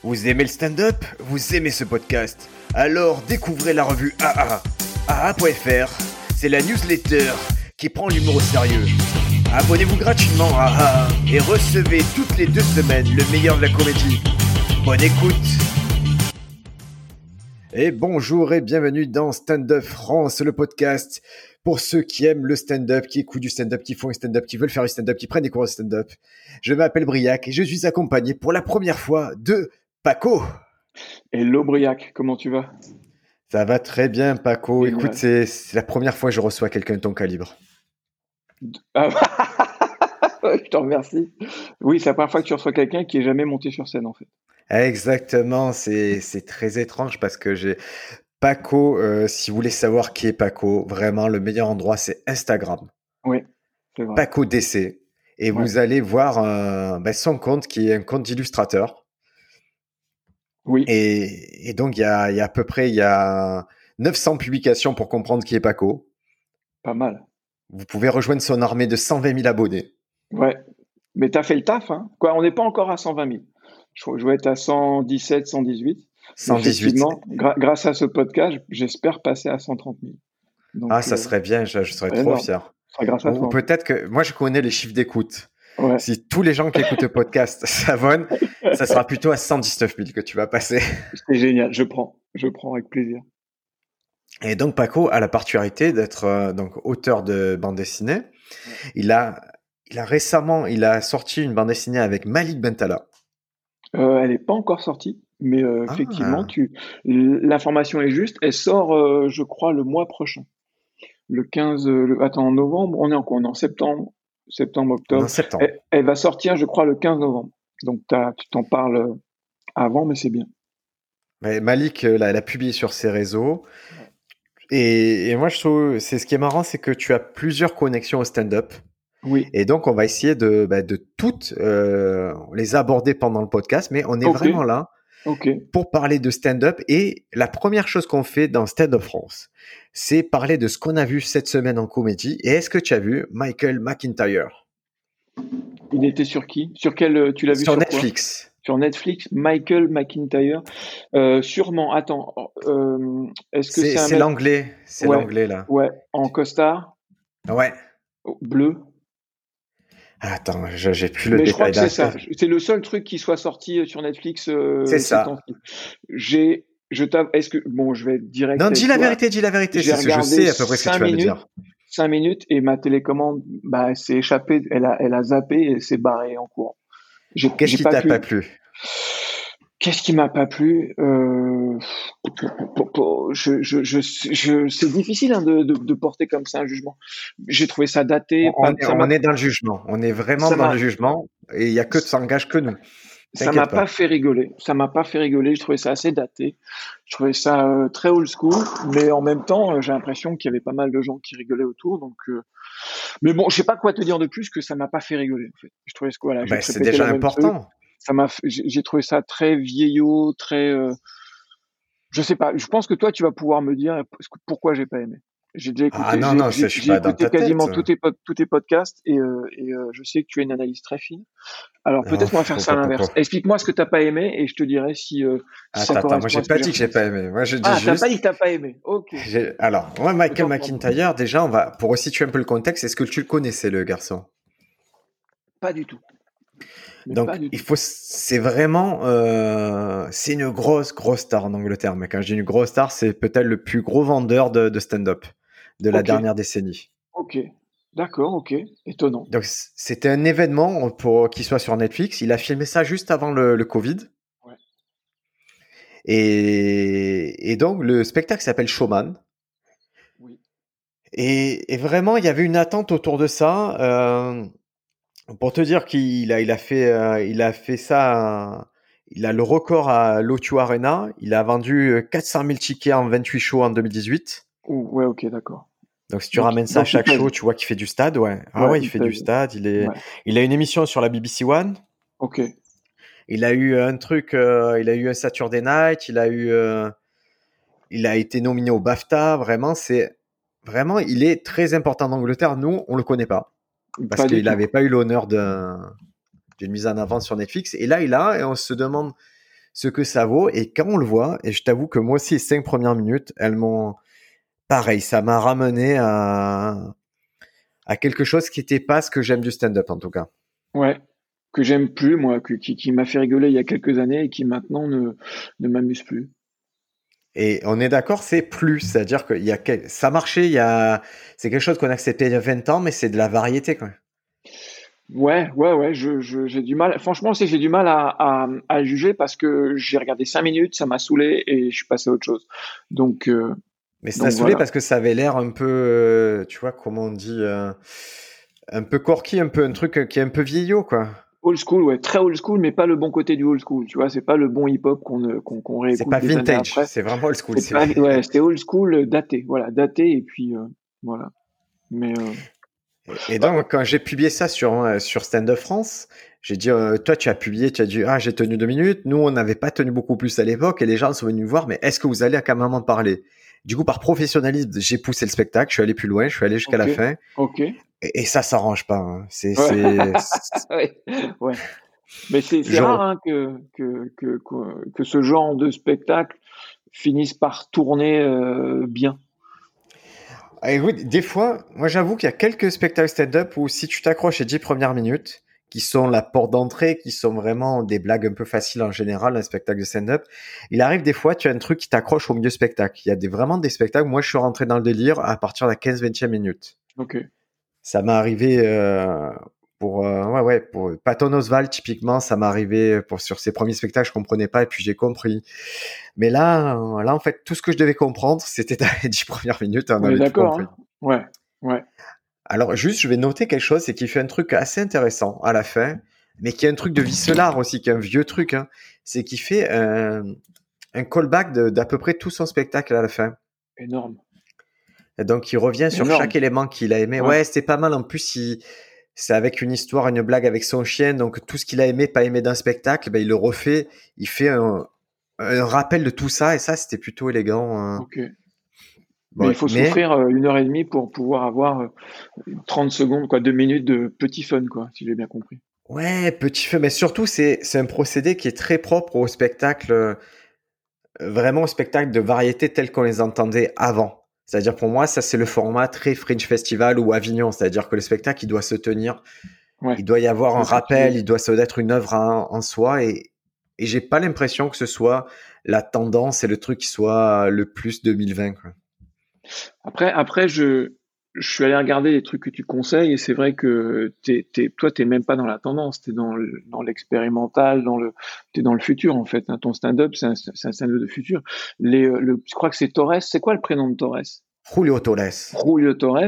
Vous aimez le stand-up? Vous aimez ce podcast? Alors découvrez la revue AA. AA.fr, c'est la newsletter qui prend l'humour au sérieux. Abonnez-vous gratuitement à AA et recevez toutes les 2 semaines le meilleur de la comédie. Bonne écoute! Et bonjour et bienvenue dans Stand-up France, le podcast pour ceux qui aiment le stand-up, qui écoutent du stand-up, qui font du stand-up, qui veulent faire du stand-up, qui prennent des cours de stand-up. Je m'appelle Briac et je suis accompagné pour la première fois de Paco. Hello Briac, comment tu vas? Ça va très bien, Paco. Génial. Écoute, c'est la première fois que je reçois quelqu'un de ton calibre. Ah, je te remercie. Oui, c'est la première fois que tu reçois quelqu'un qui est jamais monté sur scène en fait. Exactement, c'est très étrange parce que j'ai Paco, si vous voulez savoir qui est Paco, vraiment le meilleur endroit c'est Instagram. Oui, c'est vrai. Paco DC. Et Ouais. vous allez voir son compte qui est un compte d'illustrateur. Oui, Et donc, il y a à peu près 900 publications pour comprendre qui est Paco. pas mal. Vous pouvez rejoindre son armée de 120 000 abonnés. Ouais, mais t'as fait le taf, hein? Quoi, on n'est pas encore à 120 000. Je vais être à 117, 118. Mais 118. effectivement, grâce à ce podcast, j'espère passer à 130 000. Donc, Ah, ça serait bien, je serais trop énorme. fier. Ce sera grâce à Ou toi. peut-être que... Moi, je connais les chiffres d'écoute. Ouais. Si tous les gens qui écoutent le podcast s'abonnent, ça sera plutôt à 119 000 que tu vas passer. C'est génial, je prends avec plaisir. Et donc, Paco a la particularité d'être donc auteur de bande dessinée. Il a récemment sorti une bande dessinée avec Malik Bentala. Elle n'est pas encore sortie, mais effectivement, l'information est juste. Elle sort, je crois, le mois prochain. Le 15, attends, en novembre, on est en quoi? On est en septembre, octobre. En septembre. Elle va sortir, je crois, le 15 novembre. Donc, tu t'en parles avant, mais c'est bien. Mais Malik l'a publié sur ses réseaux. Et moi, je trouve, c'est ce qui est marrant, c'est que tu as plusieurs connexions au stand-up. Oui, Et donc, on va essayer de toutes les aborder pendant le podcast, mais on est Ok. vraiment là ok. pour parler de stand-up. Et la première chose qu'on fait dans Stand-up France, c'est parler de ce qu'on a vu cette semaine en comédie. Et est-ce que tu as vu Michael McIntyre? Il était sur qui? Sur quel, tu l'as vu Sur sur quoi? Netflix. Sur Netflix, Michael McIntyre. Sûrement, attends, est-ce que c'est un C'est mec? l'anglais. C'est Ouais, l'anglais, là. ouais, en costard, Ouais. bleu. Attends, j'ai plus le Mais je crois détail que c'est ça. C'est le seul truc qui soit sorti sur Netflix C'est ces ça. temps-ci. Est-ce que bon, je vais être direct Non, avec dis la toi. vérité. J'ai C'est ce que je regardé sais à peu près ce que tu vas me dire. 5 minutes et ma télécommande, elle s'est échappée. Elle a zappé et s'est barrée en courant. Qu'est-ce qui t'a pas plu? Qu'est-ce qui m'a pas plu? C'est difficile hein, de porter comme ça un jugement. J'ai trouvé ça daté. On est dans le jugement. On est vraiment Ça dans m'a, le jugement. Et il y a que ça engage que nous. ça m'a T'inquiète pas. pas fait rigoler. Ça m'a pas fait rigoler. Je trouvais ça assez daté. Je trouvais ça très old school, mais en même temps, j'ai l'impression qu'il y avait pas mal de gens qui rigolaient autour. Donc, mais bon, je sais pas quoi te dire de plus que ça m'a pas fait rigoler. En fait, je trouvais que voilà, je vais te C'est répéter déjà le même truc. important. J'ai trouvé ça très vieillot, très. Je sais pas. Je pense que toi, tu vas pouvoir me dire pourquoi j'ai pas aimé. J'ai déjà écouté, Ah non, je suis pas dans écouté ta tête. quasiment tous tes podcasts et je sais que tu as une analyse très fine. Alors Non, peut-être on va faire ça à l'inverse. Explique-moi ce que t'as pas aimé et je te dirai si ça correspond. Moi j'ai à ce pas que dit que j'ai pas aimé. Moi je dis t'as juste. pas dit que t'as pas aimé. Ok. Alors, moi Michael Autant pour moi. McIntyre, déjà, pour resituer un peu le contexte, est-ce que tu le connaissais le garçon? Pas du tout. Mais Donc, pas du tout. c'est vraiment, c'est une grosse star en Angleterre. Mais quand je dis une grosse star, c'est peut-être le plus gros vendeur de stand-up de la Ok. dernière décennie. Ok. D'accord. Ok. Étonnant. Donc, c'était un événement pour qu'il soit sur Netflix. Il a filmé ça juste avant le Covid. Ouais. Et donc, le spectacle s'appelle Showman. Oui. Et vraiment, il y avait une attente autour de ça. Pour te dire qu'il a fait ça, il a le record à l'O2 Arena. Il a vendu 400 000 tickets en 28 shows en 2018. Ouais. Ok. D'accord. Donc, si tu ramènes ça à Donc, il chaque pèse. show, tu vois qu'il fait du stade, ouais. Ah Ouais. ouais, il fait du pèse. stade. Ouais. Il a une émission sur la BBC One. Ok. Il a eu un truc, il a eu un Saturday Night. Il a été nominé au BAFTA. Vraiment, il est très important en Angleterre. Nous, on le connaît pas. Parce Pas du qu'il tout. n'avait pas eu l'honneur d'une mise en avant sur Netflix. Et là, et on se demande ce que ça vaut. Et quand on le voit, et je t'avoue que moi aussi, les 5 premières minutes, elles m'ont, pareil, ça m'a ramené à quelque chose qui n'était pas ce que j'aime du stand-up en tout cas. Ouais, que j'aime plus, moi, qui m'a fait rigoler il y a quelques années et qui maintenant ne m'amuse plus. Et on est d'accord, c'est plus, c'est-à-dire que ça marchait, c'est quelque chose qu'on acceptait il y a 20 ans, mais c'est de la variété quand même. Ouais, j'ai du mal. Franchement, j'ai du mal à juger parce que j'ai regardé 5 minutes, ça m'a saoulé et je suis passé à autre chose. Donc, mais ça saoulé voilà. parce que ça avait l'air un peu, tu vois, comment on dit, un peu corky, un peu un truc qui est un peu vieillot, quoi. Old school, ouais, très old school, mais pas le bon côté du old school. Tu vois, c'est pas le bon hip-hop qu'on C'est réécoute pas des années vintage, après. c'est vraiment old school. Ouais, c'était old school, daté. Voilà, daté et puis voilà. Mais Et donc, quand j'ai publié ça sur Stand Up France, j'ai dit, toi, tu as publié, tu as dit, ah, j'ai tenu 2 minutes. Nous, on n'avait pas tenu beaucoup plus à l'époque et les gens sont venus me voir, mais est-ce que vous allez quand même en parler? Du coup, par professionnalisme, j'ai poussé le spectacle, je suis allé plus loin, je suis allé jusqu'à la fin. ok. Et ça s'arrange pas. Hein. Ouais, ouais. Mais c'est rare hein, que ce genre de spectacle finisse par tourner bien. Ah, écoute, des fois, moi j'avoue qu'il y a quelques spectacles stand-up où si tu t'accroches les 10 premières minutes, qui sont la porte d'entrée, qui sont vraiment des blagues un peu faciles en général, un spectacle de stand-up, il arrive des fois, tu as un truc qui t'accroche au milieu spectacle. Il y a vraiment des spectacles, moi je suis rentré dans le délire à partir de la 15-20e minute. Ok. Ça m'est arrivé pour Patton Oswalt typiquement, ça m'est arrivé sur ses premiers spectacles, je comprenais pas et puis j'ai compris. Mais là en fait, tout ce que je devais comprendre, c'était dans les 10 premières minutes, on avait tout compris. Hein. Ouais. Alors juste, je vais noter quelque chose, c'est qu'il fait un truc assez intéressant à la fin, mais qui est un truc de Visselard aussi, qui est un vieux truc. Hein. C'est qu'il fait un callback d'à peu près tout son spectacle à la fin. Énorme. Et donc il revient sur chaque élément qu'il a aimé. Ouais, c'était pas mal. En plus, c'est avec une histoire, une blague avec son chien. Donc tout ce qu'il a aimé, pas aimé d'un spectacle, ben, il le refait. Il fait un rappel de tout ça, et ça, c'était plutôt élégant. Hein. Ok. Mais il faut souffrir 1h30 pour pouvoir avoir 30 secondes, 2 minutes de petit fun, si j'ai bien compris. Ouais, petit fun, mais surtout, c'est un procédé qui est très propre au spectacle, vraiment au spectacle de variété tel qu'on les entendait avant. C'est-à-dire, pour moi, ça, c'est le format très Fringe Festival ou Avignon. C'est-à-dire que le spectacle, il doit se tenir. Ouais. Il doit y avoir un rappel, il doit être une œuvre en soi, et j'ai pas l'impression que ce soit la tendance et le truc qui soit le plus 2020, quoi. Après, je suis allé regarder les trucs que tu conseilles et c'est vrai que toi, t'es même pas dans la tendance, t'es dans l'expérimental, t'es dans le futur en fait. Hein. Ton stand-up, c'est un stand-up de futur. Je crois que c'est Torres. C'est quoi le prénom de Torres? Julio Torres. Julio Torres.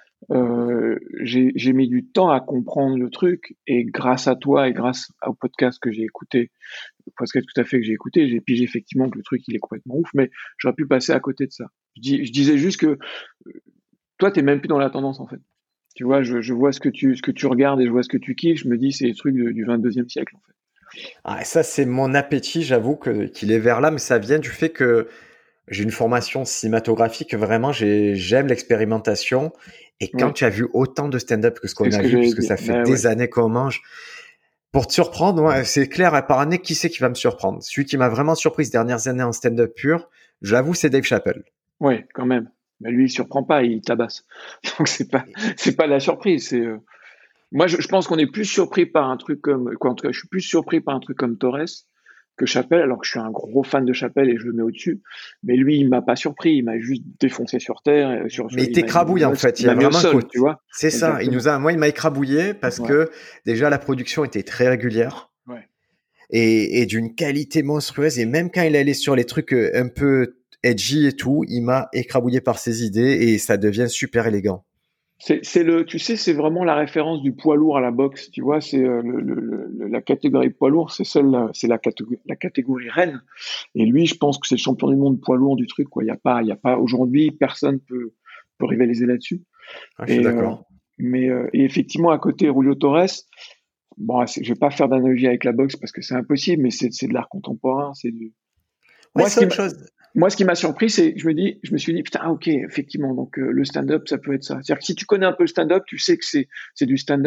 J'ai mis du temps à comprendre le truc et grâce à toi et grâce au podcast que j'ai écouté, le podcast tout à fait que j'ai écouté, j'ai pigé effectivement que le truc il est complètement ouf, mais j'aurais pu passer à côté de ça. Je disais juste que toi t'es même plus dans la tendance en fait. Tu vois, je vois ce que tu regardes et je vois ce que tu kiffes, je me dis c'est des trucs du 22e siècle en fait. Ah, ça c'est mon appétit, j'avoue qu'il est vers là, mais ça vient du fait que j'ai une formation cinématographique, vraiment j'aime l'expérimentation. Et quand tu as vu autant de stand-up que ce qu'on a vu, puisque ça fait des années qu'on mange, pour te surprendre, ouais, c'est clair, par année, qui c'est qui va me surprendre? Celui qui m'a vraiment surpris ces dernières années en stand-up pur, j'avoue, c'est Dave Chappelle. Ouais, quand même. Mais lui, il surprend pas, il tabasse. Donc c'est pas la surprise. Moi, je pense qu'on est plus surpris par un truc comme, en tout cas, je suis plus surpris par un truc comme Torres que Chappelle, alors que je suis un gros fan de Chappelle et je le mets au-dessus. Mais lui, il m'a pas surpris, il m'a juste défoncé sur terre. Mais il t'écrabouille en fait. Il y a vraiment sol, tu vois. C'est ça. Moi, il m'a écrabouillé parce que déjà la production était très régulière et d'une qualité monstrueuse. Et même quand il allait sur les trucs un peu edgy et tout, il m'a écrabouillé par ses idées et ça devient super élégant. C'est vraiment la référence du poids lourd à la boxe, tu vois, c'est la catégorie poids lourd, c'est la catégorie reine. Et lui, je pense que c'est le champion du monde poids lourd du truc, quoi. Il y a pas, aujourd'hui, personne peut rivaliser là-dessus. Ah, je suis d'accord. Et effectivement, à côté, Julio Torres, bon, je vais pas faire d'analogie avec la boxe parce que c'est impossible, mais c'est de l'art contemporain, c'est du. Ouais, c'est autre chose. Moi, ce qui m'a surpris, c'est que je me suis dit, putain, ok, effectivement, donc le stand-up, ça peut être ça. C'est-à-dire que si tu connais un peu le stand-up, tu sais que c'est du stand-up.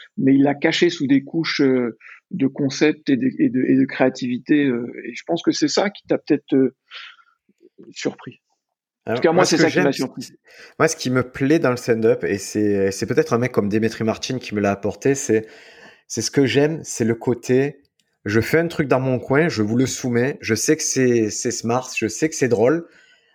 mais il l'a caché sous des couches de concepts et de créativité. Et je pense que c'est ça qui t'a peut-être surpris. En tout Alors, cas, moi, ce c'est que ça qui j'aime, m'a surpris. moi, ce qui me plaît dans le stand-up, et c'est peut-être un mec comme Dimitri Martin qui me l'a apporté, c'est ce que j'aime, c'est le côté, je fais un truc dans mon coin, je vous le soumets, je sais que c'est smart, je sais que c'est drôle,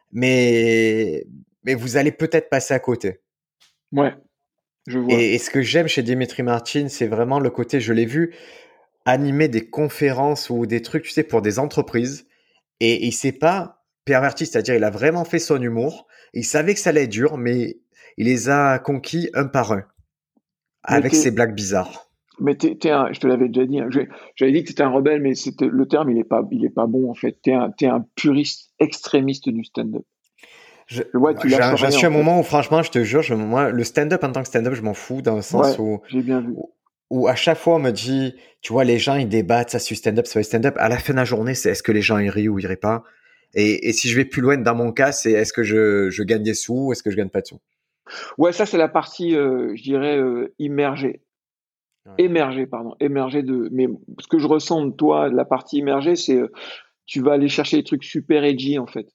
mais, mais vous allez peut-être passer à côté. Ouais, je vois. Et ce que j'aime chez Dimitri Martin, c'est vraiment le côté, je l'ai vu animer des conférences ou des trucs, tu sais, pour des entreprises, et il s'est pas perverti, c'est-à-dire il a vraiment fait son humour, il savait que ça allait être dur, mais il les a conquis un par un, Mais avec ses blagues bizarres. je te l'avais déjà dit, hein, j'avais dit que t'étais un rebelle, mais le terme, il est pas bon, en fait. T'es un puriste extrémiste du stand-up. Je- Je vois, tu lâches J'en rien, suis en à un fait. moment où, franchement, je te jure, moi, le stand-up en tant que stand-up, je m'en fous, dans le sens Ouais, j'ai bien vu. où à chaque fois, on me dit, tu vois, les gens, ils débattent, ça, sur stand-up, ça, sur stand-up. À la fin de la journée, c'est est-ce que les gens, ils rient ou ils rient pas? Et si je vais plus loin, dans mon cas, c'est est-ce que je gagne des sous ou est-ce que je gagne pas de sous? Ouais, ça, c'est la partie, je dirais, immergée. Ouais. Émergée mais ce que je ressens de toi, de la partie immergée, c'est, tu vas aller chercher des trucs super edgy, en fait.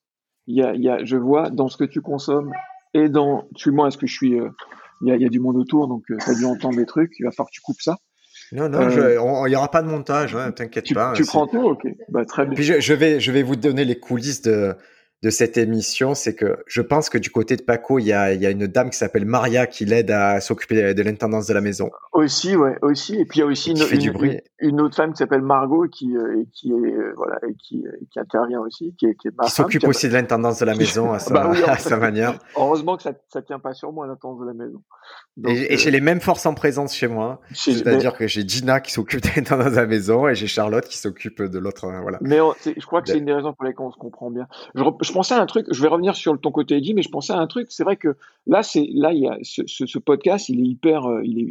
Je vois dans ce que tu consommes et suis-moi, est-ce que je suis, il y a du monde autour, donc tu as dû entendre des trucs, il va falloir que tu coupes ça. Non, non, Euh, il y aura pas de montage, hein, t'inquiète tu, pas. tu prends tout? Ok, bah, très bien. Puis je vais vous donner les coulisses de cette émission. C'est que je pense que du côté de Paco, il y a une dame qui s'appelle Maria qui l'aide à s'occuper de l'intendance de la maison Aussi, ouais, aussi. Et puis il y a et aussi qui une, fait du une, une, bruit. une autre femme qui s'appelle Margot qui est voilà et qui intervient aussi, qui est ma Qui femme. s'occupe aussi de l'intendance de la Qui- maison bah oui, à sa manière. heureusement que ça tient pas sur moi l'intendance de la maison. Donc Et j'ai les mêmes forces en présence chez moi. mais C'est-à-dire que j'ai Gina qui s'occupe de l'intendance de la maison et j'ai Charlotte qui s'occupe de l'autre. Voilà. mais je crois que c'est une des raisons pour lesquelles on se comprend bien. Je pensais à un truc. Je vais revenir sur ton côté Eddie, mais je pensais à un truc. C'est vrai que là il y a ce podcast. Il est hyper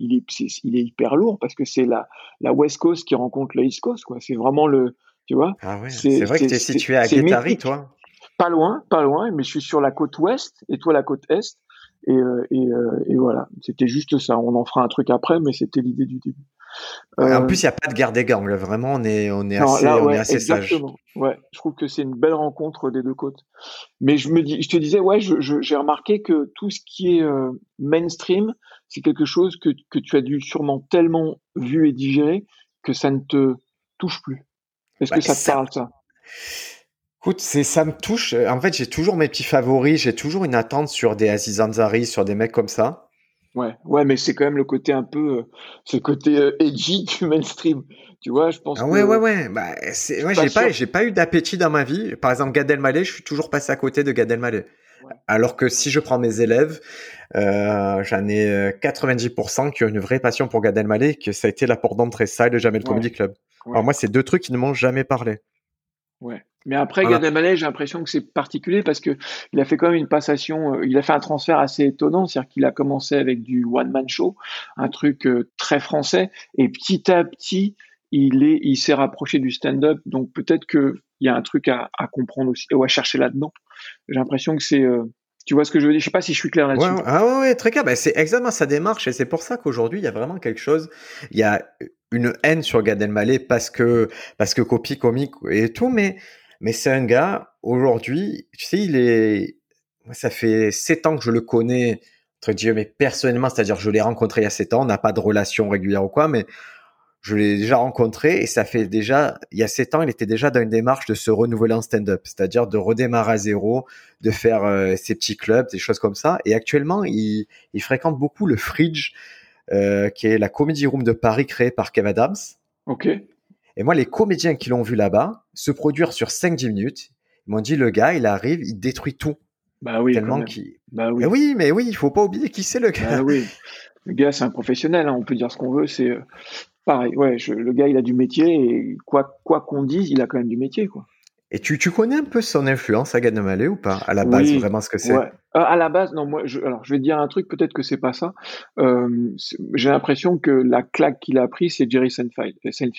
il est hyper lourd parce que c'est la West Coast qui rencontre la East Coast, quoi. C'est vraiment tu vois. Ah ouais, C'est c'est vrai que c'est tu es c'est situé à c'est Guétari, mythique. toi. Pas loin, mais je suis sur la côte ouest et toi la côte est. Et voilà, c'était juste ça. On en fera un truc après, mais c'était l'idée du début. Ouais, en Euh, plus, il n'y a pas de guerre des gangs. Là. Vraiment, non, là, on est ouais, assez sage. exactement. Ouais, je trouve que c'est une belle rencontre des deux côtes. Mais je te disais, ouais, j'ai remarqué que tout ce qui est mainstream, c'est quelque chose que tu as dû sûrement tellement vu et digérer que ça ne te touche plus. Est-ce Bah, que ça te parle, ça? écoute, ça me touche. En fait, j'ai toujours mes petits favoris. J'ai toujours une attente sur des Aziz Ansari, sur des mecs comme ça. Ouais, ouais, mais c'est quand même le côté un peu, ce côté edgy du mainstream. Tu vois, je pense Ah ouais, ouais, que ouais. Bah, je suis moi, pas sûr. j'ai pas eu d'appétit dans ma vie. Par exemple, Gad Elmaleh, je suis toujours passé à côté de Gad Elmaleh. Ouais, Alors que ouais, si je prends mes élèves, j'en ai 90% qui ont une vraie passion pour Gad Elmaleh, que ça a été la porte d'entrée, ça et le Jamel ouais, Comedy Club. Alors ouais. moi, c'est deux trucs qui ne m'ont jamais parlé. Ouais. Mais après, Gad Voilà. Elmaleh, j'ai l'impression que c'est particulier parce que il a fait quand même une passation, il a fait un transfert assez étonnant, c'est-à-dire qu'il a commencé avec du one-man show, un truc très français, et petit à petit, il s'est rapproché du stand-up, donc peut-être que il y a un truc à comprendre aussi, ou à chercher là-dedans. J'ai l'impression que tu vois ce que je veux dire? Je sais pas si je suis clair Ouais, là-dessus. ouais, ah ouais, ouais, très clair. Bah, c'est exactement sa démarche et c'est pour ça qu'aujourd'hui, il y a vraiment quelque chose. Il y a une haine sur Gad Elmaleh parce que copie comique et tout, mais c'est un gars, aujourd'hui, tu sais, moi, ça fait 7 ans que je le connais, entre guillemets, personnellement, c'est-à-dire que je l'ai rencontré il y a 7 ans, on n'a pas de relation régulière ou quoi, mais je l'ai déjà rencontré et ça fait déjà, il y a 7 ans, il était déjà dans une démarche de se renouveler en stand-up, c'est-à-dire de redémarrer à zéro, de faire ses petits clubs, des choses comme ça. Et actuellement, il fréquente beaucoup le Fridge, qui est la comedy room de Paris créée par Kev Adams. Ok? Et moi, les comédiens qui l'ont vu là-bas se produire sur 5-10 minutes, ils m'ont dit, le gars, il arrive, il détruit tout. Bah oui, quand Tellement même. qu'il... Bah Eh oui. oui, mais oui, il faut pas oublier qui c'est le Bah gars. oui. Le gars, c'est un professionnel, hein, on peut dire ce qu'on veut, c'est pareil. Ouais, le gars, il a du métier et quoi qu'on dise, il a quand même du métier, quoi. Et tu connais un peu son influence à Gad Elmaleh ou pas? À la base, Oui, vraiment ce que c'est? ouais. À la base, non, moi, alors, je vais te dire un truc, peut-être que c'est pas ça. J'ai l'impression que la claque qu'il a pris, c'est Jerry Seinfeld.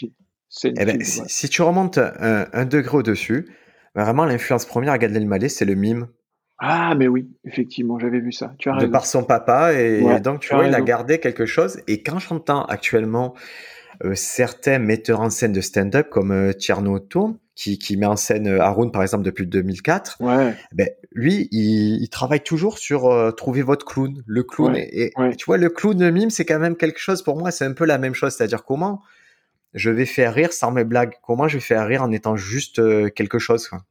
Eh ben, Voilà. si tu remontes un degré au-dessus, vraiment l'influence première à Gad Elmaleh, c'est le mime. Ah, mais oui, effectivement, j'avais vu ça. Tu as de raison. par son papa. Et Ouais, donc, tu tu as vois, il a raison. gardé quelque chose. Et quand j'entends actuellement certains metteurs en scène de stand-up comme Tierno Tourne, qui met en scène Haroun, par exemple, depuis 2004, Ouais, ben, lui, il travaille toujours sur trouver votre clown. Le clown, ouais, et ouais. tu vois, le clown, le mime, c'est quand même quelque chose, pour moi, c'est un peu la même chose. C'est-à-dire comment je vais faire rire sans mes blagues, comment je vais faire rire en étant juste quelque chose, quoi.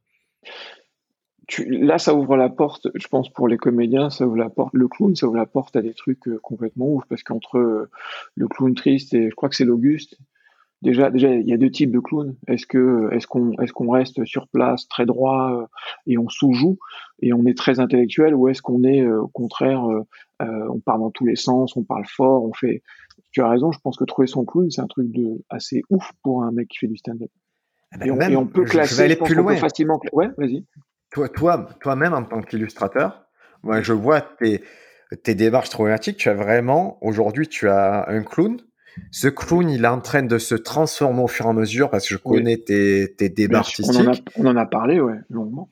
Là, ça ouvre la porte, je pense, pour les comédiens, ça ouvre la porte. Le clown, ça ouvre la porte à des trucs complètement ouf, parce qu'entre le clown triste et je crois que c'est l'Auguste. Déjà, il y a deux types de clowns. Est-ce qu'on reste sur place très droit et on sous-joue et on est très intellectuel, ou est-ce qu'on est au contraire, on part dans tous les sens, on parle fort, on fait. Tu as raison. Je pense que trouver son clown, c'est un truc de assez ouf pour un mec qui fait du stand-up. Eh Et ben, on même, peut je vais classer. Je aller pense plus qu'on peut loin. facilement. Ouais, vas-y. Toi-même, en tant qu'illustrateur, moi, Ouais. je vois tes démarches problématiques. Tu as vraiment, aujourd'hui, tu as un clown. Ce Oui. clown, il est en train de se transformer au fur et à mesure parce que je Oui. connais tes débats Bien sûr. artistiques. On en a parlé, ouais, longuement.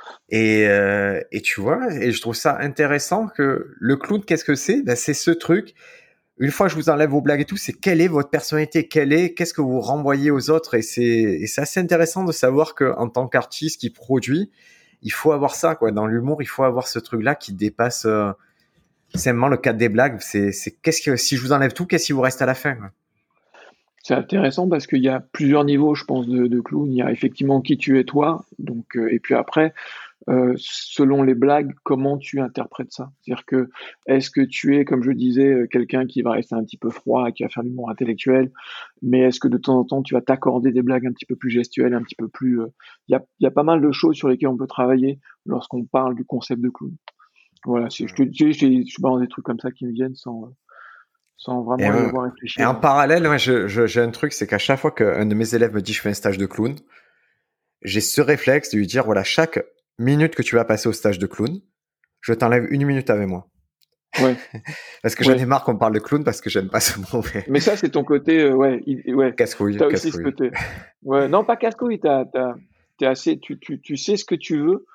Et tu vois, et je trouve ça intéressant que le clown, qu'est-ce que c'est? Ben, c'est ce truc. Une fois que je vous enlève vos blagues et tout, c'est quelle est votre personnalité? Qu'est-ce que vous renvoyez aux autres? Et c'est assez intéressant de savoir que, en tant qu'artiste qui produit, il faut avoir ça, quoi. Dans l'humour, il faut avoir ce truc-là qui dépasse simplement le cadre des blagues. Qu'est-ce que, si je vous enlève tout, qu'est-ce qui vous reste à la fin, quoi. C'est intéressant parce qu'il y a plusieurs niveaux, je pense, de clown. Il y a effectivement qui tu es toi, donc, et puis après, selon les blagues, comment tu interprètes ça. C'est-à-dire que, est-ce que tu es, comme je disais, quelqu'un qui va rester un petit peu froid, qui va faire l'humour intellectuel, mais est-ce que de temps en temps, tu vas t'accorder des blagues un petit peu plus gestuelles, un petit peu plus. Il y a pas mal de choses sur lesquelles on peut travailler lorsqu'on parle du concept de clown. Voilà, je balance des trucs comme ça qui me viennent sans Et, vraiment y avoir réfléchi et en avant. parallèle, moi, j'ai un truc, c'est qu'à chaque fois qu'un de mes élèves me dit je fais un stage de clown, j'ai ce réflexe de lui dire voilà, chaque minute que tu vas passer au stage de clown, je t'enlève une minute avec moi. Ouais, Parce que j'en ai ouais. marre qu'on parle de clown parce que j'aime pas ce mot. Mais Mais ça, c'est ton côté, ouais, ouais. casse-couille, T'as aussi ce casse-couille. côté. Ouais, non, pas casse-couille. T'es assez, tu sais ce que tu veux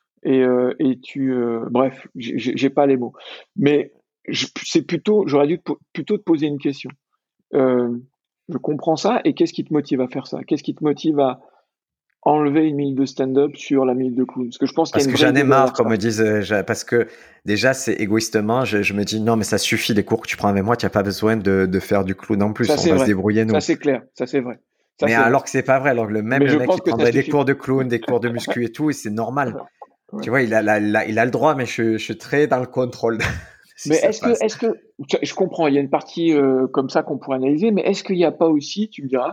bref, j'ai pas les mots. Mais c'est plutôt, j'aurais dû plutôt te poser une question. Euh, je comprends ça. Et qu'est-ce qui te motive à faire ça? Qu'est-ce qui te motive à enlever une minute de stand-up sur la minute de clown? Parce que je pense qu'il y Parce a une que vraie j'en ai idée marre derrière qu'on ça. me dise, parce que déjà, c'est égoïstement, je me dis non, mais ça suffit les cours que tu prends avec moi, tu n'as pas besoin de faire du clown en Ça, plus, on c'est va se vrai. débrouiller Ça, nous. c'est clair. Ça, c'est vrai. Ça, Mais c'est vrai. alors que c'est pas vrai, alors que Mais le je mec, il pense que ça prendrait des suffit. cours de clown, des cours de muscu et tout, et c'est normal. Ouais. Tu vois, il a le droit, mais je suis très dans le contrôle si Mais ça passe. je comprends, il y a une partie comme ça qu'on pourrait analyser, mais est-ce qu'il n'y a pas aussi, tu me diras,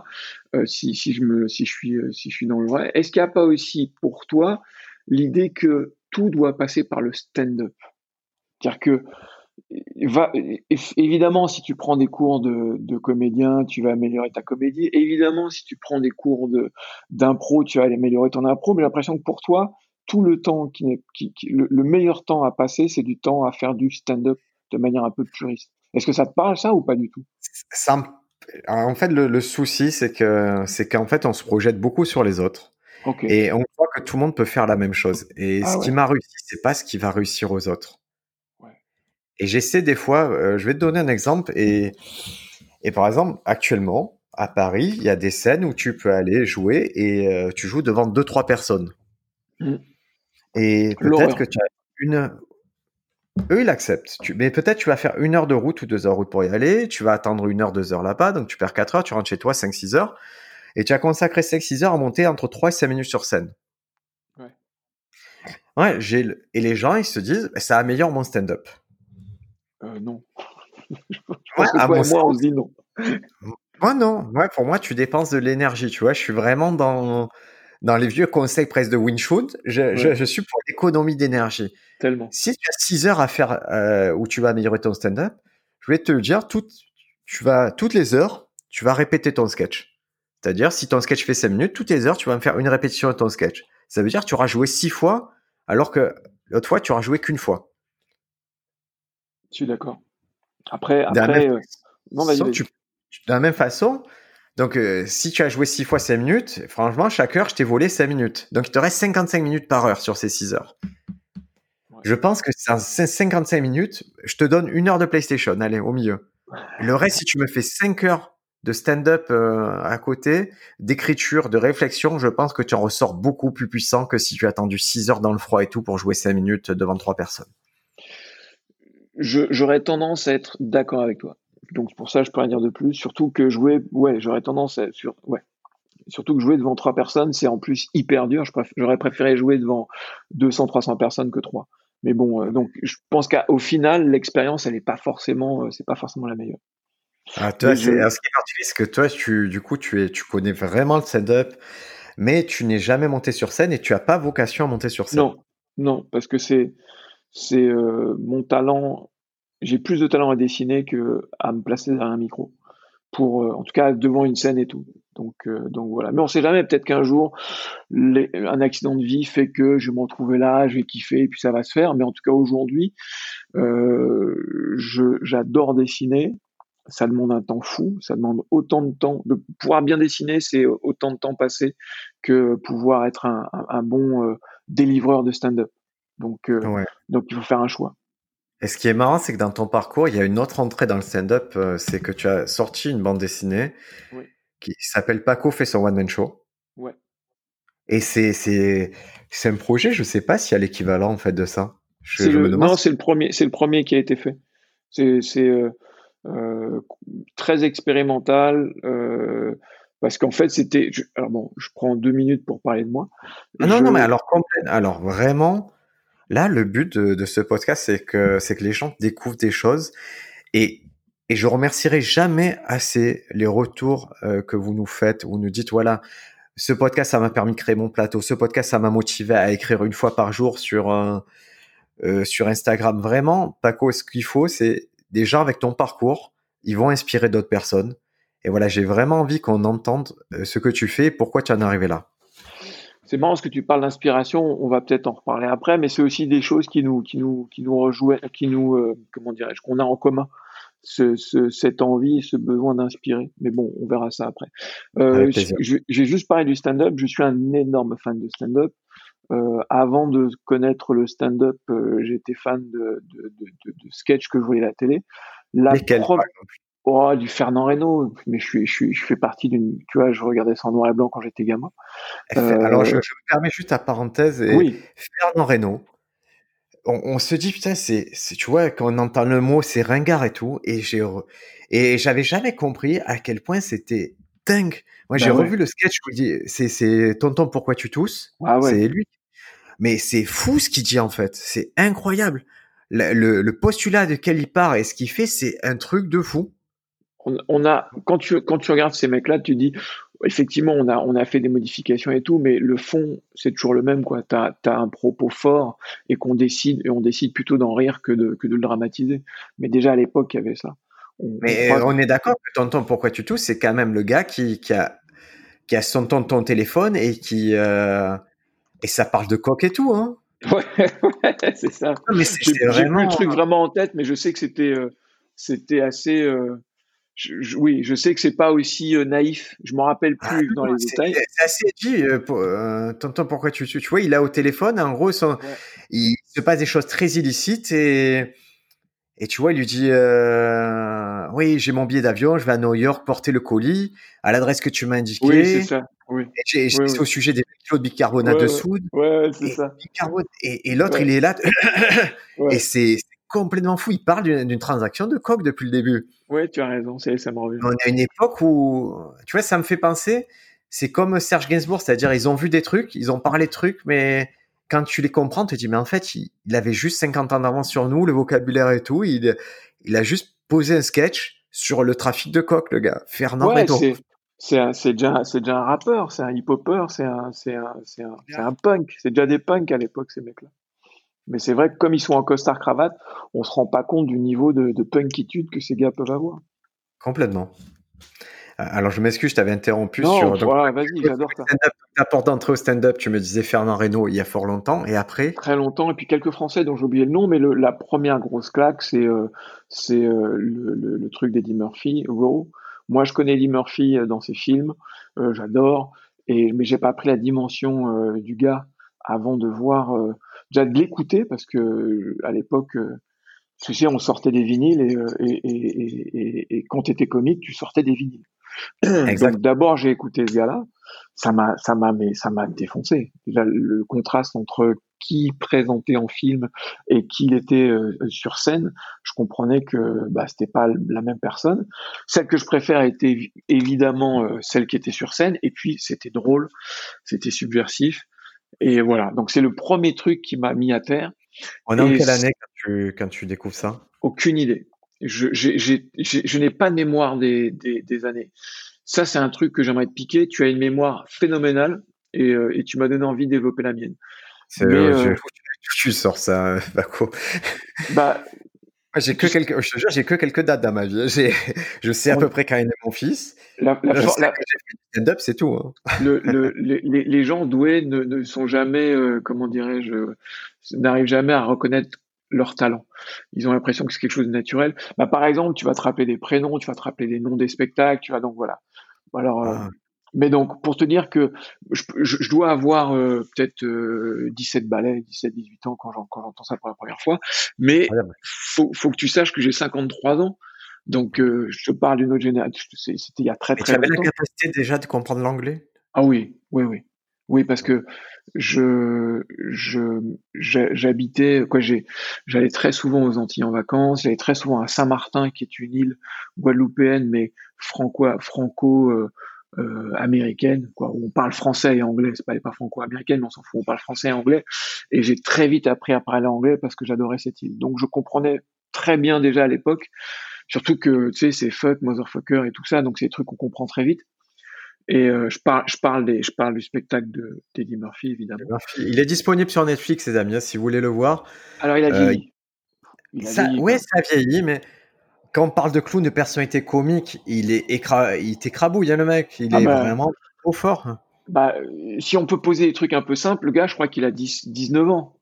si je suis dans le vrai, est-ce qu'il n'y a pas aussi pour toi l'idée que tout doit passer par le stand-up? C'est-à-dire que évidemment, si tu prends des cours de comédien, tu vas améliorer ta comédie. Évidemment, si tu prends des cours d'impro, tu vas améliorer ton impro. Mais j'ai l'impression que pour toi, tout le temps le meilleur temps à passer, c'est du temps à faire du stand-up de manière un peu puriste. Est-ce que ça te parle ça ou pas du tout? Ça me- En fait, le souci, c'est qu'en fait, on se projette beaucoup sur les autres. Ok. Et on croit que tout le monde peut faire la même chose. Et Ah ce qui ouais. m'a réussi, c'est pas ce qui va réussir aux autres. Ouais. Et j'essaie des fois, je vais te donner un exemple. Et par exemple, actuellement, à Paris, il y a des scènes où tu peux aller jouer et tu joues devant deux, trois personnes. Mm. Et peut-être que L'horreur. tu as une. Eux, ils acceptent. Mais peut-être tu vas faire 1 heure de route ou 2 heures de route pour y aller. Tu vas attendre 1 heure, 2 heures là-bas. Donc tu perds 4 heures. Tu rentres chez toi 5, 6 heures. Et tu as consacré 5, 6 heures à monter entre 3 et 5 minutes sur scène. Ouais. Ouais, et les gens, ils se disent, ça améliore mon stand-up. Non. Je Ouais, pense que à toi mon et moi, on se sens, dit non. moi non. Ouais, pour moi, tu dépenses de l'énergie, tu vois. Je suis vraiment dans les vieux conseils presque de Wing Chun. Ouais. Je suis pour l'économie d'énergie. Tellement. Si tu as 6 heures à faire où tu vas améliorer ton stand-up, je vais te le dire, toutes les heures, tu vas répéter ton sketch. C'est-à-dire, si ton sketch fait 5 minutes, toutes les heures, tu vas me faire une répétition de ton sketch. Ça veut dire que tu auras joué 6 fois, alors que l'autre fois, tu auras joué qu'une fois. Je suis d'accord. Après, De la même après, non, vas-y, façon, vas-y. de la même façon, donc si tu as joué 6 fois 5 minutes, franchement, chaque heure, je t'ai volé 5 minutes. Donc il te reste 55 minutes par heure sur ces 6 heures. Je pense que c'est 55 minutes. Je te donne 1 heure de PlayStation, allez, au milieu. Le reste, si tu me fais 5 heures de stand-up à côté, d'écriture, de réflexion, je pense que tu en ressors beaucoup plus puissant que si tu as attendu 6 heures dans le froid et tout pour jouer 5 minutes devant 3 personnes. J'aurais tendance à être d'accord avec toi. Donc pour ça, je peux rien dire de plus. Surtout que jouer, j'aurais tendance à surtout que jouer devant 3 personnes, c'est en plus hyper dur. J'aurais préféré jouer devant 200, 300 personnes que 3. Mais bon, donc je pense qu'au final, l'expérience, elle est pas forcément, c'est pas forcément la meilleure. Ah, Mais toi, ce qui est particulier, c'est que toi, du coup, tu connais vraiment le stand-up, mais tu n'es jamais monté sur scène et tu as pas vocation à monter sur scène. non, non, parce que c'est mon talent. J'ai plus de talent à dessiner que à me placer derrière un micro. En tout cas devant une scène et tout. Donc voilà. Mais on sait jamais, peut-être qu'un jour, un accident de vie fait que je vais me retrouver là, je vais kiffer et puis ça va se faire. Mais en tout cas aujourd'hui, j'adore dessiner. Ça demande un temps fou, ça demande autant de temps. De pouvoir bien dessiner, c'est autant de temps passé que pouvoir être un bon délivreur de stand-up. Donc, euh, Ouais. donc il faut faire un choix. Et ce qui est marrant, c'est que dans ton parcours, il y a une autre entrée dans le stand-up, c'est que tu as sorti une bande dessinée Oui, qui s'appelle Paco fait son one-man show. ouais. Et c'est un projet, je sais pas s'il y a l'équivalent en fait de ça. Je me demande. Non, c'est le premier qui a été fait. C'est euh, très expérimental parce qu'en fait alors bon, je prends 2 minutes pour parler de moi. Ah non, Je non, mais alors vraiment, là, le but de ce podcast, c'est que les gens découvrent des choses et, et je remercierai jamais assez les retours que vous nous faites. Vous nous dites, voilà, ce podcast, ça m'a permis de créer mon plateau. Ce podcast, ça m'a motivé à écrire 1 fois par jour sur Instagram. Vraiment, Paco, ce qu'il faut, c'est des gens avec ton parcours. Ils vont inspirer d'autres personnes. Et voilà, j'ai vraiment envie qu'on entende ce que tu fais et pourquoi tu en es arrivé là. C'est marrant parce que tu parles d'inspiration, on va peut-être en reparler après, mais c'est aussi des choses qui nous rejoignent, comment dirais-je, qu'on a en commun, cette envie, ce besoin d'inspirer. Mais bon, on verra ça après. Avec plaisir. J'ai juste parlé du stand-up. Je suis un énorme fan de stand-up. Avant de connaître le stand-up, j'étais fan de sketchs que je voyais à la télé. La Lesquels, pro- par exemple? Oh, du Fernand Reynaud, mais je fais partie tu vois, je regardais ça en noir et blanc quand j'étais gamin. Alors, je Euh, me permets juste la parenthèse et oui, Fernand Reynaud. On se dit, putain, tu vois, quand on entend le mot, c'est ringard et tout, et j'avais jamais compris à quel point c'était dingue. Moi, j'ai bah revu ouais, le sketch où il dit, c'est Tonton, pourquoi tu tousses? ah ouais. C'est lui. Mais c'est fou ce qu'il dit, en fait. C'est incroyable. Le postulat de quel il part et ce qu'il fait, c'est un truc de fou. Quand tu regardes ces mecs-là, tu dis, effectivement, on a fait des modifications et tout, mais le fond, c'est toujours le même, quoi. T'as un propos fort et on décide plutôt d'en rire que de le dramatiser. Mais déjà à l'époque, il y avait ça. On Mais croit. on est d'accord que Tonton, pourquoi tu tousses, c'est quand même le gars qui a son tonton téléphone et ça parle de coq et tout, hein. Ouais, ouais, c'est ça. Non, mais c'est J'ai plus le vraiment. truc vraiment en tête, mais je sais que c'était assez. Oui, je sais que c'est pas aussi naïf. Je m'en rappelle Ah plus non, dans les détails. c'est assez dit. Tonton, pourquoi tu vois, il a au téléphone, en gros, Ouais, il se passe des choses très illicites et tu vois, il lui dit oui, j'ai mon billet d'avion, je vais à New York porter le colis à l'adresse que tu m'as oui, c'est indiquée. ça. Oui, Et oui, c'est oui. au sujet des kilos de bicarbonate Ouais, de ouais, soude. ouais, ouais, c'est Et, ça. et l'autre, il Ouais, est là. Et ouais, c'est complètement fou. Il parle d'une transaction de coke depuis le début. ouais, tu as raison. Ça me revient. On est à une époque où, tu vois, ça me fait penser, c'est comme Serge Gainsbourg, c'est-à-dire ils ont vu des trucs, ils ont parlé de trucs, mais quand tu les comprends, tu te dis, mais en fait, il avait juste 50 ans d'avance sur nous, le vocabulaire et tout, il a juste posé un sketch sur le trafic de coke, le gars. Fernand Ouais, Reynaud. c'est déjà un rappeur, c'est un hip-hopper, c'est un punk. C'est déjà des punks à l'époque, ces mecs-là. Mais c'est vrai que comme ils sont en costard-cravate, on se rend pas compte du niveau de punkitude que ces gars peuvent avoir. Complètement. Alors, je m'excuse, je t'avais interrompu Non, sur, donc, voilà, vas-y, j'adore ça. ta porte d'entrée au stand-up, tu me disais Fernand Reynaud il y a fort longtemps, et après, Très longtemps, et puis quelques Français dont j'ai oublié le nom, mais la première grosse claque, c'est le truc d'Eddie Murphy, Raw. Moi, je connais Eddie Murphy dans ses films, j'adore, mais j'ai pas pris la dimension du gars avant de voir, déjà de l'écouter, parce que à l'époque, tu sais, on sortait des vinyles et quand tu étais comique, tu sortais des vinyles. Exact. Donc d'abord j'ai écouté ce gars-là, ça m'a défoncé. Déjà le contraste entre qui présentait en film et qui était sur scène, je comprenais que bah c'était pas la même personne. Celle que je préfère était évidemment celle qui était sur scène, et puis c'était drôle, c'était subversif, et voilà. Donc c'est le premier truc qui m'a mis à terre. On est en Et quelle année quand tu découvres ça? aucune idée. Je n'ai pas de mémoire des années. Ça, c'est un truc que j'aimerais te piquer. Tu as une mémoire phénoménale, et tu m'as donné envie de développer la mienne. C'est, Mais tu sors ça, Paco. bah, Moi, je te jure, j'ai que quelques dates dans ma vie. Je sais à on- peu près quand est né mon fils. la, la, Je for- sais la- que j'ai fait du stand-up, c'est tout, hein. les gens doués ne sont jamais, comment dirais-je, n'arrivent jamais à reconnaître leur talent. Ils ont l'impression que c'est quelque chose de naturel. Bah, par exemple, tu vas te rappeler des prénoms, tu vas te rappeler des noms des spectacles, tu vas donc voilà. Alors, Ah, mais donc, pour te dire que je dois avoir peut-être 17 balais, 17, 18 ans quand j'entends ça pour la première fois. Mais incroyable. faut que tu saches que j'ai 53 ans. Donc, je te parle d'une autre génération. C'était il y a très Et tu très avais la longtemps. capacité déjà de comprendre l'anglais? Ah oui, oui, oui. Oui, parce que j'habitais, j'allais très souvent aux Antilles en vacances, j'allais très souvent à Saint-Martin, qui est une île guadeloupéenne, mais américaine, quoi, où on parle français et anglais. C'est pas franco-américaine, mais on s'en fout, on parle français et anglais. Et j'ai très vite appris à parler anglais parce que j'adorais cette île. Donc je comprenais très bien déjà à l'époque, surtout que, tu sais, c'est fuck, motherfucker et tout ça, donc c'est des trucs qu'on comprend très vite. Et je parle du spectacle de d'Eddie Murphy, évidemment. Il est disponible sur Netflix, les amis, hein, si vous voulez le voir. Alors il a Euh, vieilli. Il a ça, vieilli quand ouais, même. ça vieillit, mais quand on parle de clown, de personnalité comique, il t'écrabouille, hein, le mec. Il Ah est bah, vraiment trop fort. si on peut poser des trucs un peu simples, le gars, je crois qu'il a 19 ans.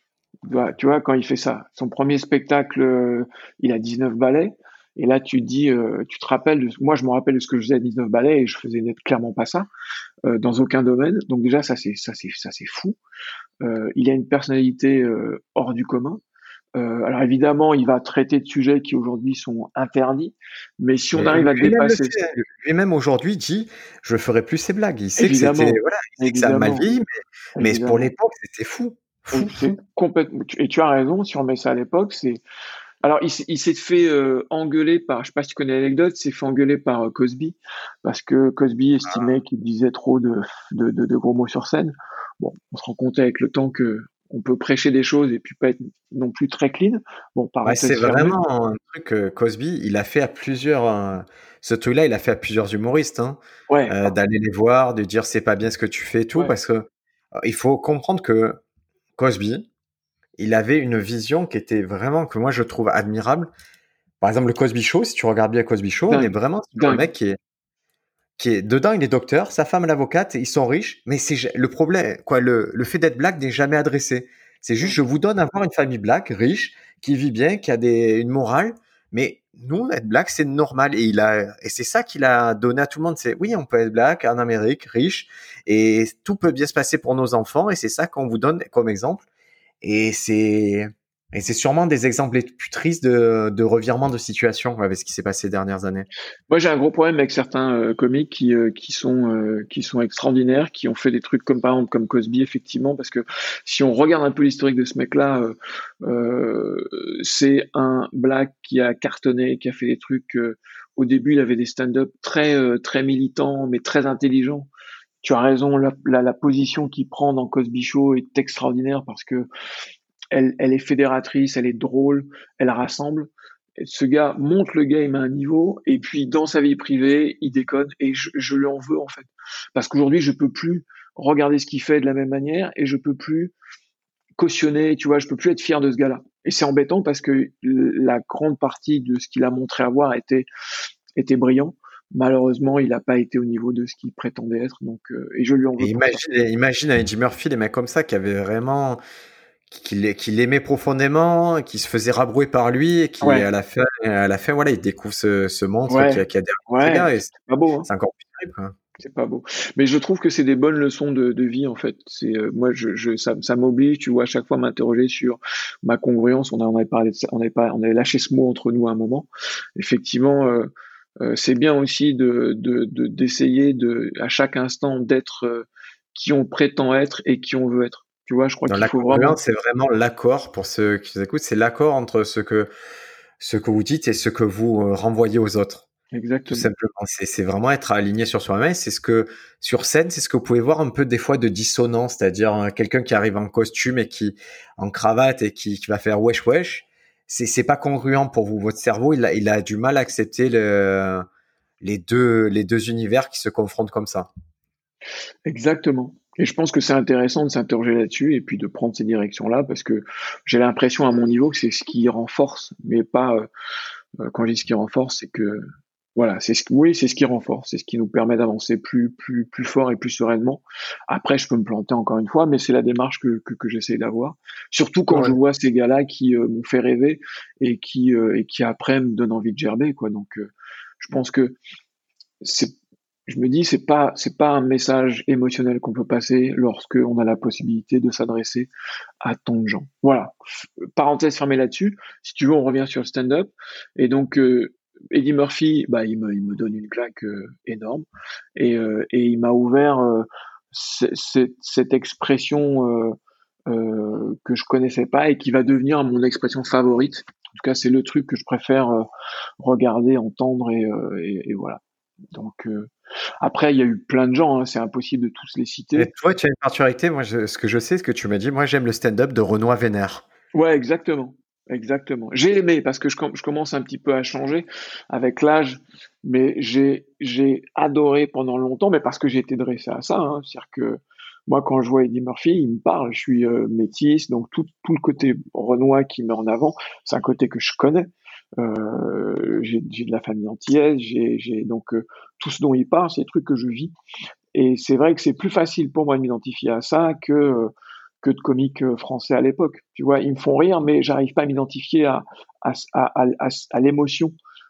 Tu vois, quand il fait ça. Son premier spectacle, il a 19 ballets. Et là, tu te rappelles, moi, je me rappelle de ce que je faisais à 19 ballets et je faisais clairement pas ça, dans aucun domaine. Donc déjà, ça, c'est fou. Il a une personnalité hors du commun. Alors évidemment, il va traiter de sujets qui aujourd'hui sont interdits, mais si on Mais arrive à lui-même le dépasser, sait, hein. Lui-même aujourd'hui dit, je ferai plus ces blagues. Il sait que c'était, évidemment, voilà, il sait que ça a mal évidemment, vieilli, mais pour évidemment, l'époque, c'était fou, fou, c'est fou. complètement, et tu as raison, si on met ça à l'époque, alors il s'est fait engueuler par, je sais pas si tu connais l'anecdote, il s'est fait engueuler par Cosby, parce que Cosby estimait qu'il disait trop de gros mots sur scène. Bon, on se rend compte avec le temps que on peut prêcher des choses et puis pas être non plus très clean. Bon, Ouais, c'est parenthèse fermée. vraiment un truc que Cosby, il a fait à plusieurs, ce truc-là, il a fait à plusieurs humoristes, hein, Ouais, d'aller les voir, de dire c'est pas bien ce que tu fais et tout, ouais, parce que il faut comprendre que Cosby, il avait une vision qui était vraiment, que moi je trouve admirable. Par exemple, le Cosby Show, si tu regardes bien Cosby Show, on est dingue, vraiment sur un dingue. mec qui est dedans, il est docteur, sa femme est l'avocate, ils sont riches, mais le problème, quoi, le fait d'être black n'est jamais adressé. C'est juste, Ouais. je vous donne à voir une famille black, riche, qui vit bien, qui a une morale, mais nous, être black, c'est normal. Et c'est ça qu'il a donné à tout le monde. C'est, oui, on peut être black en Amérique, riche, et tout peut bien se passer pour nos enfants, et c'est ça qu'on vous donne comme exemple. Et c'est sûrement des exemples les plus tristes de revirement de situation avec ce qui s'est passé ces dernières années. Moi, j'ai un gros problème avec certains comiques qui sont extraordinaires, qui ont fait des trucs comme par exemple comme Cosby, effectivement, parce que si on regarde un peu l'historique de ce mec-là, c'est un black qui a cartonné, qui a fait des trucs. Au début, il avait des stand-up très militants, mais très intelligents. Tu as raison, la position qu'il prend dans Cosby Show est extraordinaire parce que elle est fédératrice, elle est drôle, elle rassemble. Ce gars monte le game à un niveau, et puis dans sa vie privée, il déconne, et je lui en veux en fait. Parce qu'aujourd'hui, je peux plus regarder ce qu'il fait de la même manière, et je peux plus cautionner, tu vois, je peux plus être fier de ce gars-là. Et c'est embêtant parce que la grande partie de ce qu'il a montré avoir était brillant. Malheureusement, il n'a pas été au niveau de ce qu'il prétendait être, donc et je lui en veux Et pour ça. imagine un Eddie Murphy, des mecs comme ça qui avaient vraiment, qui l'aimaient profondément, qui se faisaient rabrouer par lui et qui, Ouais, à la fin, voilà, il découvre ce monstre ouais, qui a derrière ce ouais, gars et c'est pas beau, hein. c'est encore plus terrible, quoi. C'est pas beau. Mais je trouve que c'est des bonnes leçons de vie, en fait. Moi, ça m'oblige, tu vois, à chaque fois à m'interroger sur ma congruence. On avait parlé de ça, on avait lâché ce mot entre nous à un moment. Effectivement, c'est bien aussi d'essayer à chaque instant d'être qui on prétend être et qui on veut être. Tu vois, je crois Dans qu'il la faut vraiment. congruence, c'est vraiment l'accord pour ceux qui nous écoutent, c'est l'accord entre ce que vous dites et ce que vous renvoyez aux autres. Tout Exactement. simplement, c'est vraiment être aligné sur soi-même. C'est ce que sur scène, c'est ce que vous pouvez voir un peu des fois de dissonance, c'est-à-dire quelqu'un qui arrive en costume et qui en cravate et qui va faire wesh wesh. C'est pas congruent pour vous. Votre cerveau, il a du mal à accepter les deux univers qui se confrontent comme ça. Exactement. Et je pense que c'est intéressant de s'interroger là-dessus et puis de prendre ces directions-là parce que j'ai l'impression à mon niveau que c'est ce qui renforce, mais pas quand je dis ce qui renforce, c'est que voilà, oui, c'est ce qui renforce, c'est ce qui nous permet d'avancer plus fort et plus sereinement. Après, je peux me planter encore une fois, mais c'est la démarche que j'essaie d'avoir. Surtout quand Ouais. je vois ces gars-là qui m'ont fait rêver et qui après me donnent envie de gerber, quoi. Donc, je pense que c'est, je me dis, c'est pas un message émotionnel qu'on peut passer lorsque on a la possibilité de s'adresser à tant de gens. Voilà. Parenthèse fermée là-dessus. Si tu veux, on revient sur le stand-up. Et donc, Eddie Murphy, bah, il me donne une claque énorme. Et il m'a ouvert cette expression que je connaissais pas et qui va devenir mon expression favorite. En tout cas, c'est le truc que je préfère regarder, entendre et voilà. Donc après, il y a eu plein de gens, hein, c'est impossible de tous les Et citer. toi, tu as une particularité. Moi, ce que je sais, ce que tu m'as dit, moi, j'aime le stand-up de Renoir Vénère. Ouais, exactement. Exactement. J'ai aimé parce que je commence un petit peu à changer avec l'âge, mais j'ai adoré pendant longtemps, mais parce que j'ai été dressé à ça. Hein. C'est-à-dire que moi, quand je vois Eddie Murphy, il me parle. Je suis métisse, donc tout le côté renois qui met en avant, c'est un côté que je connais. J'ai de la famille antillaise, j'ai donc tout ce dont il parle, c'est des trucs que je vis. Et c'est vrai que c'est plus facile pour moi de m'identifier à ça que de comiques français à l'époque. Tu vois, ils me font rire, mais j'arrive pas à m'identifier à l'émotion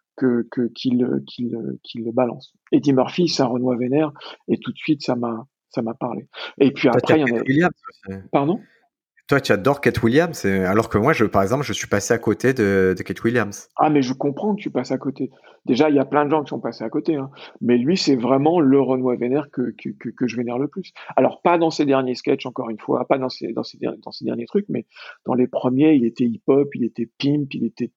qu'il balance. Eddie Murphy, c'est un Renoir vénère, et tout de suite, ça m'a parlé. Et puis Toi, tu as après, il y en Kate a. Williams aussi. Pardon? Toi, tu adores Kate Williams, alors que moi, par exemple, je suis passé à côté de Kate Williams. Ah, mais je comprends que tu passes à côté. Déjà, il y a plein de gens qui sont passés à côté, hein. Mais lui, c'est vraiment le Renoir vénère que je vénère le plus. Alors, pas dans ses derniers sketchs, encore une fois, pas dans ses derniers trucs, mais dans les premiers, il était hip-hop, il était pimp,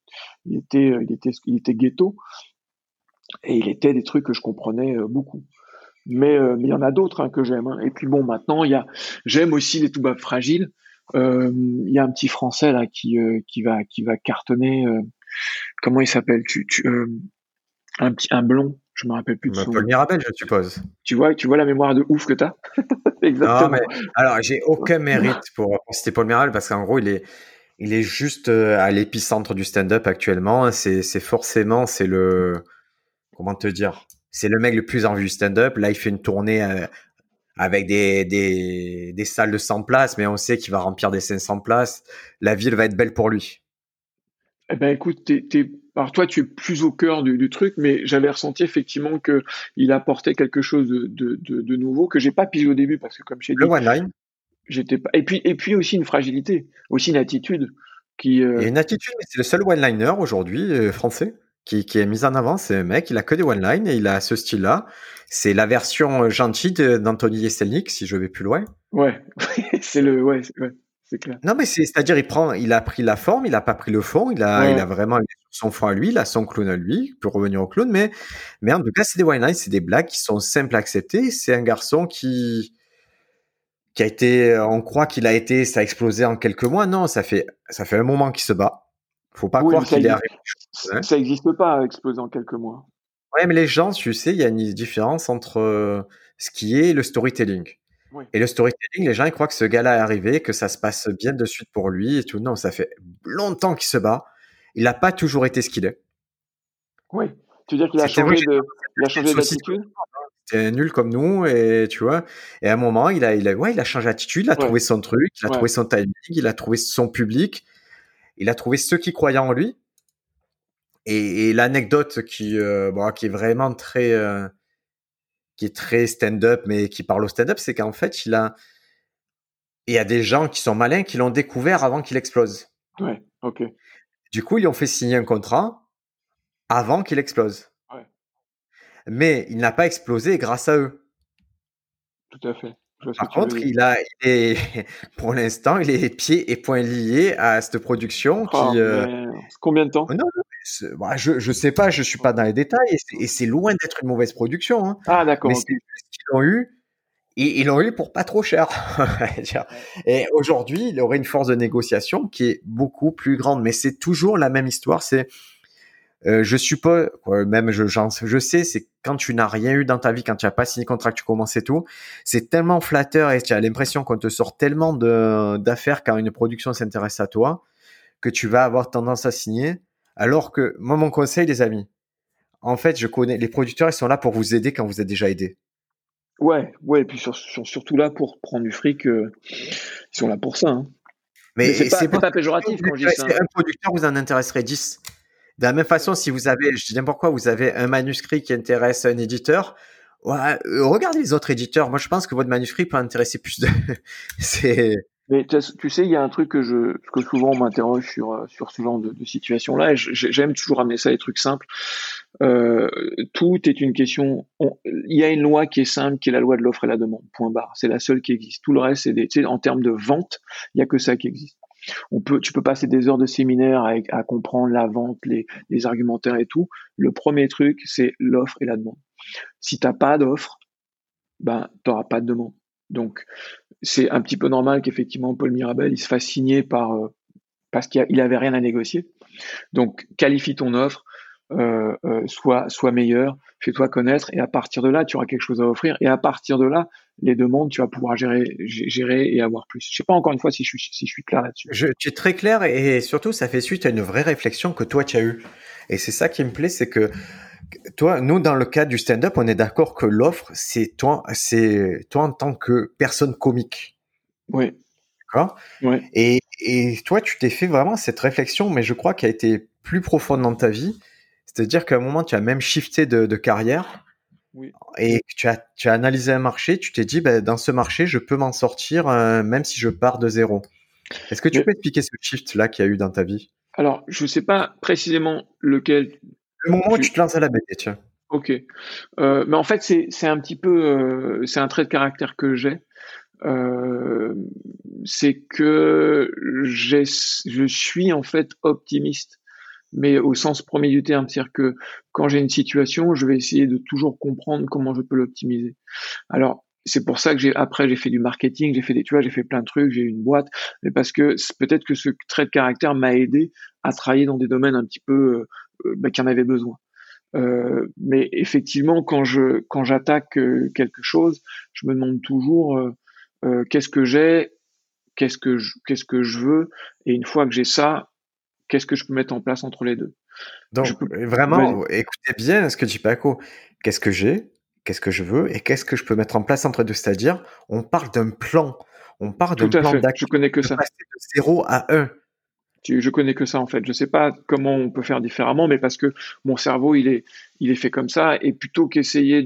il était ghetto. Et il était des trucs que je comprenais beaucoup. Mais il y en a d'autres hein, que j'aime. Hein. Et puis bon, maintenant, j'aime aussi les Toubab fragiles. Il y a un petit français là qui va cartonner. Comment il s'appelle un blond, je me rappelle plus de son Paul nom. Mirabel, je suppose. Tu vois la mémoire de ouf que t'as. Non, mais Exactement. alors, j'ai aucun mérite pour citer Paul Mirabel parce qu'en gros, il est juste à l'épicentre du stand-up actuellement. C'est forcément, comment te dire? C'est le mec le plus en vue du stand-up. Là, il fait une tournée avec des salles de 100 places, mais on sait qu'il va remplir des 500 places. La ville va être belle pour lui. Eh ben écoute, alors toi tu es plus au cœur du truc, mais j'avais ressenti effectivement que il apportait quelque chose de nouveau que j'ai pas pigé au début parce que comme je t'ai Le dit, one line, j'étais pas. Et puis aussi une fragilité, aussi une attitude qui. il y a une attitude, mais c'est le seul one-liner aujourd'hui français qui est mis en avant. C'est un mec, il a que des one-lines et il a ce style-là. C'est la version gentille d'Anthony Jeselnik, si je vais plus loin. Ouais, ouais, c'est clair. Non, mais c'est-à-dire, il a pris la forme, il a pas pris le fond, il a Ouais, vraiment son fond à lui, il a son clown à lui, pour revenir au clown, mais en tout cas, c'est des one-lines, c'est des blagues qui sont simples à accepter. C'est un garçon qui a été, on croit qu'il a été, ça a explosé en quelques mois. Non, ça fait un moment qu'il se bat. Faut pas oui, mais croire qu'il est arrivé. Hein. ça existe pas, exploser en quelques mois. Ouais, mais les gens, tu sais, il y a une différence entre ce qui est le storytelling. Oui, Et le storytelling, les gens, ils croient que ce gars-là est arrivé, que ça se passe bien de suite pour lui et tout. Non, ça fait longtemps qu'il se bat. Il n'a pas toujours été ce qu'il est. oui. Tu veux dire qu'il a C'était moi, il a changé j'étais aussi d'attitude? c'était nul comme nous et tu vois. Et à un moment, ouais, il a changé d'attitude, il a Ouais, trouvé son truc, il a ouais, trouvé son timing, il a trouvé son public, il a trouvé ceux qui croyaient en lui. Et l'anecdote qui est vraiment très, qui est très stand-up, mais qui parle au stand-up, c'est qu'en fait, il y a des gens qui sont malins qui l'ont découvert avant qu'il explose. Ouais, ok. Du coup, ils ont fait signer un contrat avant qu'il explose. Ouais, Mais il n'a pas explosé grâce à eux. tout à fait. Je vois ce que Par tu veux contre, dire. pour l'instant, il est pieds et poings liés à cette production Oh, qui. merde. C'est combien de temps? Oh non, non, je sais pas, je suis pas dans les détails et c'est loin d'être une mauvaise production, hein. Ah, d'accord, Mais ok. c'est juste qu'ils l'ont eu et ils l'ont eu pour pas trop cher. on va dire. Ouais. Et aujourd'hui, il aurait une force de négociation qui est beaucoup plus grande. Mais c'est toujours la même histoire. C'est je suppose, même je sais, c'est quand tu n'as rien eu dans ta vie, quand tu n'as pas signé contrat, que tu commences et tout, c'est tellement flatteur et tu as l'impression qu'on te sort tellement d'affaires quand une production s'intéresse à toi que tu vas avoir tendance à signer. Alors que moi, mon conseil, les amis, en fait, je connais les producteurs, ils sont là pour vous aider quand vous êtes déjà aidé. Ouais, ouais, et puis surtout là pour prendre du fric, ils sont là pour ça, hein. Mais Mais c'est c'est pas pas péjoratif vous quand je dis ça, intéressez hein. un producteur, vous en intéresserez 10. De la même façon, si vous avez, je dis n'importe quoi, vous avez un manuscrit qui intéresse un éditeur, ouais, regardez les autres éditeurs. Moi, je pense que votre manuscrit peut intéresser plus de. c'est. Mais tu sais, il y a un truc que souvent on m'interroge sur ce genre de situation-là, et j'aime toujours amener ça à des trucs simples. Euh, Tout est une question. Il y a une loi qui est simple, qui est la loi de l'offre et la demande. Point barre. C'est la seule qui existe. Tout le reste, tu sais, en termes de vente, il y a que ça qui existe. Tu peux passer des heures de séminaire à comprendre la vente, les argumentaires et tout. Le premier truc, c'est l'offre et la demande. Si t'as pas d'offre, ben t'auras pas de demande. Donc c'est un petit peu normal qu'effectivement Paul Mirabel il se fasse signer parce qu'il avait rien à négocier. Donc qualifie ton offre, sois meilleur, fais-toi connaître, et à partir de là, tu auras quelque chose à offrir, et à partir de là, les demandes, tu vas pouvoir gérer et avoir plus. Je sais pas encore une fois si je suis clair là-dessus. Tu es très clair et surtout, ça fait suite à une vraie réflexion que toi, tu as eue. Et c'est ça qui me plaît, c'est que toi, nous, dans le cadre du stand-up, on est d'accord que l'offre, c'est toi en tant que personne comique. Oui, D'accord? oui, Et toi, tu t'es fait vraiment cette réflexion, mais je crois qu'elle a été plus profonde dans ta vie. C'est-à-dire qu'à un moment, tu as même shifté de carrière oui. et que tu as analysé un marché, tu t'es dit, ben, dans ce marché, je peux m'en sortir même si je pars de zéro. Est-ce que tu Mais peux expliquer ce shift-là qu'il y a eu dans ta vie? alors, je sais pas précisément lequel Le moment où tu tu. te lances à la BD, tiens. Ok. Mais en fait, c'est un petit peu, c'est un trait de caractère que j'ai. Euh, c'est que je suis en fait optimiste, mais au sens premier du terme, c'est-à-dire que quand j'ai une situation, je vais essayer de toujours comprendre comment je peux l'optimiser. Alors, c'est pour ça que après j'ai fait du marketing, j'ai fait plein de trucs, j'ai eu une boîte, mais parce que peut-être que ce trait de caractère m'a aidé à travailler dans des domaines un petit peu qui en avaient besoin. Mais effectivement, quand j'attaque quelque chose, je me demande toujours qu'est-ce que j'ai, qu'est-ce que je veux, et une fois que j'ai ça, qu'est-ce que je peux mettre en place entre les deux. Je Donc, peux, vas-y. vraiment, écoutez bien ce que dit Paco. Qu'est-ce que j'ai? Qu'est-ce que je veux? Et qu'est-ce que je peux mettre en place entre deux? C'est-à-dire, on parle d'un plan. On parle Tout d'un à plan fait. Je d'action. connais que De ça. passer de 0 à 1. Je connais que ça en fait. Je sais pas comment on peut faire différemment, mais parce que mon cerveau il est fait comme ça. Et plutôt qu'essayer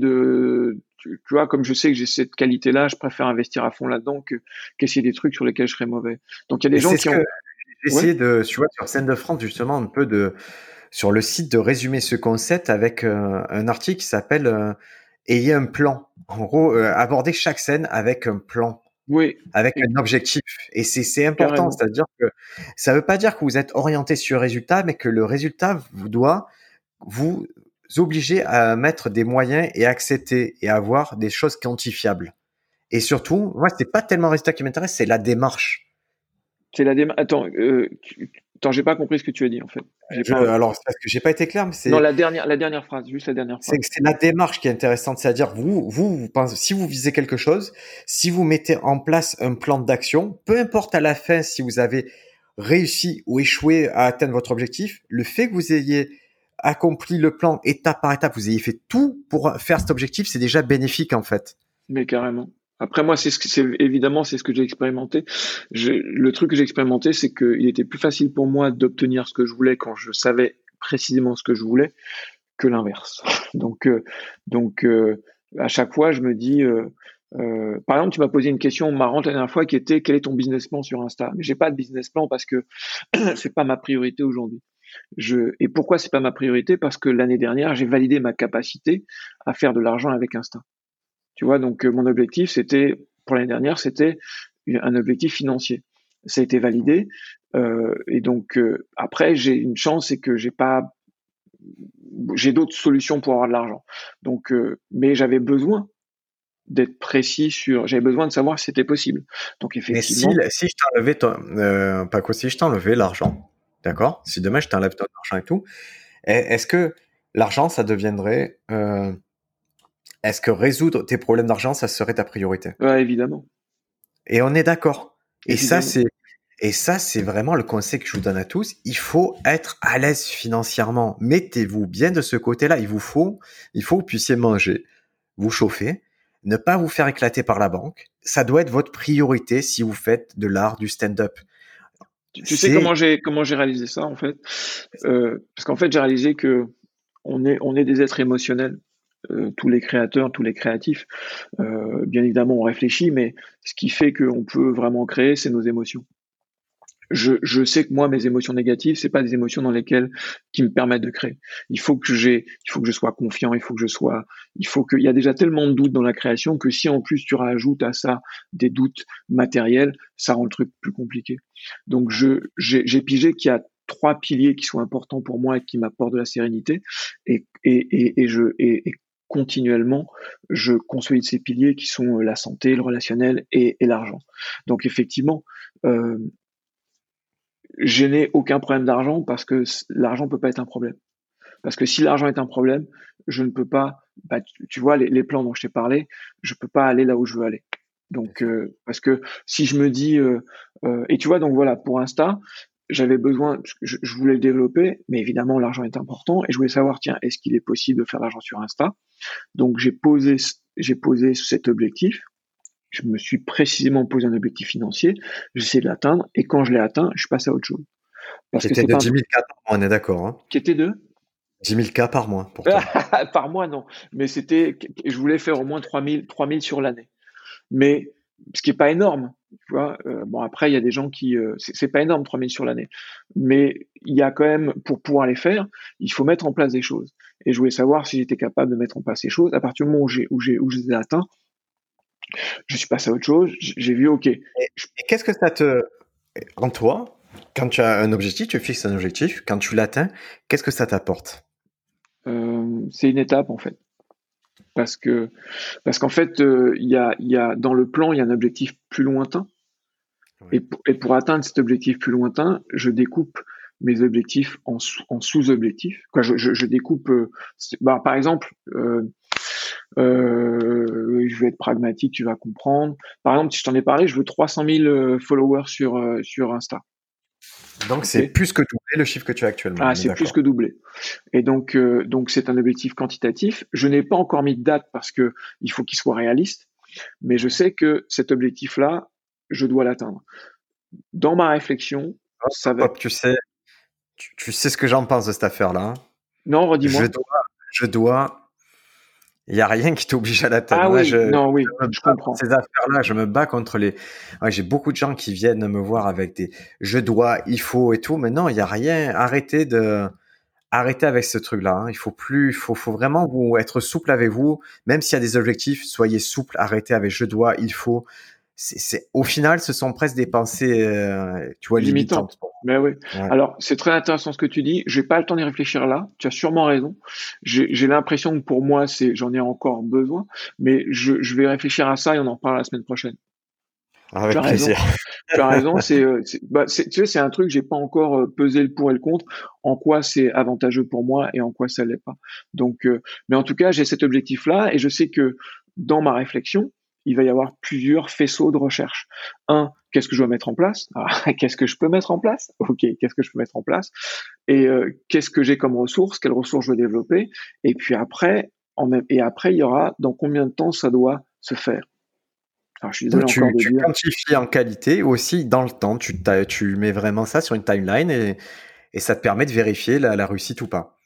tu vois, comme je sais que j'ai cette qualité-là, je préfère investir à fond là-dedans qu'essayer des trucs sur lesquels je serais mauvais. Donc il y a des Et gens c'est ce qui que ont, j'ai ouais, essayé tu vois, sur Scène de France, justement, un peu sur le site de résumer ce concept avec un article qui s'appelle Ayez un plan. En gros, aborder chaque scène avec un plan, oui, avec et un objectif. Et c'est important, carrément. c'est-à-dire que ça veut pas dire que vous êtes orienté sur le résultat, mais que le résultat doit vous obliger à mettre des moyens et accepter et avoir des choses quantifiables. Et surtout, moi, c'est pas tellement le résultat qui m'intéresse, c'est la démarche. C'est la démarche. Attends, attends, j'ai pas compris ce que tu as dit en fait. J'ai pas. Alors, c'est parce que j'ai pas été clair, mais Non, la dernière phrase, juste la dernière phrase. c'est la démarche qui est intéressante. C'est-à-dire, vous pensez, si vous visez quelque chose, si vous mettez en place un plan d'action, peu importe à la fin si vous avez réussi ou échoué à atteindre votre objectif, le fait que vous ayez accompli le plan étape par étape, vous ayez fait tout pour faire cet objectif, c'est déjà bénéfique en fait. Mais carrément. Après moi, évidemment c'est ce que j'ai expérimenté. Le truc que j'ai expérimenté, c'est qu'il était plus facile pour moi d'obtenir ce que je voulais quand je savais précisément ce que je voulais que l'inverse. Donc à chaque fois, je me dis, par exemple, tu m'as posé une question marrante la dernière fois qui était quel est ton business plan sur Insta? Mais j'ai pas de business plan parce que c'est pas ma priorité aujourd'hui. Et pourquoi c'est pas ma priorité? Parce que l'année dernière, j'ai validé ma capacité à faire de l'argent avec Insta. Tu vois, donc mon objectif, pour l'année dernière, c'était un objectif financier. Ça a été validé. Et donc après, j'ai une chance, c'est que j'ai d'autres solutions pour avoir de l'argent. Donc, mais j'avais besoin d'être précis j'avais besoin de savoir si c'était possible. Donc Mais effectivement, si je t'enlevais Paco, si je t'enlevais l'argent, d'accord? Si demain je t'enlève ton argent et tout, est-ce que l'argent, ça deviendrait, est-ce que résoudre tes problèmes d'argent, ça serait ta priorité? ouais, évidemment, Et on est d'accord. Et ça, évidemment. c'est vraiment le conseil que je vous donne à tous. Il faut être à l'aise financièrement. Mettez-vous bien de ce côté-là. Il faut que vous puissiez manger, vous chauffer, ne pas vous faire éclater par la banque. Ça doit être votre priorité si vous faites de l'art, du stand-up. Tu sais C'est, comment j'ai réalisé ça en fait? Parce qu'en fait, j'ai réalisé que on est des êtres émotionnels. Tous les créateurs, tous les créatifs, bien évidemment, on réfléchit, mais ce qui fait qu'on peut vraiment créer, c'est nos émotions. Je sais que moi, mes émotions négatives, c'est pas des émotions dans lesquelles qui me permettent de créer. Il faut que je sois confiant, il y a déjà tellement de doutes dans la création que si en plus tu rajoutes à ça des doutes matériels, ça rend le truc plus compliqué. Donc j'ai pigé qu'il y a trois piliers qui sont importants pour moi et qui m'apportent de la sérénité et continuellement, je consolide ces piliers qui sont la santé, le relationnel et l'argent. Donc effectivement, je n'ai aucun problème d'argent parce que l'argent peut pas être un problème. Parce que si l'argent est un problème, je ne peux pas, tu vois, les plans dont je t'ai parlé, je peux pas aller là où je veux aller. Donc, parce que si je me dis, et tu vois, donc voilà, pour Insta, j'avais besoin, je voulais le développer, mais évidemment, l'argent est important et je voulais savoir, tiens, est-ce qu'il est possible de faire de l'argent sur Insta? Donc, j'ai posé cet objectif. Je me suis précisément posé un objectif financier, j'essaie de l'atteindre, et quand je l'ai atteint, je passe à autre chose. Parce qui que était c'est de pas 10 000 cas par mois, on est d'accord, hein? qui était deux 10 000 cas par mois pour toi. par mois, non. Mais je voulais faire au moins 3000 sur l'année. Mais ce qui est pas énorme, tu vois. Bon, après, il y a des gens c'est pas énorme 3000 sur l'année. Mais il y a quand même, pour pouvoir les faire, il faut mettre en place des choses. Et je voulais savoir si j'étais capable de mettre en place ces choses. À partir du moment où je les ai atteints, je suis passé à autre chose. J'ai vu, OK. Et qu'est-ce que en toi, quand tu as un objectif, tu fixes un objectif, quand tu l'atteins, qu'est-ce que ça t'apporte? C'est une étape, en fait. Parce qu'en fait, il y a, dans le plan, il y a un objectif plus lointain. Ouais. Et pour atteindre cet objectif plus lointain, je découpe mes objectifs en sous-objectifs. Je découpe, par exemple, je vais être pragmatique, tu vas comprendre. Par exemple, si je t'en ai parlé, je veux 300 000 followers sur Insta. Donc, c'est plus que doubler le chiffre que tu as actuellement. Ah, c'est plus que doublé. Et donc c'est un objectif quantitatif. Je n'ai pas encore mis de date parce que il faut qu'il soit réaliste, mais je sais que cet objectif-là, je dois l'atteindre. Dans ma réflexion, ça va. Hop, tu sais ce que j'en pense de cette affaire-là, hein? Non, redis-moi. Je dois, il n'y a rien qui t'oblige à l'atteindre. Ah Moi, oui, non, oui, je comprends. ces affaires-là, je me bats contre j'ai beaucoup de gens qui viennent me voir avec des je dois, il faut et tout, mais non, il n'y a rien. Arrêtez avec ce truc-là, hein. Faut vraiment être souple avec vous. Même s'il y a des objectifs, soyez souple, arrêtez avec je dois, il faut. Au final, ce sont presque des pensées, tu vois, limitantes. Mais oui. Ouais. Alors, c'est très intéressant ce que tu dis. J'ai pas le temps d'y réfléchir là. Tu as sûrement raison. J'ai l'impression que pour moi, j'en ai encore besoin, mais je vais réfléchir à ça et on en parle la semaine prochaine. Avec plaisir. Tu as raison. Tu sais, c'est un truc, j'ai pas encore pesé le pour et le contre, en quoi c'est avantageux pour moi et en quoi ça l'est pas. Donc, mais en tout cas, j'ai cet objectif-là et je sais que dans ma réflexion, il va y avoir plusieurs faisceaux de recherche. Qu'est-ce que je dois mettre en place? Qu'est-ce que je peux mettre en place? Ok, qu'est-ce que je peux mettre en place? Et qu'est-ce que j'ai comme ressources? Quelles ressources je veux développer? Et puis après, il y aura dans combien de temps ça doit se faire? Alors, je suis désolé Donc, encore de tu dire. quantifies en qualité aussi dans le temps. Tu mets vraiment ça sur une timeline et ça te permet de vérifier la réussite ou pas.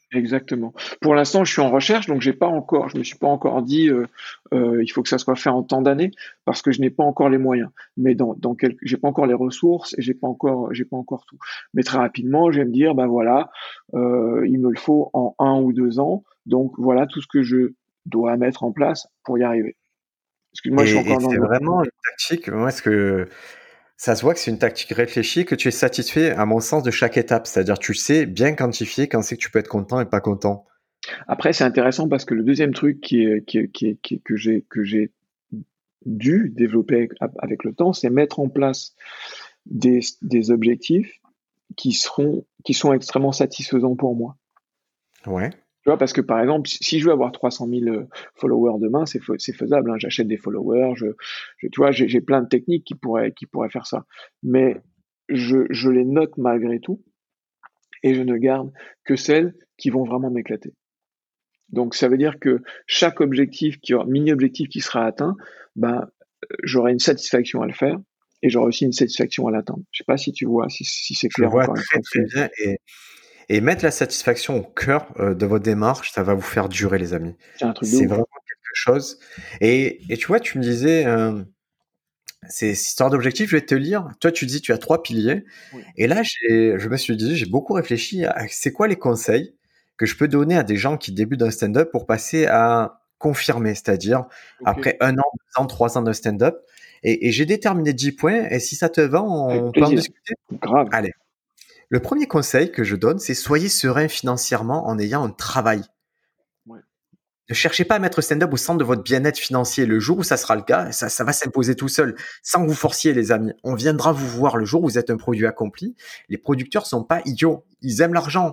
Exactement. Pour l'instant, je suis en recherche, donc je me suis pas encore dit, il faut que ça soit fait en tant d'années, parce que je n'ai pas encore les moyens. Mais j'ai pas encore les ressources et j'ai pas encore tout. Mais très rapidement, je vais me dire, bah voilà, il me le faut en 1 ou 2 ans. Donc voilà tout ce que je dois mettre en place pour y arriver. Excuse-moi, je suis Et encore dans c'est le. vraiment une tactique, moi, ce que ça se voit que c'est une tactique réfléchie, que tu es satisfait, à mon sens, de chaque étape. C'est-à-dire, tu sais bien quantifier quand c'est que tu peux être content et pas content. Après, c'est intéressant parce que le deuxième truc que j'ai dû développer avec le temps, c'est mettre en place des objectifs qui sont extrêmement satisfaisants pour moi. Ouais. Tu vois, parce que par exemple, si je veux avoir 300 000 followers demain, c'est faisable. Hein. J'achète des followers, tu vois, j'ai plein de techniques qui pourraient faire ça. Mais je les note malgré tout et je ne garde que celles qui vont vraiment m'éclater. Donc ça veut dire que chaque mini-objectif qui sera atteint, ben, j'aurai une satisfaction à le faire et j'aurai aussi une satisfaction à l'atteindre. Je sais pas si tu vois, si c'est Je clair vois encore une très fois. très bien. Et mettre la satisfaction au cœur de votre démarche, ça va vous faire durer, les amis. C'est un truc de C'est ouf. vraiment quelque chose. Et tu vois, tu me disais, c'est cette histoire d'objectif, je vais te lire. Toi, tu dis, tu as 3 piliers. Oui. Et là, je me suis dit, j'ai beaucoup réfléchi à c'est quoi les conseils que je peux donner à des gens qui débutent dans le stand-up pour passer à confirmer, c'est-à-dire Ok. après 1 an, 2 ans, 3 ans de stand-up. Et j'ai déterminé 10 points. Et si ça te va, Avec on peut en plaisir. discuter. Grave. Allez. Le premier conseil que je donne, c'est soyez serein financièrement en ayant un travail. Ouais. Ne cherchez pas à mettre stand-up au centre de votre bien-être financier. Le jour où ça sera le cas, ça va s'imposer tout seul, sans que vous forciez, les amis. On viendra vous voir le jour où vous êtes un produit accompli. Les producteurs sont pas idiots. Ils aiment l'argent.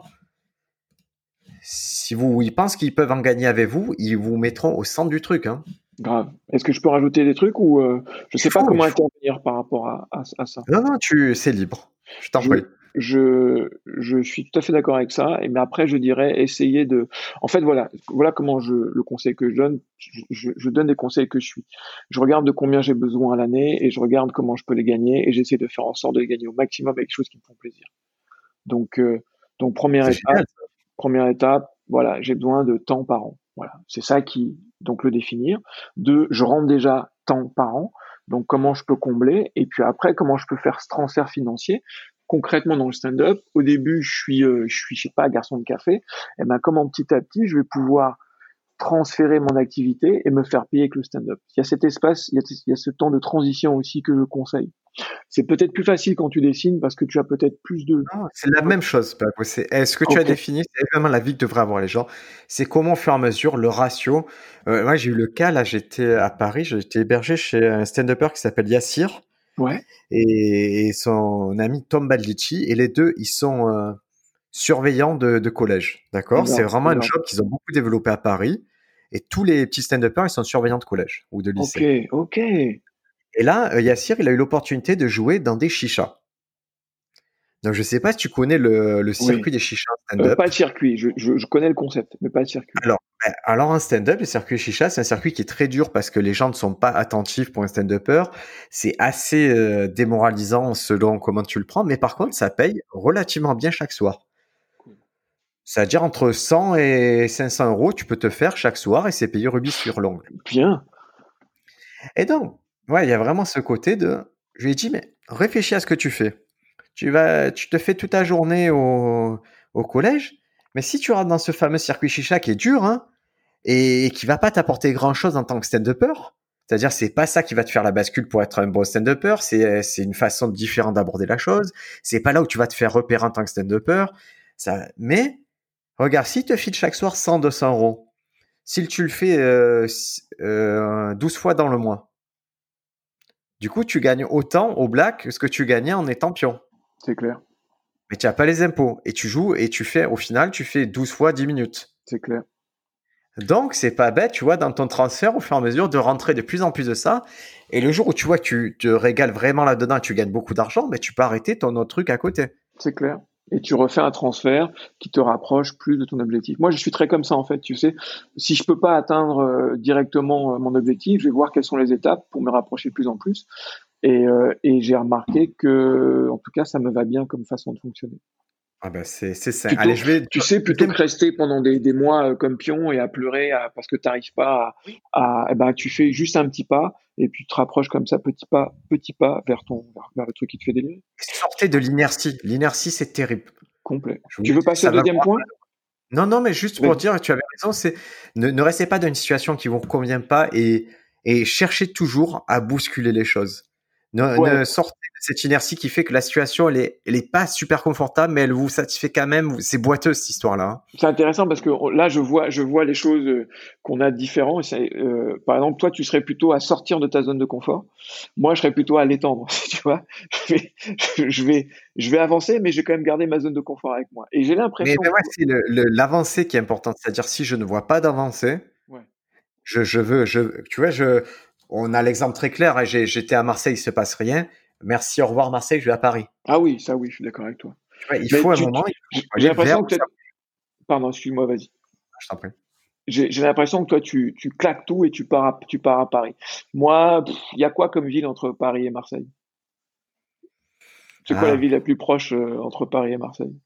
Si ils pensent qu'ils peuvent en gagner avec vous, ils vous mettront au centre du truc. Hein. Grave. Est-ce que je peux rajouter des trucs ou je Il sais pas faut, il comment faut. intervenir par rapport à ça. Non, non, c'est libre. Je t'en Je, prie. je suis tout à fait d'accord avec ça. Mais après, je dirais essayer de. En fait, voilà comment le conseil que je donne. Je donne des conseils que je suis. Je regarde de combien j'ai besoin à l'année et je regarde comment je peux les gagner et j'essaie de faire en sorte de les gagner au maximum avec des choses qui me font plaisir. Donc, euh, donc C'est génial. première étape, voilà, j'ai besoin de temps par an. Voilà, c'est ça qui, donc le définir. Deux, je rentre déjà temps par an. Donc comment je peux combler et puis après comment je peux faire ce transfert financier concrètement dans le stand-up. Au début, je suis, je sais pas, garçon de café. Et ben comment petit à petit, je vais pouvoir transférer mon activité et me faire payer avec le stand-up. Il y a cet espace, il y a ce temps de transition aussi que je conseille. C'est peut-être plus facile quand tu dessines parce que tu as peut-être plus de. Non, c'est la même chose, Paco. Ce que tu as Ok, défini, c'est vraiment la vie que devraient avoir les gens. C'est comment, au fur et à mesure, le ratio. Moi, j'ai eu le cas, là, j'étais à Paris, j'ai été hébergé chez un stand-upper qui s'appelle Yassir ouais, et son ami Tom Baldicci. Et les deux, ils sont surveillants de collège. D'accord? C'est vraiment un énorme. job qu'ils ont beaucoup développé à Paris. Et tous les petits stand-uppers, ils sont surveillants de collège ou de Ok, lycée. ok. Et là, Yassir, il a eu l'opportunité de jouer dans des chichas. Donc, je sais pas si tu connais le Oui. circuit des chichas en stand-up. Pas de circuit. Je connais le concept, mais pas de circuit. Alors un stand-up, le circuit chicha, c'est un circuit qui est très dur parce que les gens ne sont pas attentifs pour un stand-upper. C'est assez démoralisant selon comment tu le prends, mais par Ouais, contre, ça paye relativement bien chaque soir. cool. C'est-à-dire entre 100 et 500 euros, tu peux te faire chaque soir et c'est payé rubis sur l'ongle. Bien. Et donc, ouais, il y a vraiment ce côté de, je lui ai dit, mais réfléchis à ce que tu fais. Tu te fais toute ta journée au collège, mais si tu rentres dans ce fameux circuit chicha qui est dur, hein, et qui va pas t'apporter grand-chose en tant que stand-upper. C'est-à-dire, c'est pas ça qui va te faire la bascule pour être un bon stand-upper. C'est une façon différente d'aborder la chose. C'est pas là où tu vas te faire repérer en tant que stand-upper. Mais, regarde, si te file chaque soir 100, 200 euros, si tu le fais 12 fois dans le mois, du coup, tu gagnes autant au black que ce que tu gagnais en étant pion. C'est clair. Mais tu n'as pas les impôts. Et tu joues et au final, tu fais 12 fois 10 minutes. C'est clair. Donc, c'est pas bête, tu vois, dans ton transfert, au fur et à mesure, de rentrer de plus en plus de ça. Et le jour où tu vois que tu te régales vraiment là-dedans et tu gagnes beaucoup d'argent, mais tu peux arrêter ton autre truc à côté. C'est clair. Et tu refais un transfert qui te rapproche plus de ton objectif. Moi, je suis très comme ça, en fait. Tu sais, si je peux pas atteindre directement mon objectif, je vais voir quelles sont les étapes pour me rapprocher de plus en plus. Et j'ai remarqué que, en tout cas, ça me va bien comme façon de fonctionner. Ah bah c'est ça. Allez, Plutôt, je vais. tu sais, plutôt que rester pendant des mois comme pion et à pleurer parce que tu n'arrives pas eh ben, tu fais juste un petit pas et puis tu te rapproches comme ça, petit pas vers le truc qui te fait délirer. Sortez de l'inertie. L'inertie, c'est terrible. Complet. Je vous Tu veux dis, passer au ça va deuxième vous. point? Non, non, mais juste pour Vas-y. dire, tu avais raison, c'est ne restez pas dans une situation qui vous convient pas et cherchez toujours à bousculer les choses. Ouais, Ne sortez de cette inertie qui fait que la situation, elle est pas super confortable, mais elle vous satisfait quand même. C'est boiteux, cette histoire-là, hein. c'est intéressant parce que là, je vois les choses qu'on a différents. Par exemple, toi, tu serais plutôt à sortir de ta zone de confort. Moi, je serais plutôt à l'étendre. Tu vois, je vais, je vais, je vais avancer, mais je vais quand même garder ma zone de confort avec moi. Et j'ai Mais l'impression ouais, que, c'est l'avancée qui est importante. C'est-à-dire, si je ne vois pas d'avancée, ouais. tu vois, on a l'exemple très clair, hein. J'étais à Marseille, il se passe rien. Merci, au revoir Marseille, je vais à Paris. Ah oui, ça oui, je suis d'accord avec toi. Tu vois, il Mais faut un moment, il faut j'ai aller vers l'impression où que ça. pardon, excuse-moi, vas-y. Je t'en prie. J'ai l'impression que toi, tu claques tout et tu pars à Paris. Moi, il y a quoi comme ville entre Paris et Marseille? C'est quoi la Ah. ville la plus proche entre Paris et Marseille?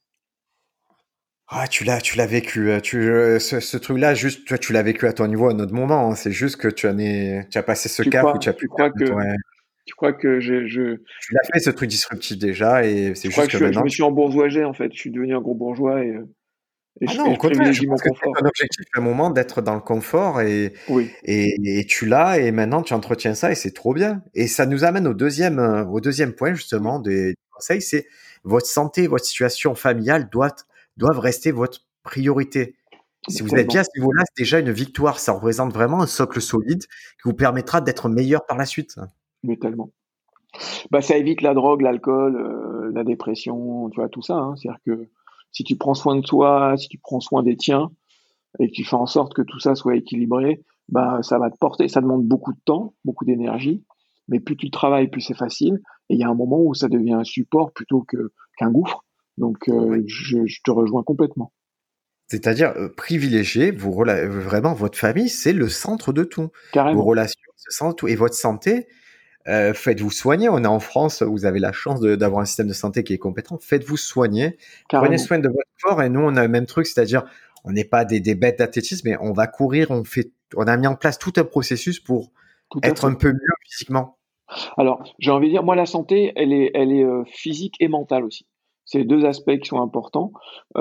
Ah, tu l'as vécu. Ce truc-là, juste, toi, tu l'as vécu à ton niveau à un autre moment, hein. C'est juste que tu as passé ce cap où tu as pu faire de ton. Tu crois que Tu l'as fait ce truc disruptif déjà, et je c'est crois juste que que je maintenant. me suis embourgeoisé en fait. Je suis devenu un gros bourgeois Ah non, et au je contraire, je privilégie mon pense que c'est confort. un objectif à un moment d'être dans le confort Oui, et tu l'as et maintenant tu entretiens ça et c'est trop bien. Et ça nous amène au deuxième point oui, justement des conseils, c'est votre santé, votre situation familiale doivent rester votre priorité. mais Si vous êtes bien à tellement, ce niveau-là, c'est déjà une victoire. Ça représente vraiment un socle solide qui vous permettra d'être meilleur par la suite. mais tellement. Bah, ça évite la drogue, l'alcool, la dépression, tu vois, tout ça, hein. C'est-à-dire que si tu prends soin de toi, si tu prends soin des tiens, et que tu fais en sorte que tout ça soit équilibré, bah, ça va te porter. Ça demande beaucoup de temps, beaucoup d'énergie, mais plus tu le travailles, plus c'est facile. Et il y a un moment où ça devient un support plutôt qu'un gouffre. Donc, Oui. je te rejoins complètement. C'est-à-dire privilégier vraiment votre famille, c'est le centre de tout. Vos Carrément, relations, c'est le centre de tout. Et votre santé, faites-vous soigner. On est en France, vous avez la chance d'avoir un système de santé qui est compétent. Faites-vous soigner. Prenez carrément. soin de votre corps. Et nous, on a le même truc, c'est-à-dire, on n'est pas des bêtes d'athlétisme, mais on va courir. On a mis en place tout un processus pour Tout à être un fait. peu mieux physiquement. Alors, j'ai envie de dire, moi, la santé, elle est physique et mentale aussi. C'est les deux aspects qui sont importants.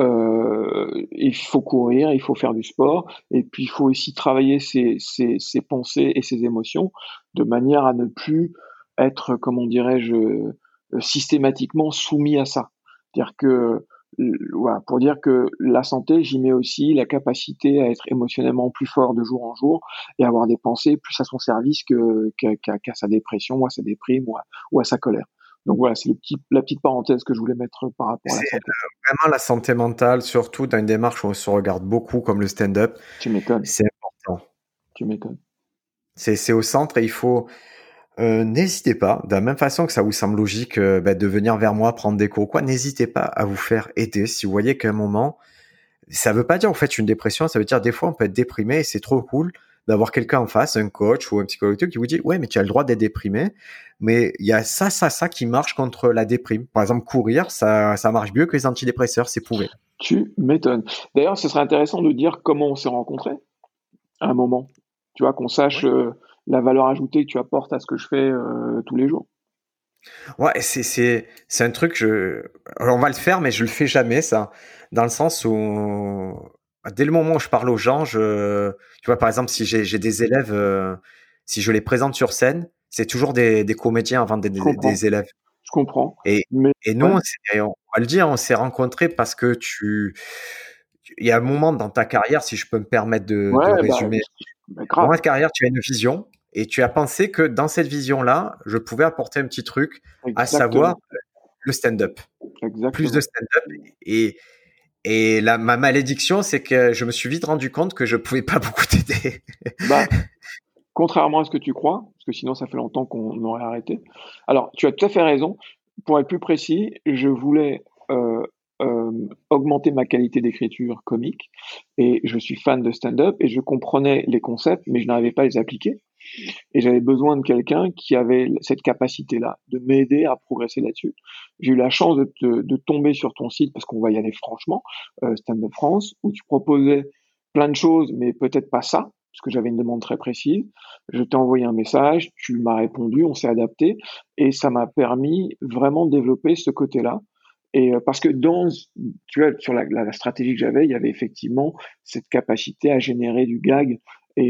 Il faut courir, il faut faire du sport, et puis il faut aussi travailler ses pensées et ses émotions de manière à ne plus être, comment dirais-je, systématiquement soumis à ça. C'est-à-dire que, voilà, pour dire que la santé, j'y mets aussi la capacité à être émotionnellement plus fort de jour en jour et avoir des pensées plus à son service qu'à sa dépression ou à sa déprime ou à sa colère. Donc voilà, c'est la petite parenthèse que je voulais mettre par rapport à la C'est santé. vraiment la santé mentale, surtout dans une démarche où on se regarde beaucoup comme le stand-up. Tu m'étonnes, C'est important. tu m'étonnes. C'est au centre et il faut. N'hésitez pas, de la même façon que ça vous semble logique de venir vers moi prendre des cours ou quoi, n'hésitez pas à vous faire aider si vous voyez qu'à un moment, ça veut pas dire en fait une dépression, ça veut dire des fois on peut être déprimé et c'est trop cool d'avoir quelqu'un en face, un coach ou un psychologue qui vous dit ouais mais tu as le droit d'être déprimé, mais il y a ça qui marche contre la déprime. Par exemple courir, ça marche mieux que les antidépresseurs, c'est prouvé. Tu m'étonnes. D'ailleurs, ce serait intéressant de dire comment on s'est rencontrés à un moment. Tu vois, qu'on sache Ouais. la valeur ajoutée que tu apportes à ce que je fais tous les jours. Ouais, c'est un truc alors, on va le faire mais je le fais jamais ça dans le sens où dès le moment où je parle aux gens, tu vois par exemple si j'ai des élèves si je les présente sur scène, c'est toujours des comédiens avant Je comprends, des élèves je comprends. et Mais nous ouais, on va le dire, on s'est rencontrés parce que il y a un moment dans ta carrière si je peux me permettre de ouais, résumer bah, dans grave, ta carrière, tu as une vision et tu as pensé que dans cette vision-là, je pouvais apporter un petit truc, à savoir exactement, le stand-up. Plus de exactement. stand-up et ma malédiction, c'est que je me suis vite rendu compte que je pouvais pas beaucoup t'aider. Bah, contrairement à ce que tu crois, parce que sinon ça fait longtemps qu'on aurait arrêté. Alors, tu as tout à fait raison. Pour être plus précis, je voulais augmenter ma qualité d'écriture comique et je suis fan de stand-up et je comprenais les concepts, mais je n'arrivais pas à les appliquer. Et j'avais besoin de quelqu'un qui avait cette capacité-là, de m'aider à progresser là-dessus. J'ai eu la chance de tomber sur ton site, parce qu'on va y aller franchement, Stand Up France, où tu proposais plein de choses, mais peut-être pas ça, parce que j'avais une demande très précise. Je t'ai envoyé un message, tu m'as répondu, on s'est adapté, et ça m'a permis vraiment de développer ce côté-là. Et parce que tu vois, sur la stratégie que j'avais, il y avait effectivement cette capacité à générer du gag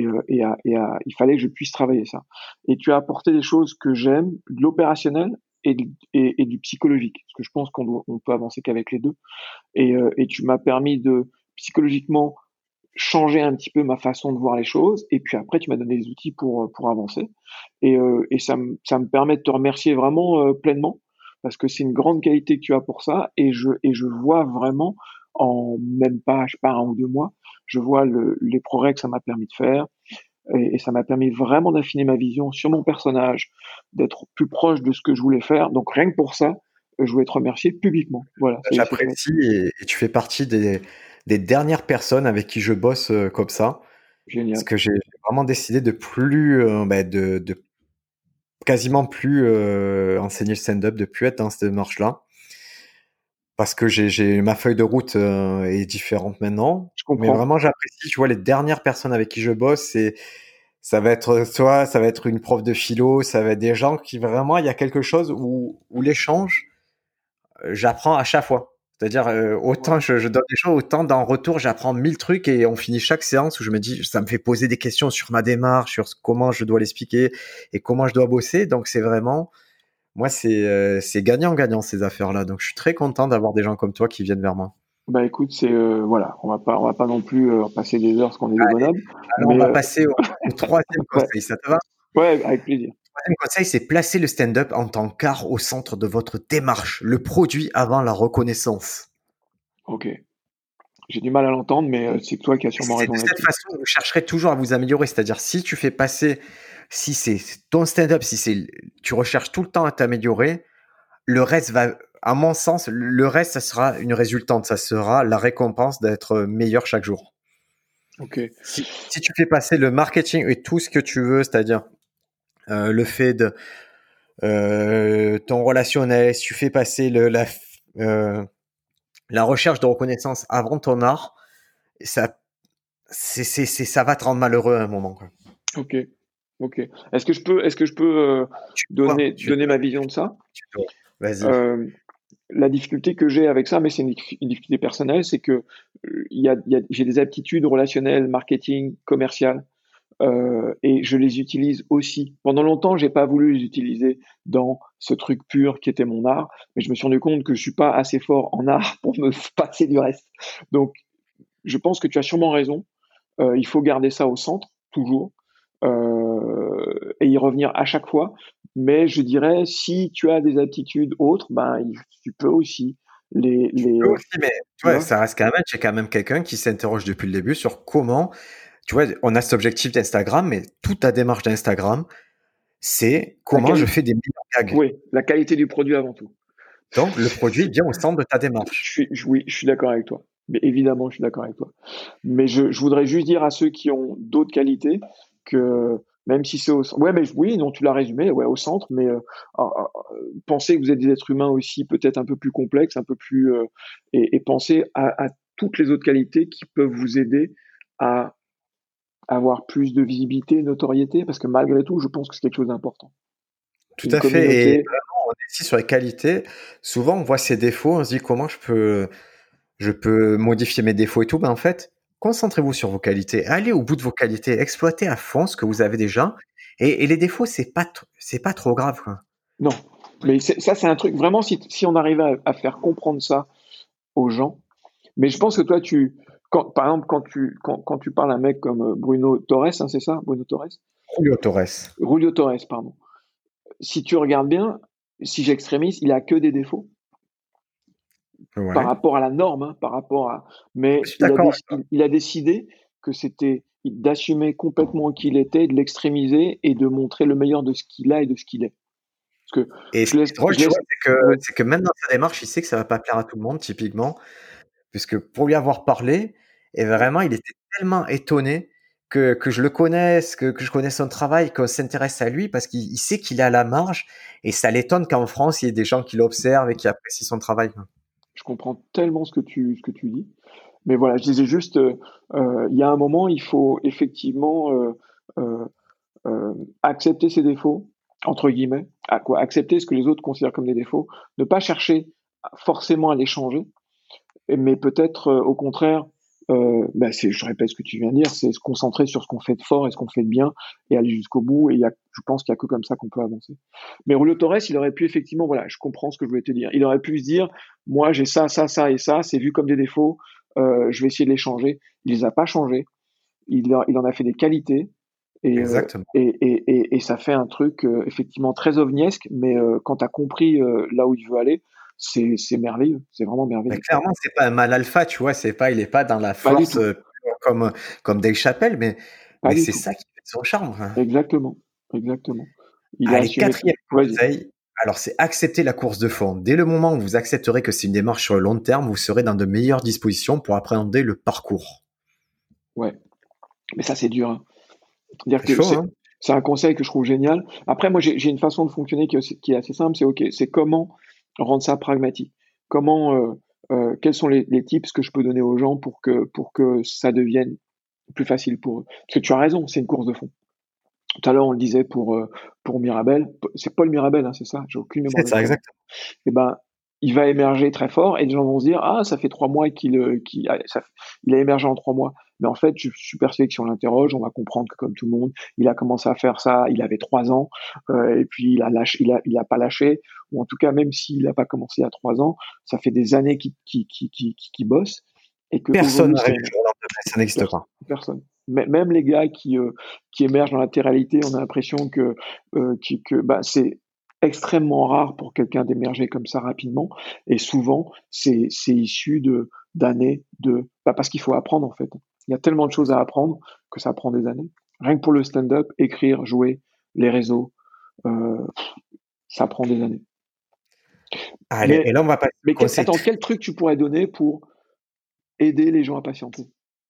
il fallait que je puisse travailler ça. Et tu as apporté des choses que j'aime, de l'opérationnel et du psychologique, parce que je pense on peut avancer qu'avec les deux. Et tu m'as permis de psychologiquement changer un petit peu ma façon de voir les choses, et puis après tu m'as donné des outils pour avancer. Et ça me permet de te remercier vraiment pleinement, parce que c'est une grande qualité que tu as pour ça, et je vois vraiment en même pas, je sais pas, 1 ou 2 mois, je vois les progrès que ça m'a permis de faire, et ça m'a permis vraiment d'affiner ma vision sur mon personnage, d'être plus proche de ce que je voulais faire. Donc rien que pour ça, je voulais te remercier publiquement. Voilà, c'est chouette. J'apprécie et tu fais partie des dernières personnes avec qui je bosse comme ça. Parce Génial. que j'ai vraiment décidé de plus, de quasiment plus enseigner le stand-up, de plus être dans cette démarche-là. Parce que ma feuille de route est différente maintenant. Je Mais comprends. vraiment, j'apprécie, tu vois, les dernières personnes avec qui je bosse, ça va être toi, ça va être une prof de philo, ça va être des gens qui vraiment, il y a quelque chose où l'échange, j'apprends à chaque fois. C'est-à-dire, autant Ouais. je donne des choses, autant dans retour, j'apprends 1000 trucs et on finit chaque séance où je me dis, ça me fait poser des questions sur ma démarche, sur comment je dois l'expliquer et comment je dois bosser. Donc, c'est vraiment, moi, c'est gagnant-gagnant ces affaires-là. Donc, je suis très content d'avoir des gens comme toi qui viennent vers moi. Bah écoute, voilà, on va pas non plus passer des heures parce qu'on est des Allez, bonhommes, alors on mais va passer au troisième ouais, conseil. Ça te va? ouais, avec plaisir. Le troisième conseil, c'est placer le stand-up en tant qu'art au centre de votre démarche, le produit avant la reconnaissance. Ok, j'ai du mal à l'entendre, mais c'est toi qui as sûrement C'est raison de cette là-dessus. façon que vous chercherez toujours à vous améliorer. C'est-à-dire, si c'est ton stand-up, tu recherches tout le temps à t'améliorer, le reste va, à mon sens, le reste, ça sera une résultante. Ça sera la récompense d'être meilleur chaque jour. Ok, Si tu fais passer le marketing et tout ce que tu veux, c'est-à-dire le fait de ton relationnel, si tu fais passer euh, la recherche de reconnaissance avant ton art, ça, ça va te rendre malheureux à un moment, quoi. ok, ok. Est-ce que je peux donner ma vision de ça? Tu dois. Vas-y. Euh, la difficulté que j'ai avec ça, mais c'est une difficulté personnelle, c'est que j'ai des aptitudes relationnelles, marketing, commerciales, et je les utilise aussi. Pendant longtemps, j'ai pas voulu les utiliser dans ce truc pur qui était mon art, mais je me suis rendu compte que je suis pas assez fort en art pour me passer du reste. Donc, je pense que tu as sûrement raison. Il faut garder ça au centre, toujours, et y revenir à chaque fois. Mais je dirais, si tu as des aptitudes autres, ben, tu peux aussi Tu peux aussi, mais tu tu vois, vois? ça reste quand même, j'ai quand même quelqu'un qui s'interroge depuis le début sur comment, tu vois, on a cet objectif d'Instagram, mais toute ta démarche d'Instagram, c'est La comment je qualité, fais des meilleurs gags. oui, la qualité du produit avant tout. Donc, le produit est bien au centre de ta démarche. Oui, je suis d'accord avec toi. Mais évidemment, je suis d'accord avec toi. Mais je voudrais juste dire à ceux qui ont d'autres qualités que même si c'est ouais, mais oui, non, tu l'as résumé, ouais, au centre, mais pensez que vous êtes des êtres humains aussi, peut-être un peu plus complexes, un peu plus, et pensez à toutes les autres qualités qui peuvent vous aider à avoir plus de visibilité, notoriété, parce que malgré tout, je pense que c'est quelque chose d'important. Tout Une à fait. Et communauté, vraiment, on est ici sur les qualités. Souvent, on voit ses défauts, on se dit comment je peux modifier mes défauts et tout. Ben, en fait, concentrez-vous sur vos qualités. Allez au bout de vos qualités. Exploitez à fond ce que vous avez déjà. Et les défauts, c'est pas trop grave, quoi. non. Mais ça, c'est un truc, vraiment, si on arrivait à faire comprendre ça aux gens. Mais je pense que toi, par exemple, quand tu parles à un mec comme Bruno Torres, hein, c'est ça, Bruno Torres? Julio Torres. Julio Torres, pardon. Si tu regardes bien, si j'extrémise, il a que des défauts par Ouais. rapport à la norme, hein, par rapport à. Je Mais suis d'accord avec toi. il a décidé que c'était d'assumer complètement qui il était, de l'extrémiser et de montrer le meilleur de ce qu'il a et de ce qu'il est. Parce que Et ce qui est drôle, je tu laisse, vois, oui, c'est que même dans sa démarche, il sait que ça va pas plaire à tout le monde, typiquement, puisque pour lui avoir parlé, et vraiment, il était tellement étonné que je le connaisse, que je connaisse son travail, qu'on s'intéresse à lui parce qu'il sait qu'il est à la marge et ça l'étonne qu'en France, il y ait des gens qui l'observent et qui apprécient son travail. Je comprends tellement ce que tu dis. Mais voilà, je disais juste, il y a un moment, il faut effectivement euh, accepter ses défauts, entre guillemets, accepter ce que les autres considèrent comme des défauts, ne pas chercher forcément à les changer, mais peut-être au contraire, je répète ce que tu viens de dire, c'est se concentrer sur ce qu'on fait de fort et ce qu'on fait de bien et aller jusqu'au bout. Et je pense qu'il y a que comme ça qu'on peut avancer. Mais Julio Torres, il aurait pu effectivement, voilà, je comprends ce que je voulais te dire. Il aurait pu se dire, moi j'ai ça, ça, ça et ça, c'est vu comme des défauts, je vais essayer de les changer. Il les a pas changés. Il en a fait des qualités. Exactement. Et ça fait un truc effectivement très ovniesque, mais quand tu as compris là où il veut aller, c'est merveilleux, c'est vraiment merveilleux. Mais clairement, c'est pas un mal alpha, tu vois, il est pas dans la Pas du force tout. comme Dave Chappelle, Pas mais du c'est tout. ça qui fait son charme. Exactement. Exactement. Il a Allez, assumé. quatrième Vas-y. conseil. Alors, c'est accepter la course de fond. Dès le moment où vous accepterez que c'est une démarche sur le long terme, vous serez dans de meilleures dispositions pour appréhender le parcours. Ouais. Mais ça, c'est dur, hein. Dire C'est que chaud, hein? c'est un conseil que je trouve génial. Après, moi, j'ai une façon de fonctionner qui est assez simple. C'est OK. C'est comment rendre ça pragmatique. Comment, quels sont les tips que je peux donner aux gens pour que ça devienne plus facile pour eux. Parce que tu as raison, c'est une course de fond. Tout à l'heure, on le disait pour Mirabel. C'est Paul Mirabel, hein, c'est ça? J'ai aucune mémoire C'est de ça, prénom. exactement. Eh ben, il va émerger très fort et les gens vont se dire, ah, ça fait 3 mois il a émergé en 3 mois. Mais en fait, je suis persuadé que si on l'interroge, on va comprendre que comme tout le monde, il a commencé à faire ça, il avait 3 ans, et puis il a pas lâché, ou en tout cas, même s'il n'a pas commencé à 3 ans, ça fait des années qu'il bosse et Personne qu'aujourd'hui, n'arrive du jour au lendemain, ça n'existe pas. personne. Même les gars qui émergent dans la télé-réalité, on a l'impression que c'est extrêmement rare pour quelqu'un d'émerger comme ça rapidement. Et souvent, c'est issu d'années parce qu'il faut apprendre en fait. Il y a tellement de choses à apprendre que ça prend des années. Rien que pour le stand-up, écrire, jouer, les réseaux, euh, ça prend des années. Allez, et là, on va passer au conseil. Attends, quel truc tu pourrais donner pour aider les gens à patienter?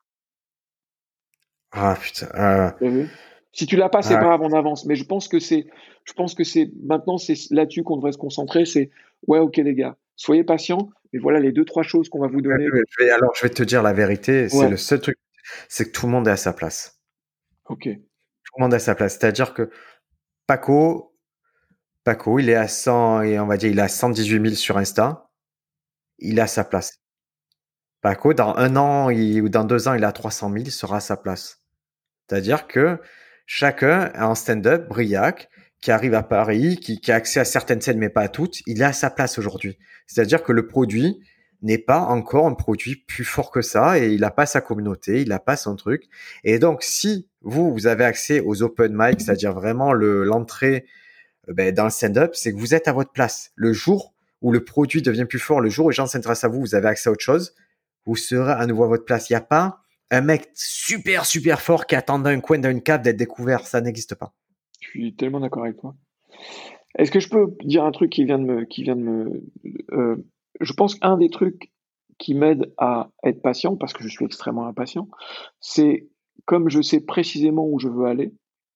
Ah putain. T'as vu? Si tu l'as pas, c'est pas grave, on avance. Mais je pense que c'est maintenant, c'est là-dessus qu'on devrait se concentrer. C'est ouais, ok les gars, soyez patients. Mais voilà les deux trois choses qu'on va vous donner. Alors, je vais te dire la vérité. C'est Ouais, le seul truc, c'est que tout le monde est à sa place. ok, Tout le monde est à sa place. C'est-à-dire que Paco, il est à 100 et on va dire, il a 118 000 sur Insta. Il est à sa place. Paco, dans 1 an ou dans 2 ans, il a 300 000, il sera à sa place. C'est-à-dire que chacun a un stand-up, Briac, qui arrive à Paris, qui a accès à certaines scènes, mais pas à toutes, il est à sa place aujourd'hui. C'est-à-dire que le produit n'est pas encore un produit plus fort que ça et il n'a pas sa communauté, il n'a pas son truc. Et donc, si vous avez accès aux open mic, c'est-à-dire vraiment l'entrée dans le stand-up, c'est que vous êtes à votre place. Le jour où le produit devient plus fort, le jour où les gens s'intéressent à vous, vous avez accès à autre chose, vous serez à nouveau à votre place. Il n'y a pas un mec super, super fort qui attend d'un coin d'une cave d'être découvert. Ça n'existe pas. je suis tellement d'accord avec toi. Est-ce que je peux dire un truc qui vient de me, je pense qu'un des trucs qui m'aide à être patient, parce que je suis extrêmement impatient, c'est comme je sais précisément où je veux aller,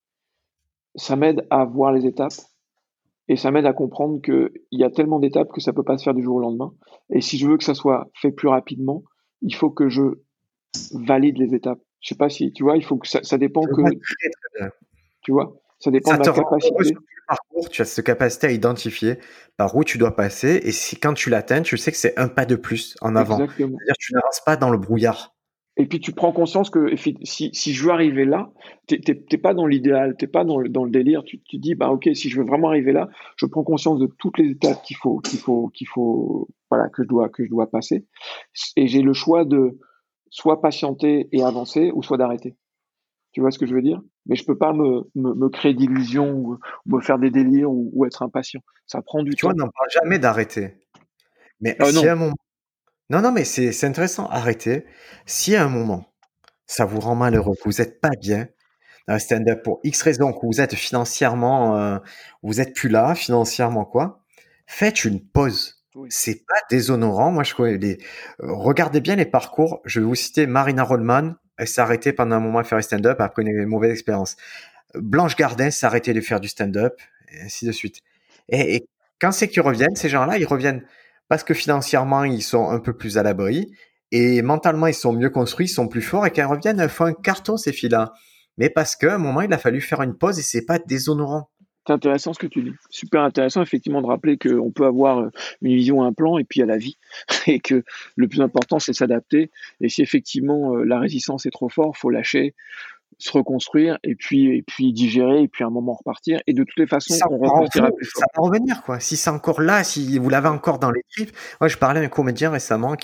ça m'aide à voir les étapes. Et ça m'aide à comprendre qu'il y a tellement d'étapes que ça peut pas se faire du jour au lendemain. Et si je veux que ça soit fait plus rapidement, il faut que je valide les étapes. Je sais pas si, tu vois, il faut que ça dépend Je que, vois très, très bien. tu vois, ça dépend Ça de ma te rend heureux capacité. sur tout le parcours. Tu as cette capacité à identifier par où tu dois passer. Et si quand tu l'atteins, tu sais que c'est un pas de plus en avant. Exactement. C'est-à-dire que tu n'avances pas dans le brouillard. Et puis tu prends conscience que si je veux arriver là, t'es pas dans l'idéal, t'es pas dans le délire. Tu dis bah ok, si je veux vraiment arriver là, je prends conscience de toutes les étapes qu'il faut, voilà, que je dois passer. Et j'ai le choix de soit patienter et avancer, ou soit d'arrêter. Tu vois ce que je veux dire? Mais je peux pas me créer d'illusions ou me faire des délires ou être impatient. Ça prend du Tu vois, temps. on n'en parle jamais d'arrêter. Mais si à Non. un moment, non, non, mais c'est intéressant, arrêtez. Si à un moment, ça vous rend malheureux, que vous n'êtes pas bien dans le stand-up pour X raisons, que vous êtes financièrement, vous êtes plus là, financièrement quoi, faites une pause. Oui. C'est pas déshonorant. Moi, je connais regardez bien les parcours. Je vais vous citer Marina Rollman. elle s'est arrêtée pendant un moment à faire du stand-up après une mauvaise expérience. Blanche Gardin s'est arrêtée de faire du stand-up, et ainsi de suite. Et quand c'est qu'ils reviennent, ces gens-là, ils reviennent parce que financièrement, ils sont un peu plus à l'abri et mentalement, ils sont mieux construits, ils sont plus forts et quand ils reviennent, elles font un carton, ces filles-là. Mais parce qu'à un moment, il a fallu faire une pause et c'est pas déshonorant. C'est intéressant ce que tu dis. Super intéressant, effectivement, de rappeler qu'on peut avoir une vision, un plan, et puis il y a la vie. Et que le plus important, c'est s'adapter. Et si effectivement la résistance est trop forte, faut lâcher, se reconstruire, et puis digérer, et puis à un moment repartir. Et de toutes les façons, Ça, on repartira plus ça fort. va revenir, quoi. Si c'est encore là, si vous l'avez encore dans les tripes. Moi, je parlais à un comédien récemment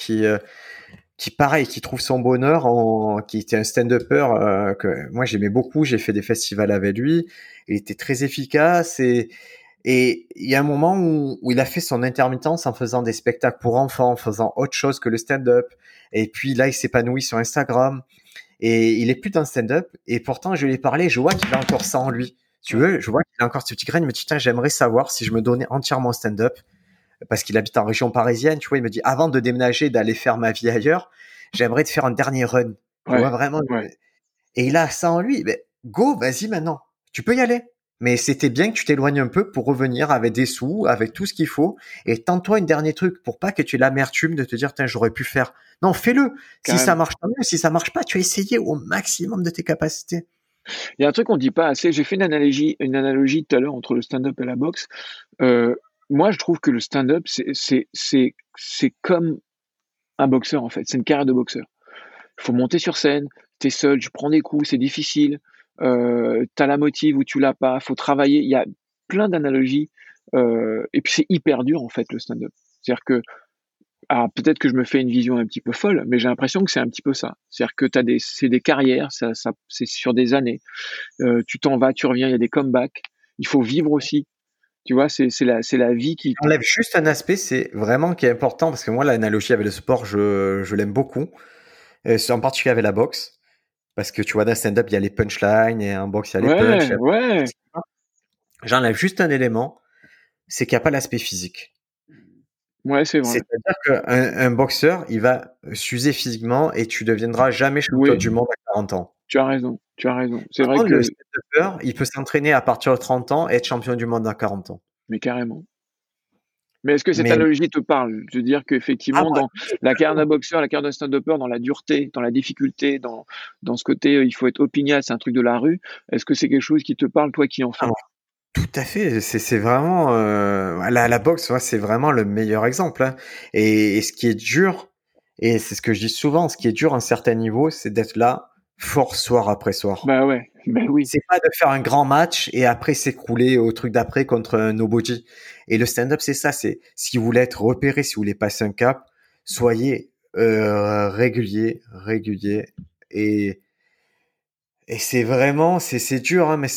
qui pareil, qui trouve son bonheur qui était un stand-upper que moi j'aimais beaucoup. J'ai fait des festivals avec lui. Il était très efficace et il y a un moment où il a fait son intermittence en faisant des spectacles pour enfants, en faisant autre chose que le stand-up. Et puis là, il s'épanouit sur Instagram et il est plus dans le stand-up. Et pourtant, je lui ai parlé, je vois qu'il a encore ça en lui. Tu veux, je vois qu'il a encore ce petit grain. Il me dit, tiens, j'aimerais savoir si je me donnais entièrement au stand-up parce qu'il habite en région parisienne, tu vois, il me dit, avant de déménager, d'aller faire ma vie ailleurs, j'aimerais te faire un dernier run. Tu vois, vraiment. Ouais. Et il a ça en lui. Ben, go, vas-y maintenant. Tu peux y aller. Mais c'était bien que tu t'éloignes un peu pour revenir avec des sous, avec tout ce qu'il faut. Et tente-toi un dernier truc pour pas que tu aies l'amertume de te dire, tiens, j'aurais pu faire. Non, fais-le. Si ça marche, tant mieux. Si ça marche pas, tu as essayé au maximum de tes capacités. Il y a un truc qu'on dit pas assez. J'ai fait une analogie tout à l'heure entre le stand-up et la boxe. Moi, je trouve que le stand-up, c'est comme un boxeur, en fait. C'est une carrière de boxeur. Il faut monter sur scène, t'es seul, tu prends des coups, c'est difficile. T'as la motive ou tu l'as pas, faut travailler. Il y a plein d'analogies. Et puis c'est hyper dur, en fait, le stand-up. C'est-à-dire que, alors peut-être que je me fais une vision un petit peu folle, mais j'ai l'impression que c'est un petit peu ça. C'est-à-dire que c'est des carrières, c'est sur des années. Tu t'en vas, tu reviens, il y a des comebacks. Il faut vivre aussi. Tu vois, c'est la vie qui. On enlève juste un aspect, c'est vraiment qui est important parce que moi, l'analogie avec le sport, je l'aime beaucoup. En particulier avec la boxe. Parce que tu vois, dans le stand-up, il y a les punchlines et en boxe, il y a les punchs. Ouais. J'enlève juste un élément, c'est qu'il n'y a pas l'aspect physique. Ouais, c'est vrai. C'est-à-dire qu'un boxeur, il va s'user physiquement et tu deviendras jamais champion du monde à 40 ans. Tu as raison. C'est Par vrai contre, que. le stand-upper, il peut s'entraîner à partir de 30 ans et être champion du monde à 40 ans. Mais carrément. Mais est-ce que cette analogie te parle? De dire qu'effectivement, dans la carrière d'un boxeur, la carrière d'un stand-upper, dans la dureté, dans la difficulté, dans ce côté, il faut être opiniâtre, c'est un truc de la rue. Est-ce que c'est quelque chose qui te parle, toi qui en fais? Tout à fait. C'est vraiment la boxe, ouais, c'est vraiment le meilleur exemple. Hein. Et ce qui est dur, et c'est ce que je dis souvent, ce qui est dur à un certain niveau, c'est d'être là fort soir après soir. Bah ouais, bah oui. C'est pas de faire un grand match et après s'écrouler au truc d'après contre un nobody. Et le stand-up, c'est ça. C'est si vous voulez être repéré, si vous voulez passer un cap, soyez régulier et c'est vraiment c'est dur, hein, mais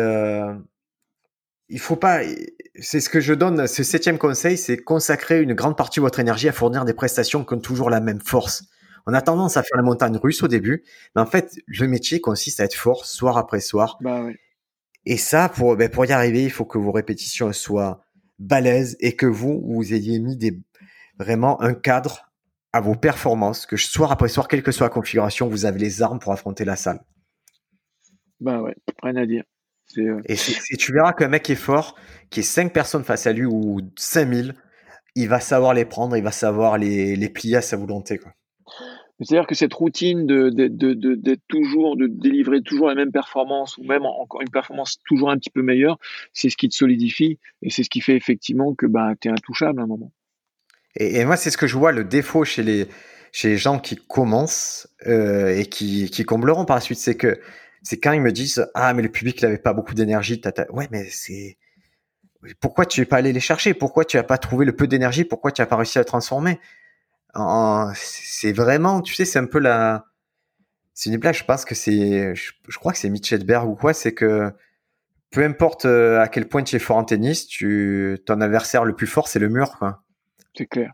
il faut pas. C'est ce que je donne. Ce 7e conseil, c'est consacrer une grande partie de votre énergie à fournir des prestations qui ont toujours la même force. On a tendance à faire la montagne russe au début, mais en fait, le métier consiste à être fort soir après soir. Bah ouais. Et ça, pour y arriver, il faut que vos répétitions soient balèzes et que vous ayez mis vraiment un cadre à vos performances, que soir après soir, quelle que soit la configuration, vous avez les armes pour affronter la salle. Bah ouais, rien à dire. Et tu verras qu'un mec qui est fort, qui est 5 personnes face à lui ou 5000, il va savoir les prendre, il va savoir les plier à sa volonté, quoi. C'est-à-dire que cette routine d'être toujours, de délivrer toujours la même performance, ou même encore une performance toujours un petit peu meilleure, c'est ce qui te solidifie, et c'est ce qui fait effectivement que bah, tu es intouchable à un moment. Et moi, c'est ce que je vois, le défaut chez les gens qui commencent et qui combleront par la suite, c'est quand ils me disent « Ah, mais le public, il avait pas beaucoup d'énergie. » Ouais, mais pourquoi tu n'es pas allé les chercher? Pourquoi tu n'as pas trouvé le peu d'énergie? Pourquoi tu n'as pas réussi à le transformer? C'est vraiment, tu sais, c'est un peu c'est une blague, je pense que je crois que c'est Mitch Hedberg ou quoi, c'est que peu importe à quel point tu es fort en tennis, ton adversaire le plus fort, c'est le mur, quoi. C'est clair.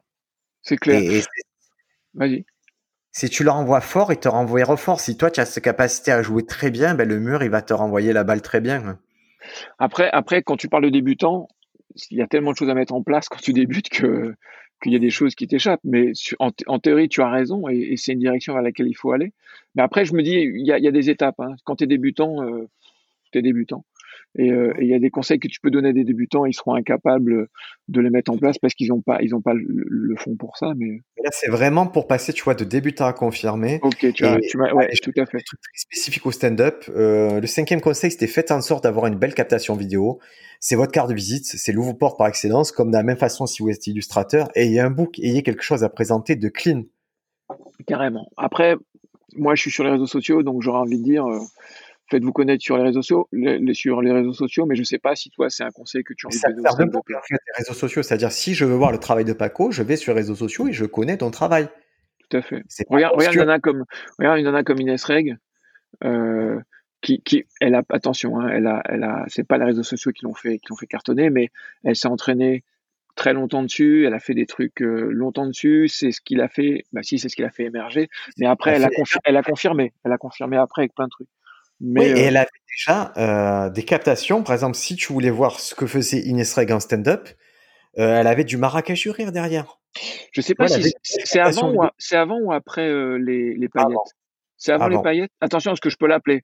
Vas-y. Si tu le renvoies fort, il te renvoiera fort. Si toi, tu as cette capacité à jouer très bien, ben, le mur, il va te renvoyer la balle très bien. Après, quand tu parles de débutant, il y a tellement de choses à mettre en place quand tu débutes que qu'il y a des choses qui t'échappent. Mais en théorie, tu as raison et c'est une direction vers laquelle il faut aller. Mais après, je me dis, il y a des étapes. Hein. Quand tu es débutant, t'es débutant. Et il y a des conseils que tu peux donner à des débutants, ils seront incapables de les mettre en place parce qu'ils n'ont pas le fond pour ça. Mais Là, c'est vraiment pour passer, tu vois, de débutant à confirmé. ok, ouais, Et je tout fais à des fait. trucs très spécifiques au stand-up. Le cinquième conseil, c'était faites en sorte d'avoir une belle captation vidéo. C'est votre carte de visite, c'est l'ouvre-porte par excellence. Comme de la même façon, si vous êtes illustrateur, ayez un book, ayez quelque chose à présenter de clean. Carrément. Après, moi, je suis sur les réseaux sociaux, donc j'aurais envie de dire, faites-vous connaître sur les réseaux sociaux, sur les réseaux sociaux, mais je sais pas si toi, c'est un conseil que tu as Mais envie de ça donner au sert de book, stand-upper. en fait, les réseaux sociaux. C'est-à-dire, si je veux voir le travail de Paco, je vais sur les réseaux sociaux et je connais ton travail. Tout à fait. C'est pas Regarde obscur. une nana comme Inès Reg, euh, elle a, attention, hein, c'est pas les réseaux sociaux qui l'ont fait cartonner, mais elle s'est entraînée très longtemps dessus, elle a fait des trucs longtemps dessus, c'est ce qui l'a fait, bah si, c'est ce qui l'a fait émerger, mais après, Elle a fait, elle a confirmé après avec plein de trucs. oui, Mais et elle avait déjà des captations. Par exemple, si tu voulais voir ce que faisait Inès Reg en stand-up, elle avait du Marrakech du rire derrière. je sais Tu vois, pas elle si avait des belles captations vidéo c'est avant ou après les avant. paillettes. C'est avant les Avant. paillettes. Attention, est-ce que je peux l'appeler?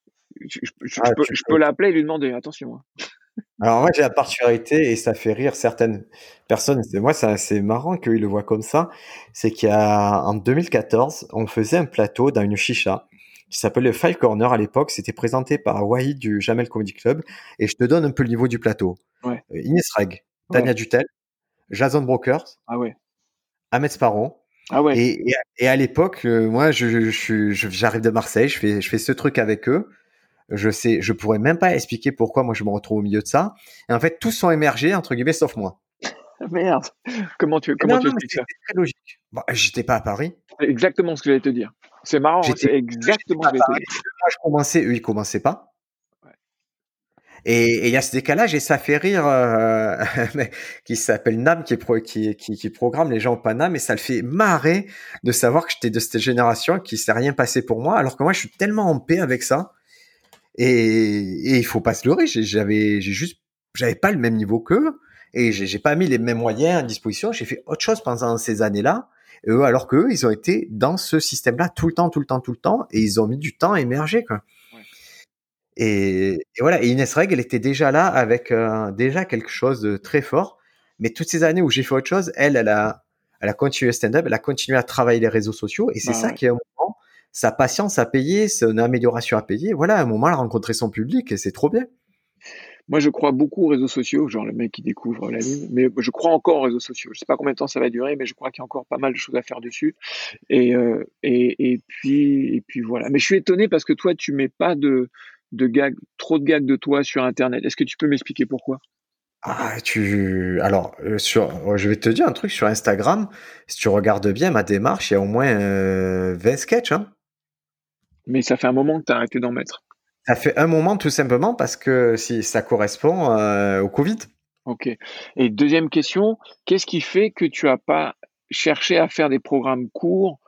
Ah, tu Je peux. peux l'appeler et lui demander. Attention. Hein. Alors moi j'ai la particularité et ça fait rire certaines personnes. Moi c'est marrant qu'ils le voient comme ça. C'est en 2014, on faisait un plateau dans une chicha qui s'appelait le Five Corner à l'époque. C'était présenté par Wahid du Jamel Comedy Club et je te donne un peu le niveau du plateau. Ouais, Inès Reg, Tania ouais. Dutel, Jason Brokers, Ah ouais. Ahmed Sparrow. Ah ouais. Et à l'époque, moi, j'arrive de Marseille, je fais ce truc avec eux. Je pourrais même pas expliquer pourquoi moi je me retrouve au milieu de ça. Et en fait, tous sont émergés, entre guillemets, sauf moi. Ah, merde. Et Comment non, tu non, mais expliques ça? c'est très logique. Bon, j'étais pas à Paris. C'est exactement ce que j'allais te dire. C'est marrant, hein, c'est J'étais exactement pas ce à que j'allais te Paris. dire. Moi, je commençais, eux, ils commençaient pas. Ouais. Et il y a ce décalage et ça fait rire, mais qui s'appelle Nam, qui programme les gens au Paname et ça le fait marrer de savoir que j'étais de cette génération qui s'est rien passé pour moi, alors que moi, je suis tellement en paix avec ça. Et il faut pas se leurrer, j'avais pas le même niveau qu'eux et j'ai pas mis les mêmes moyens à disposition. J'ai fait autre chose pendant ces années-là. Et eux, alors qu'eux, ils ont été dans ce système-là tout le temps, tout le temps, tout le temps, et ils ont mis du temps à émerger, quoi. Ouais. Et voilà. Et Inès Reg, elle était déjà là avec déjà quelque chose de très fort. Mais toutes ces années où j'ai fait autre chose, elle a continué le stand-up, elle a continué à travailler les réseaux sociaux, et c'est Bah ça ouais. qui est un moment, sa patience a payé, son amélioration a payé. Voilà, à un moment, elle a rencontré son public, et c'est trop bien. Moi, je crois beaucoup aux réseaux sociaux, genre le mec qui découvre la lune, mais je crois encore aux réseaux sociaux. Je sais pas combien de temps ça va durer, mais je crois qu'il y a encore pas mal de choses à faire dessus. Et puis voilà. Mais je suis étonné parce que toi, tu mets pas de gags, trop de gags de toi sur Internet. Est-ce que tu peux m'expliquer pourquoi? Alors, je vais te dire un truc sur Instagram. Si tu regardes bien ma démarche, il y a au moins 20 sketchs, hein. Mais ça fait un moment que tu as arrêté d'en mettre. Ça fait un moment tout simplement parce que si ça correspond au Covid. Ok. Et deuxième question, qu'est-ce qui fait que tu as pas cherché à faire des programmes courts,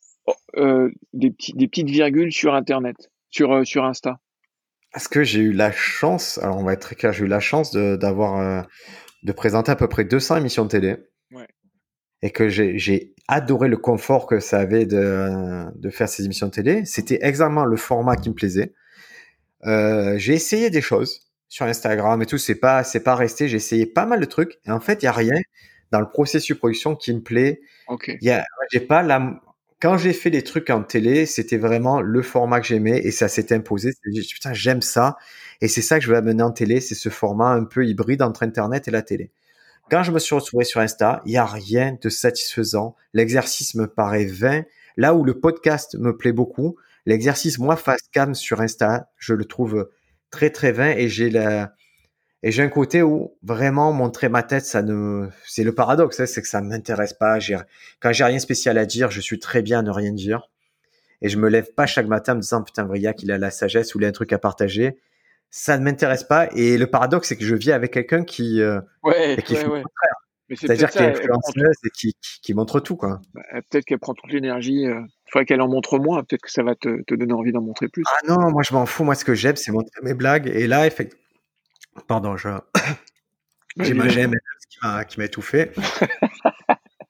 des petites virgules sur Internet, sur Insta? Parce que j'ai eu la chance, alors on va être très clair, j'ai eu la chance de présenter à peu près 200 émissions de télé Ouais. et que j'ai adoré le confort que ça avait de faire ces émissions de télé. C'était exactement le format qui me plaisait. J'ai essayé des choses sur Instagram et tout, c'est pas resté. J'ai essayé pas mal de trucs et en fait, il y a rien dans le processus de production qui me plaît. Ok. J'ai pas quand j'ai fait les trucs en télé, c'était vraiment le format que j'aimais et ça s'est imposé. Putain, j'aime ça et c'est ça que je veux amener en télé, c'est ce format un peu hybride entre Internet et la télé. Quand je me suis retrouvé sur Insta, il y a rien de satisfaisant. L'exercice me paraît vain. Là où le podcast me plaît beaucoup, l'exercice, moi, face cam sur Insta, je le trouve très, très vain et j'ai un côté où vraiment montrer ma tête, c'est le paradoxe, hein, c'est que ça m'intéresse pas. Quand j'ai rien spécial à dire, je suis très bien à ne rien dire. Et je me lève pas chaque matin en me disant, putain, Briac, il a la sagesse ou il a un truc à partager. Ça ne m'intéresse pas. Et le paradoxe, c'est que je vis avec quelqu'un qui Ouais, fait ouais, le ouais. contraire. Mais c'est C'est-à-dire peut-être qui est ça. influenceuse et qui montre tout, quoi. Peut-être qu'elle prend toute l'énergie. Il faudrait qu'elle en montre moins. Peut-être que ça va te donner envie d'en montrer plus. Ah non, moi je m'en fous. Moi, ce que j'aime, c'est montrer mes blagues. Et là, pardon, j'ai Vas-y, ma vas-y. gemme qui m'a étouffé.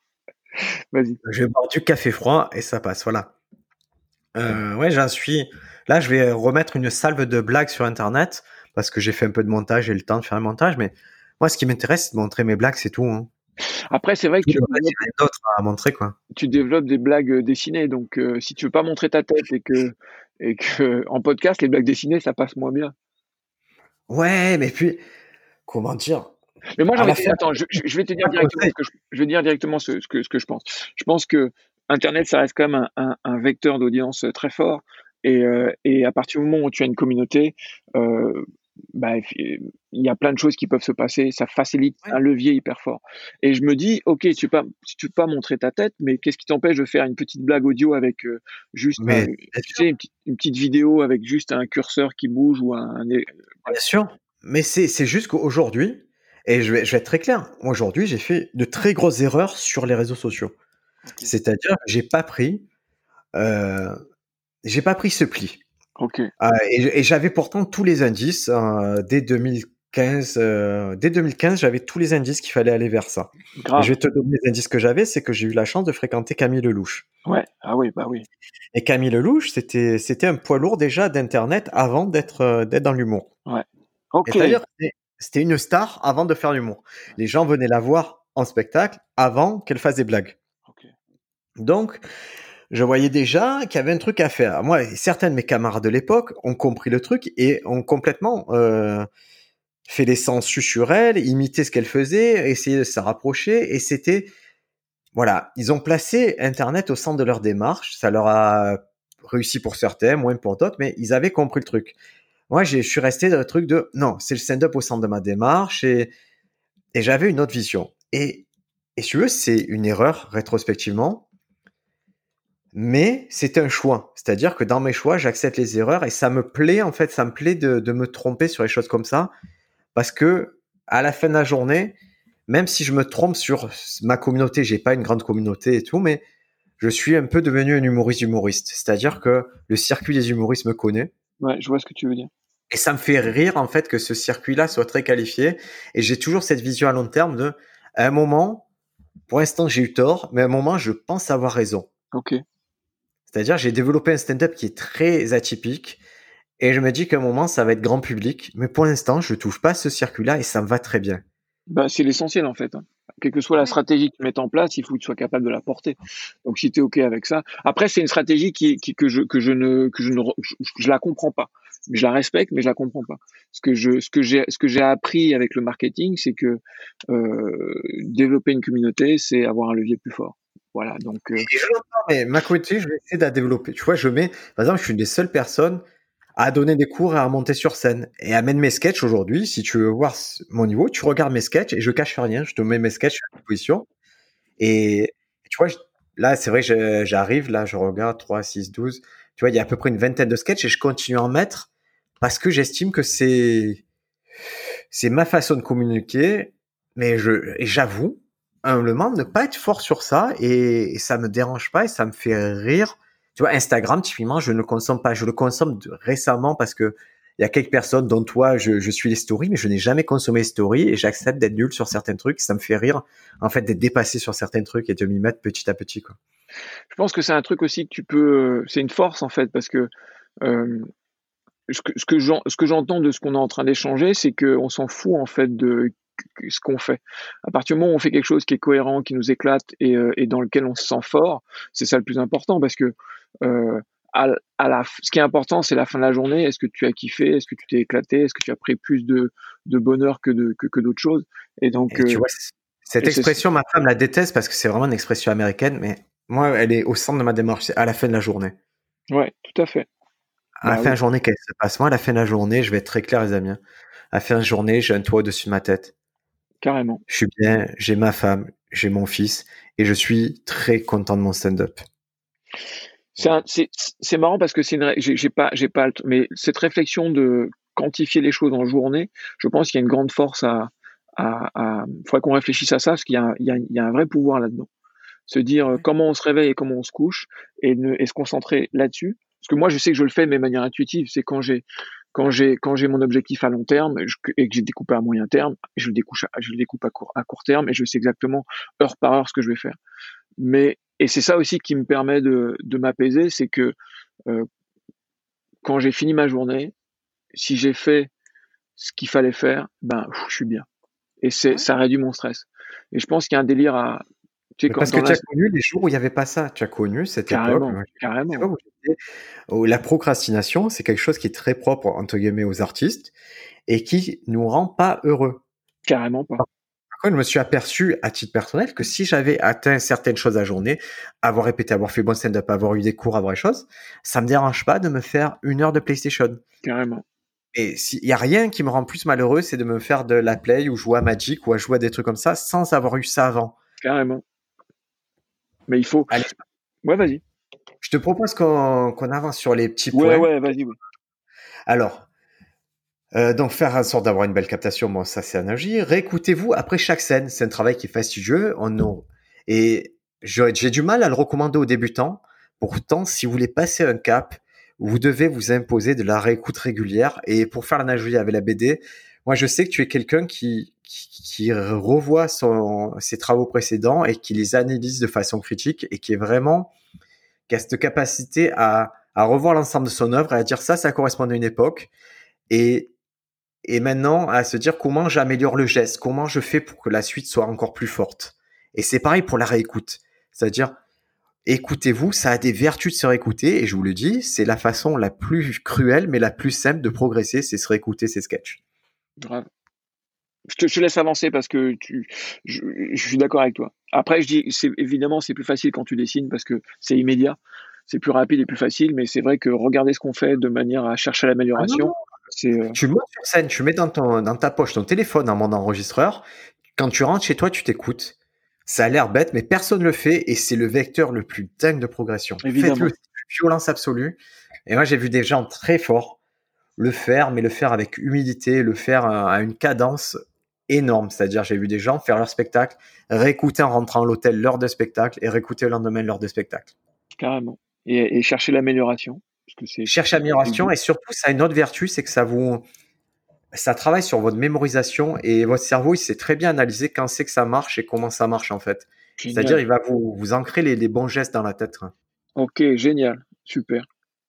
Vas-y. Je vais boire du café froid et ça passe, voilà. Ouais, j'en suis. Là, je vais remettre une salve de blagues sur Internet parce que j'ai fait un peu de montage, j'ai le temps de faire un montage. Mais moi, ce qui m'intéresse, c'est de montrer mes blagues, c'est tout. Hein. Après, c'est vrai que Tout le reste, il y a rien d'autre à montrer, quoi. tu développes des blagues dessinées. Donc, si tu veux pas montrer ta tête et que en podcast, les blagues dessinées, ça passe moins bien. Ouais, mais puis, comment dire? Mais moi, j'ai À envie la de te dire, fin, attends, je vais te dire pas directement conseil. je vais dire directement ce que je pense. Je pense que Internet, ça reste quand même un vecteur d'audience très fort. Et à partir du moment où tu as une communauté, euh, bah, il y a plein de choses qui peuvent se passer. Ça facilite Ouais. un levier hyper fort. Et je me dis, ok, si tu veux pas montrer ta tête, mais qu'est-ce qui t'empêche de faire une petite blague audio avec juste, Mais bien tu sûr, sais, une petite vidéo avec juste un curseur qui bouge ou voilà. bien sûr. Mais c'est juste qu'aujourd'hui, et je vais être très clair, moi, aujourd'hui, j'ai fait de très grosses erreurs sur les réseaux sociaux. Ok. C'est-à-dire que euh, j'ai pas pris ce pli. Ok. Et j'avais pourtant tous les indices dès 2015. Dès 2015, j'avais tous les indices qu'il fallait aller vers ça. Et je Grave. vais te donner les indices que j'avais, c'est que j'ai eu la chance de fréquenter Camille Lelouch. Ouais. Ah oui, bah oui. Et Camille Lelouch, c'était un poids lourd déjà d'Internet avant d'être dans l'humour. Ouais. Et Ok. c'est-à-dire que c'était une star avant de faire l'humour. Les gens venaient la voir en spectacle avant qu'elle fasse des blagues. Ok. Donc, je voyais déjà qu'il y avait un truc à faire. Moi, certains de mes camarades de l'époque ont compris le truc et ont complètement fait des sensus sur elle, imité ce qu'elle faisait, essayé de se rapprocher. Et c'était, voilà, ils ont placé Internet au centre de leur démarche. Ça leur a réussi pour certains, moins pour d'autres, mais ils avaient compris le truc. Moi, je suis resté dans le truc de, non, c'est le stand-up au centre de ma démarche et j'avais une autre vision. Et si tu veux, c'est une erreur rétrospectivement. Mais c'est un choix. C'est-à-dire que dans mes choix, j'accepte les erreurs et ça me plaît, en fait, ça me plaît de me tromper sur les choses comme ça. Parce que, à la fin de la journée, même si je me trompe sur ma communauté, j'ai pas une grande communauté et tout, mais je suis un peu devenu un humoriste. C'est-à-dire que le circuit des humoristes me connaît. Ouais, je vois ce que tu veux dire. Et ça me fait rire, en fait, que ce circuit-là soit très qualifié. Et j'ai toujours cette vision à long terme de, à un moment, pour l'instant, j'ai eu tort, mais à un moment, je pense avoir raison. Ok. C'est-à-dire, j'ai développé un stand-up qui est très atypique et je me dis qu'à un moment, ça va être grand public. Mais pour l'instant, je touche pas à ce circuit-là et ça me va très bien. Bah, c'est l'essentiel en fait, hein. Quelle que soit la stratégie que tu mettes en place, il faut que tu sois capable de la porter. Donc si tu es OK avec ça. Après, c'est une stratégie que je ne je la comprends pas. Mais je la respecte, mais je la comprends pas. Ce que j'ai appris avec le marketing, c'est que développer une communauté, c'est avoir un levier plus fort. Voilà. Donc Et je l'entends, mais ma communauté, je vais essayer de la développer. Tu vois, par exemple, je suis une des seules personnes à donner des cours et à monter sur scène. Et à mettre mes sketchs aujourd'hui, si tu veux voir mon niveau, tu regardes mes sketchs et je cache rien. Je te mets mes sketchs à disposition. Et tu vois, là, c'est vrai que j'arrive, là, je regarde 3, 6, 12. Tu vois, il y a à peu près une vingtaine de sketchs et je continue à en mettre parce que j'estime que c'est ma façon de communiquer. Mais et j'avoue, humblement, ne pas être fort sur ça et ça me dérange pas et ça me fait rire. Tu vois, Instagram, typiquement, je ne le consomme pas. Je le consomme récemment parce que il y a quelques personnes, dont toi, je suis les stories, mais je n'ai jamais consommé les stories et j'accepte d'être nul sur certains trucs. Ça me fait rire, en fait, d'être dépassé sur certains trucs et de m'y mettre petit à petit, quoi. je pense que c'est un truc aussi que tu peux c'est une force en fait parce que euh, ce que j'entends de ce qu'on est en train d'échanger, c'est qu'on s'en fout en fait de ce qu'on fait. À partir du moment où on fait quelque chose qui est cohérent, qui nous éclate et dans lequel on se sent fort, c'est ça le plus important parce que euh, ce qui est important, c'est la fin de la journée. Est-ce que tu as kiffé? Est-ce que tu t'es éclaté? Est-ce que tu as pris plus de bonheur que d'autres choses? Et donc, Et tu vois, cette et c'est, expression, ma femme la déteste parce que c'est vraiment une expression américaine, mais moi, elle est au centre de ma démarche. C'est à la fin de la journée. ouais, tout à fait. À la Bah fin de oui, la journée, qu'elle se passe. Moi, à la fin de la journée, je vais être très clair, les amis. À la fin de la journée, j'ai un toit au-dessus de ma tête. carrément. Je suis bien, j'ai ma femme, j'ai mon fils, et je suis très content de mon stand-up. C'est marrant parce que j'ai pas, mais cette réflexion de quantifier les choses en journée, je pense qu'il y a une grande force faudrait qu'on réfléchisse à ça parce qu'il y a, il y a un vrai pouvoir là-dedans. Se dire Ouais. comment on se réveille et comment on se couche et se concentrer là-dessus. Parce que moi, je sais que je le fais, mais de manière intuitive. C'est quand j'ai mon objectif à long terme et que j'ai découpé à moyen terme, je le découpe à court terme et je sais exactement heure par heure ce que je vais faire. Mais Et c'est ça aussi qui me permet de m'apaiser, c'est que euh, quand j'ai fini ma journée, si j'ai fait ce qu'il fallait faire, ben je suis bien. Et Ouais. ça réduit mon stress. Et je pense qu'il y a un délire à, tu sais, Mais quand parce que dans tu la, as connu les jours où il n'y avait pas ça. Tu as connu cette époque. carrément, Moi, j'ai connu cette carrément, époque où la procrastination, c'est quelque chose qui est très propre, entre guillemets, aux artistes et qui nous rend pas heureux. carrément pas. Par contre, je me suis aperçu à titre personnel que si j'avais atteint certaines choses à la journée, avoir répété, avoir fait bon stand-up, avoir eu des cours, avoir des choses, ça me dérange pas de me faire 1 heure de PlayStation. Carrément, Et s'il y a rien qui me rend plus malheureux, c'est de me faire de la play ou jouer à Magic ou à jouer à des trucs comme ça sans avoir eu ça avant. carrément. Mais il faut. Allez, Ouais, vas-y. je te propose qu'on avance sur les petits Ouais, points. ouais, vas-y. Ouais. Alors, donc faire en sorte d'avoir une belle captation, bon, ça c'est un agir. Réécoutez-vous après chaque scène. C'est un travail qui est fastidieux. Et j'ai du mal à le recommander aux débutants. Pourtant, si vous voulez passer un cap, vous devez vous imposer de la réécoute régulière. Et pour faire l'analogie avec la BD, moi je sais que tu es quelqu'un qui revoit ses travaux précédents et qui les analyse de façon critique et qui a cette capacité à revoir l'ensemble de son œuvre et à dire ça correspond à une époque. Et et maintenant, à se dire comment j'améliore le geste, comment je fais pour que la suite soit encore plus forte. Et c'est pareil pour la réécoute. C'est-à-dire, écoutez-vous, ça a des vertus de se réécouter, et je vous le dis, c'est la façon la plus cruelle, mais la plus simple de progresser, c'est se réécouter ses sketchs. Grave. Je te laisse avancer parce que je suis d'accord avec toi. Après, je dis, évidemment, c'est plus facile quand tu dessines parce que c'est immédiat, c'est plus rapide et plus facile. Mais c'est vrai que regarder ce qu'on fait de manière à chercher Ah non, non. l'amélioration, c'est Tu montes sur scène, tu mets dans ta poche ton téléphone en mode enregistreur. Quand tu rentres chez toi, tu t'écoutes. Ça a l'air bête, mais personne le fait, et c'est le vecteur le plus dingue de progression. Faites-le, évidemment. c'est une violence absolue. Et moi, j'ai vu des gens très forts le faire, mais le faire avec humilité, le faire à une cadence énorme. C'est-à-dire, j'ai vu des gens faire leur spectacle, réécouter en rentrant à l'hôtel l'heure de spectacle et réécouter le lendemain l'heure de spectacle. Carrément. Et chercher l'amélioration, parce que Cherche c'est le amélioration, but. et surtout, ça a une autre vertu, c'est que ça travaille sur votre mémorisation, et votre cerveau, il sait très bien analyser quand c'est que ça marche et comment ça marche en fait. C'est-à-dire, Génial. il va vous ancrer les bons gestes dans la tête. Ok, génial. Super.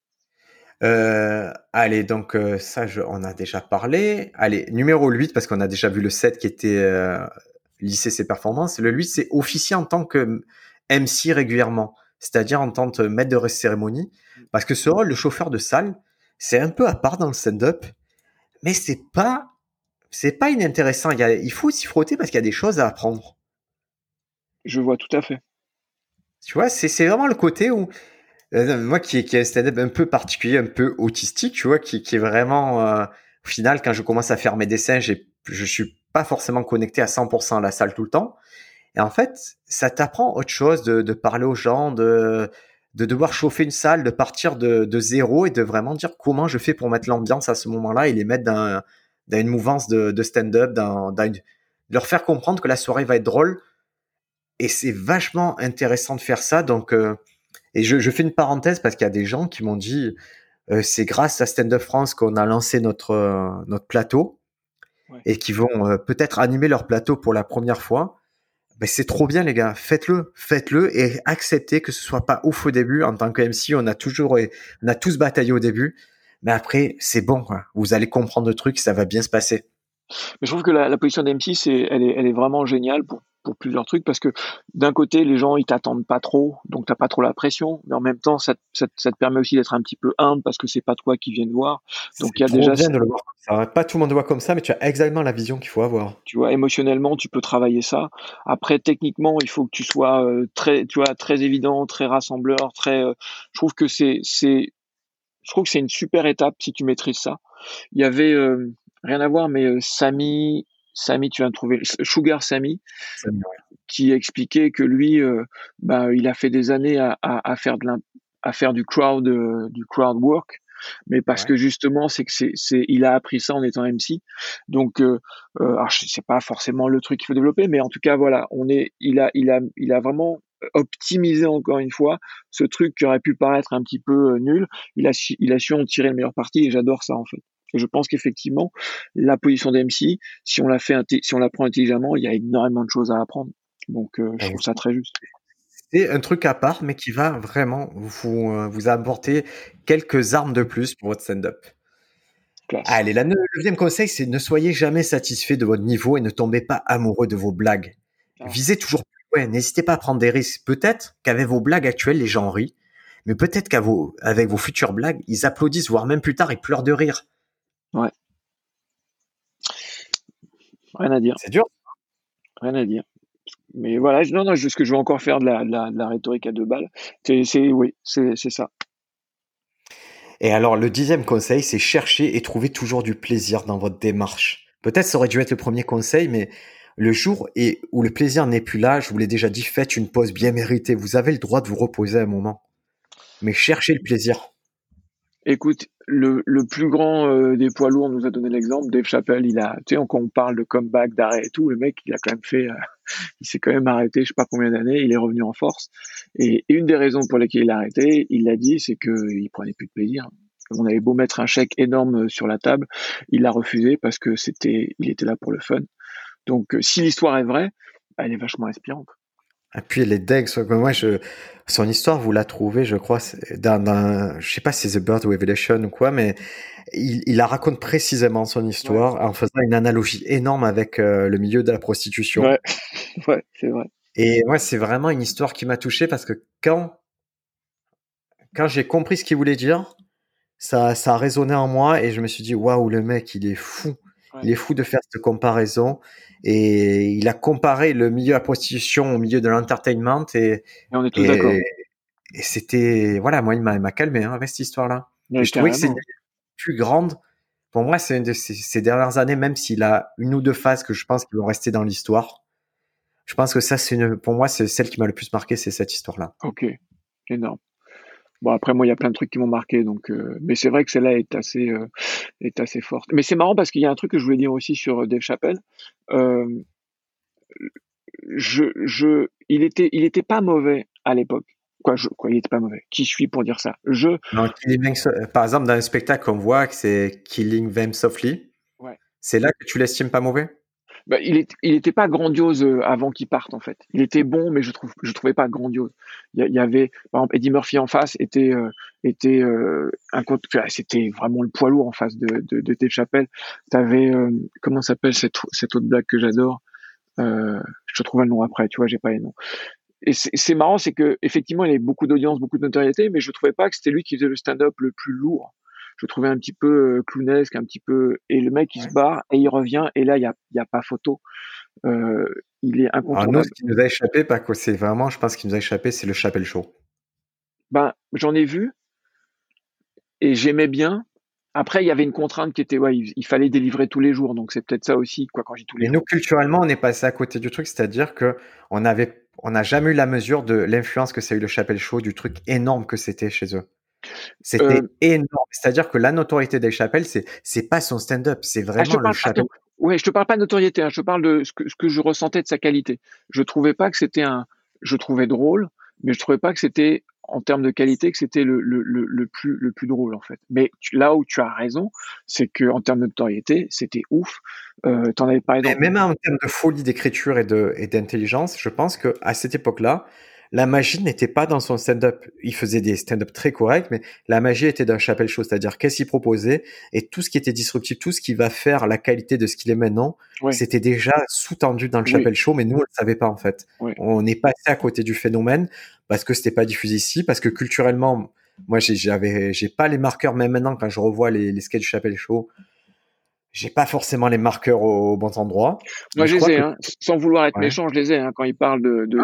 Allez, donc ça, on a déjà parlé. Allez, numéro 8, parce qu'on a déjà vu le 7 qui était lisser ses performances. Le 8, c'est officier en tant que MC régulièrement, c'est-à-dire en tant que maître de cérémonie. Parce que ce rôle de chauffeur de salle, c'est un peu à part dans le stand-up, mais c'est pas inintéressant. Il faut s'y frotter parce qu'il y a des choses à apprendre. Je vois tout à fait. Tu vois, c'est vraiment le côté où moi qui est un stand-up un peu particulier, un peu autistique, tu vois, qui est vraiment au final quand je commence à faire mes dessins, je suis pas forcément connecté à 100% à la salle tout le temps. Et en fait, ça t'apprend autre chose de parler aux gens, de devoir chauffer une salle, de partir de zéro et de vraiment dire comment je fais pour mettre l'ambiance à ce moment-là et les mettre dans une mouvance de stand-up, de leur faire comprendre que la soirée va être drôle. Et c'est vachement intéressant de faire ça. Donc, et je fais une parenthèse parce qu'il y a des gens qui m'ont dit c'est grâce à Stand Up France qu'on a lancé notre plateau Ouais. et qui vont peut-être animer leur plateau pour la première fois. Ben, c'est trop bien les gars, faites-le et acceptez que ce soit pas ouf au début. En tant que MC, on a tous bataillé au début, mais après c'est bon quoi. Vous allez comprendre le truc, ça va bien se passer. Mais je trouve que la position d'MC, elle est vraiment géniale pour plusieurs trucs parce que d'un côté, les gens, ils t'attendent pas trop, donc t'as pas trop la pression, mais en même temps, ça te permet aussi d'être un petit peu humble parce que c'est pas toi qui viens de voir. Donc il C'est y a trop déjà, bien de le voir comme ça. Pas tout le monde le voit comme ça, mais tu as exactement la vision qu'il faut avoir. tu vois, émotionnellement, tu peux travailler ça. Après, techniquement, il faut que tu sois très, tu vois, très évident, très rassembleur, très. Je trouve que je trouve que c'est une super étape si tu maîtrises ça. Il y avait rien à voir, mais Samy, tu viens de trouver Sugar Samy, Ça me- qui expliquait que lui, il a fait des années à faire à faire du crowd work, mais parce Ouais. que justement, c'est que il a appris ça en étant MC. Donc, alors c'est pas forcément le truc qu'il faut développer, mais en tout cas, voilà, il a vraiment optimisé encore une fois ce truc qui aurait pu paraître un petit peu nul. Il a su en tirer le meilleur parti et j'adore ça en fait. Et je pense qu'effectivement, la position d'MC, si on la prend intelligemment, il y a énormément de choses à apprendre. Donc, je Ben, trouve ça très juste. c'est un truc à part, mais qui va vraiment vous apporter quelques armes de plus pour votre stand-up. Classe. Allez, le 9e conseil, c'est ne soyez jamais satisfait de votre niveau et ne tombez pas amoureux de vos blagues. Ah. Visez toujours plus loin, n'hésitez pas à prendre des risques. Peut-être qu'avec vos blagues actuelles, les gens rient, mais peut-être qu'avec vos futures blagues, ils applaudissent, voire même plus tard, ils pleurent de rire. Ouais. Rien à dire. C'est dur. Rien à dire. Mais voilà, non, ce que je veux encore faire de la rhétorique à 2 balles, oui, c'est ça. Et alors, le 10e conseil, c'est chercher et trouver toujours du plaisir dans votre démarche. Peut-être ça aurait dû être le premier conseil, mais le jour où le plaisir n'est plus là, je vous l'ai déjà dit, faites une pause bien méritée. Vous avez le droit de vous reposer un moment. Mais cherchez le plaisir. Écoute, le plus grand des poids lourds nous a donné l'exemple. Dave Chappelle, tu sais, quand on parle de comeback, d'arrêt et tout, le mec, il a quand même fait, il s'est quand même arrêté, je sais pas combien d'années, il est revenu en force. Et une des raisons pour lesquelles il a arrêté, il l'a dit, c'est qu'il prenait plus de plaisir. On avait beau mettre un chèque énorme sur la table, il l'a refusé parce que il était là pour le fun. Donc, si l'histoire est vraie, elle est vachement inspirante. Et puis les decks, son histoire, vous la trouvez, je crois, je sais pas si c'est The Bird Revelation ou quoi, mais il la raconte précisément son histoire en faisant une analogie énorme avec le milieu de la prostitution. Ouais, ouais, c'est vrai. Et moi, c'est vraiment une histoire qui m'a touché parce que quand j'ai compris ce qu'il voulait dire, ça a résonné en moi et je me suis dit, waouh, le mec, il est fou. Ouais. Il est fou de faire cette comparaison. Et il a comparé le milieu de la prostitution au milieu de l'entertainment. Et on est tous d'accord. Et c'était, voilà, moi, il m'a calmé avec cette histoire-là. Ouais, et je trouvais que c'est une des plus grandes. Pour moi, c'est une de ces dernières années, même s'il a une ou deux phases que je pense qui vont rester dans l'histoire. Je pense que ça, pour moi, c'est celle qui m'a le plus marqué, c'est cette histoire-là. Ok, énorme. Bon, après, moi, il y a plein de trucs qui m'ont marqué, donc, mais c'est vrai que celle-là est assez forte. Mais c'est marrant parce qu'il y a un truc que je voulais dire aussi sur Dave Chappelle. Il était pas mauvais à l'époque. Il était pas mauvais. Qui suis pour dire ça? Non, par exemple, dans un spectacle, on voit que c'est Killing Them Softly. Ouais. C'est là que tu l'estimes pas mauvais? Bah, il était pas grandiose avant qu'il parte, en fait. Il était bon, mais je trouvais pas grandiose. Il y avait, par exemple, Eddie Murphy en face c'était vraiment le poids lourd en face de Dave Chappelle. T'avais, comment s'appelle cette autre blague que j'adore? Je te trouve le nom après, tu vois, j'ai pas les noms. Et c'est marrant, c'est que effectivement, il avait beaucoup d'audience, beaucoup de notoriété, mais je trouvais pas que c'était lui qui faisait le stand-up le plus lourd. Je trouvais un petit peu clownesque, un petit peu. Et le mec, il se barre et il revient, et là, il y a pas photo. Il est incontournable. Alors nous, ce qui nous a échappé, c'est vraiment, je pense, ce qui nous a échappé, c'est le Chappelle Show. Ben, j'en ai vu et j'aimais bien. Après, il y avait une contrainte qui était, il fallait délivrer tous les jours, donc c'est peut-être ça aussi, quoi, quand j'ai tous les jours. Et nous, culturellement, on est passé à côté du truc, c'est-à-dire que on n'a jamais eu la mesure de l'influence que ça a eu le Chappelle Show, du truc énorme que c'était chez eux. C'était énorme. C'est-à-dire que la notoriété des Chappelle, c'est pas son stand-up, c'est vraiment le Chappelle. Ouais, je te parle pas de notoriété, hein, je te parle de ce que je ressentais de sa qualité. Je trouvais pas que je trouvais drôle, mais je trouvais pas que c'était, en termes de qualité, que c'était le plus drôle, en fait. Mais là où tu as raison, c'est que en termes de notoriété, c'était ouf. T'en avais parlé dans... Même en termes de folie d'écriture et d'intelligence, je pense que à cette époque-là, la magie n'était pas dans son stand-up. Il faisait des stand-up très corrects, mais la magie était d'un Chappelle Show, c'est-à-dire qu'est-ce qu'il proposait et tout ce qui était disruptif, tout ce qui va faire la qualité de ce qu'il est maintenant, c'était déjà sous-tendu dans le Chappelle Show, mais nous, on le savait pas, en fait. On est passé à côté du phénomène parce que c'était pas diffusé ici, parce que culturellement, moi, j'ai pas les marqueurs, même maintenant, quand je revois les sketchs du Chappelle Show, j'ai pas forcément les marqueurs aux bons endroits. Moi, je les ai, sans vouloir être méchant, je les ai, quand il parle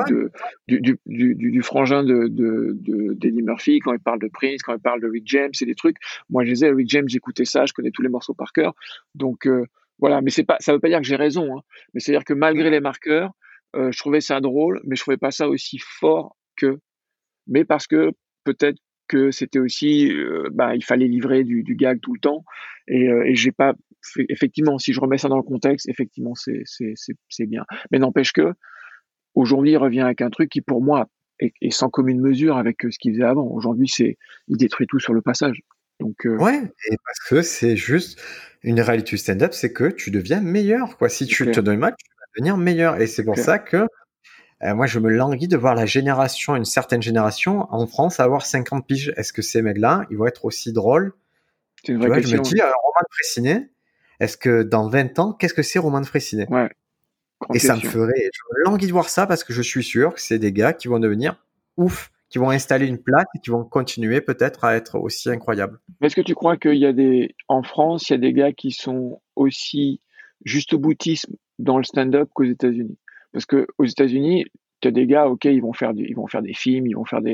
du frangin d'Eddie Murphy, quand il parle de Prince, quand il parle de Rick James, c'est des trucs. Moi, je les ai, Rick James, j'écoutais ça, je connais tous les morceaux par cœur. Donc, voilà. Mais ça veut pas dire que j'ai raison, mais c'est-à-dire que malgré les marqueurs, je trouvais ça drôle, mais je trouvais pas ça aussi fort mais parce que peut-être que c'était aussi, il fallait livrer du gag tout le temps, et j'ai pas, effectivement, si je remets ça dans le contexte, effectivement, c'est bien. Mais n'empêche que, aujourd'hui, il revient avec un truc qui, pour moi, est sans commune mesure avec ce qu'il faisait avant. Aujourd'hui, il détruit tout sur le passage. Donc, ouais, et parce que c'est juste une réalité du stand-up, c'est que tu deviens meilleur, quoi. Si tu te donnes mal, tu vas devenir meilleur. Et c'est pour ça que Moi, je me languis de voir une certaine génération en France avoir 50 piges. Est-ce que ces mecs-là, ils vont être aussi drôles? C'est une Tu vraie vois, je me question. dis, Roman de Frécinet, est-ce que dans 20 ans, qu'est-ce que c'est Roman de Frécinet? Ouais, grande Et ça me question. je me languis de voir ça parce que je suis sûr que c'est des gars qui vont devenir ouf, qui vont installer une place et qui vont continuer peut-être à être aussi incroyables. Mais est-ce que tu crois qu'il y a en France, il y a des gars qui sont aussi juste au boutisme dans le stand-up qu'aux États-Unis? Parce que aux États-Unis, tu as des gars, ok, ils vont faire des films,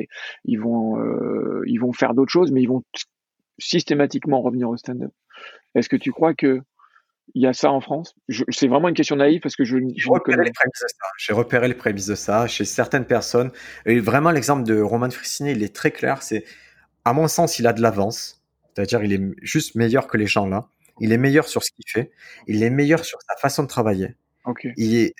ils vont faire d'autres choses, mais ils vont systématiquement revenir au stand-up. Est-ce que tu crois que il y a ça en France? C'est vraiment une question naïve parce que je n'y connais rien. J'ai repéré les prémices de ça chez certaines personnes. Et vraiment, l'exemple de Roman Frécinet, il est très clair. C'est, à mon sens, il a de l'avance. C'est-à-dire, il est juste meilleur que les gens là. Il est meilleur sur ce qu'il fait. Il est meilleur sur sa façon de travailler. Ok, Il est,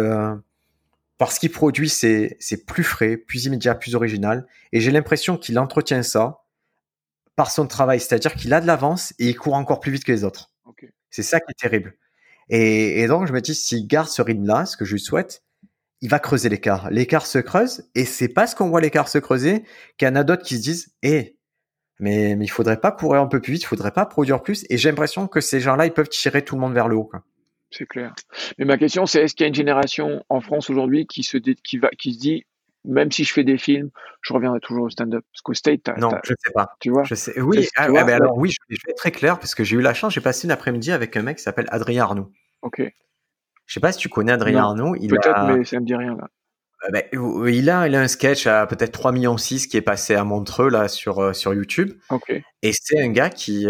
parce qu'il produit, c'est plus frais, plus immédiat, plus original. Et j'ai l'impression qu'il entretient ça par son travail. C'est-à-dire qu'il a de l'avance et il court encore plus vite que les autres. ok. C'est ça qui est terrible. Et donc, je me dis, s'il garde ce rythme-là, ce que je lui souhaite, il va creuser l'écart. L'écart se creuse, et c'est parce qu'on voit l'écart se creuser qu'il y en a d'autres qui se disent, mais il faudrait pas courir un peu plus vite, il faudrait pas produire plus. Et j'ai l'impression que ces gens-là, ils peuvent tirer tout le monde vers le haut, quoi. C'est clair. Mais ma question, c'est est-ce qu'il y a une génération en France aujourd'hui qui se dit, même si je fais des films, je reviendrai toujours au stand-up? Parce qu'au State, Non, je sais pas. tu vois? Je sais. Oui, Tu vois? Ouais. alors oui, je vais être très clair parce que j'ai eu la chance, j'ai passé une après-midi avec un mec qui s'appelle Adrien Arnoux. Ok. Je sais pas si tu connais Adrien Non. Arnoux. Peut-être, mais ça me dit rien là. Il a un sketch à peut-être 3,6 millions qui est passé à Montreux là sur YouTube. Ok. Et c'est un gars qui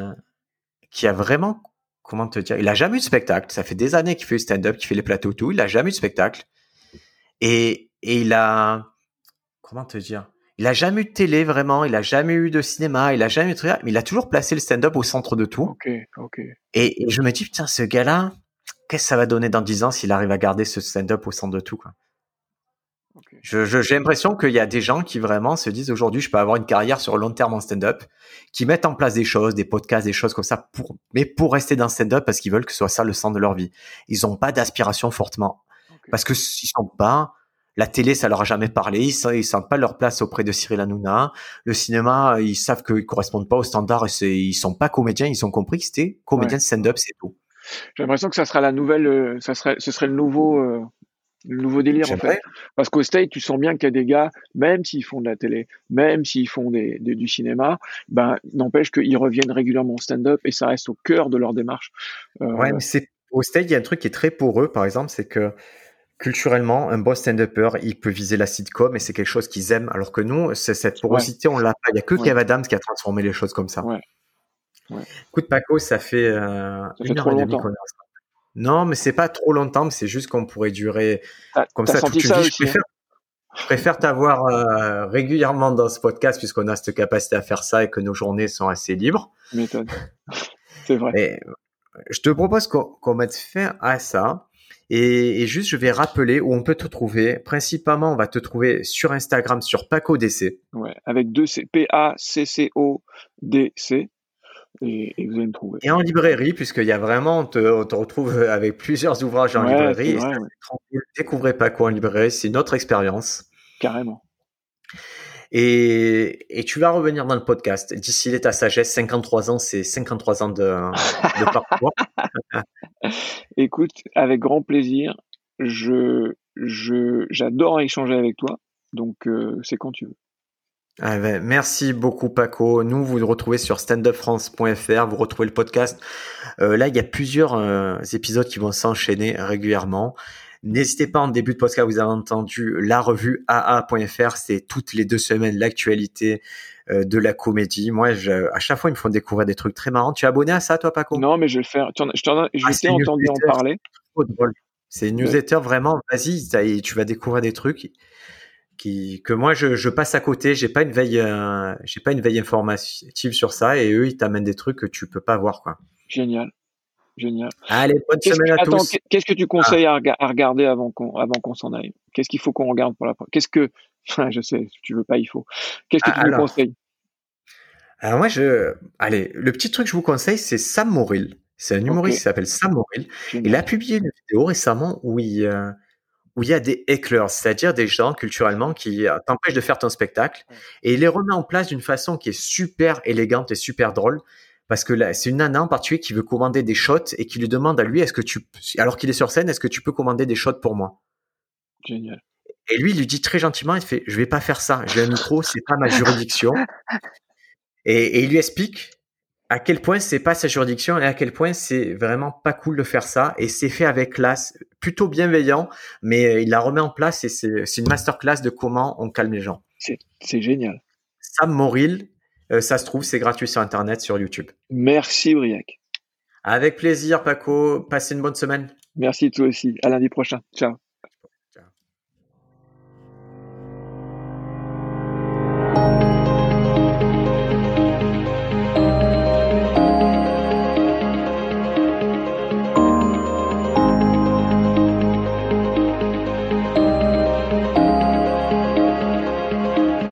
a vraiment, comment te dire, il a jamais eu de spectacle. Ça fait des années qu'il fait du stand-up, qu'il fait les plateaux tout. Il a jamais eu de spectacle. Et il a, comment te dire, il a jamais eu de télé vraiment. Il a jamais eu de cinéma. Il a jamais eu de truc. Mais il a toujours placé le stand-up au centre de tout. Ok. Ok. Et je me dis, putain, ce gars-là, qu'est-ce que ça va donner dans 10 ans s'il arrive à garder ce stand-up au centre de tout, quoi. Ok. J'ai l'impression qu'il y a des gens qui vraiment se disent aujourd'hui, je peux avoir une carrière sur le long terme en stand-up, qui mettent en place des choses, des podcasts, des choses comme ça, mais pour rester dans le stand-up parce qu'ils veulent que ce soit ça le centre de leur vie. Ils n'ont pas d'aspiration fortement. Ok. Parce que ils sont pas, la télé, ça leur a jamais parlé, ils sentent pas leur place auprès de Cyril Hanouna. Le cinéma, ils savent qu'ils correspondent pas aux standards et ils sont pas comédiens, ils ont compris que c'était comédien de stand-up, c'est tout. J'ai l'impression que ça sera la nouvelle, ce serait le nouveau délire en fait. J'aimerais. Parce qu'au State, tu sens bien qu'il y a des gars, même s'ils font de la télé, même s'ils font du cinéma, ben n'empêche qu'ils reviennent régulièrement au stand-up et ça reste au cœur de leur démarche. Ouais, mais au stage, il y a un truc qui est très poreux, par exemple, c'est que culturellement, un bon stand-upper, il peut viser la sitcom et c'est quelque chose qu'ils aiment. Alors que nous, cette porosité, on l'a pas. Il y a que Ouais. Kev Adams qui a transformé les choses comme ça. Ouais. Écoute, Paco, ça fait Ça fait 1 trop heure et demie longtemps. qu'on est ensemble. Non, mais c'est pas trop longtemps, mais c'est juste qu'on pourrait durer comme T'as ça senti toute une ça vie. aussi, hein? Je préfère t'avoir régulièrement dans ce podcast puisqu'on a cette capacité à faire ça et que nos journées sont assez libres. Tu m'étonnes. C'est vrai. Et je te propose qu'on mette fin à ça. Et juste, je vais rappeler où on peut te trouver. Principalement, on va te trouver sur Instagram, sur PacoDC. Ouais. Avec 2 C, PACCODC. Et vous allez me trouver. Et en librairie, puisqu'il y a vraiment, on te retrouve avec plusieurs ouvrages en librairie. C'est Et ça, vrai, c'est tranquille. Découvrez Paco en librairie, c'est notre expérience. carrément. Et tu vas revenir dans le podcast. D'ici ta sagesse, 53 ans, c'est 53 ans de parcours. Écoute, avec grand plaisir. J'adore échanger avec toi. Donc, c'est quand tu veux. Ah ben, merci beaucoup Paco. Nous, vous nous retrouvez sur standupfrance.fr, vous retrouvez le podcast. Là, il y a plusieurs épisodes qui vont s'enchaîner régulièrement. N'hésitez pas, en début de podcast, vous avez entendu la revue aa.fr, c'est toutes les 2 semaines l'actualité de la comédie. Moi, à chaque fois, ils me font découvrir des trucs très marrants. Tu es abonné à ça, toi, Paco? Non, mais je vais le faire. Je t'ai entendu en parler. Trop drôle. C'est une newsletter, vraiment, vas-y, tu vas découvrir des trucs que moi je passe à côté, j'ai pas une veille informative sur ça et eux ils t'amènent des trucs que tu peux pas voir, quoi. Génial. Allez, bonne semaine à tous. Qu'est-ce que tu conseilles à regarder avant qu'on s'en aille? Qu'est-ce qu'il faut qu'on regarde pour qu'est-ce que je sais, si tu veux pas, il faut. Qu'est-ce que tu nous conseilles? Alors moi allez, le petit truc que je vous conseille, c'est Sam Morrill. C'est un humoriste qui s'appelle Sam Morrill. Il a publié une vidéo récemment où où il y a des hecklers, c'est-à-dire des gens culturellement qui t'empêchent de faire ton spectacle. Et il les remet en place d'une façon qui est super élégante et super drôle. Parce que là, c'est une nana en particulier qui veut commander des shots et qui lui demande à lui, alors qu'il est sur scène, est-ce que tu peux commander des shots pour moi? Génial. Et lui, il lui dit très gentiment, il fait, je vais pas faire ça. J'ai un micro, c'est pas ma juridiction. Et il lui explique à quel point c'est pas sa juridiction et à quel point c'est vraiment pas cool de faire ça. Et c'est fait avec classe, plutôt bienveillant, mais il la remet en place et c'est une masterclass de comment on calme les gens. C'est génial. Sam Morrill, ça se trouve, c'est gratuit sur Internet, sur YouTube. Merci, Briac. Avec plaisir, Paco. Passez une bonne semaine. Merci toi aussi. À lundi prochain. Ciao.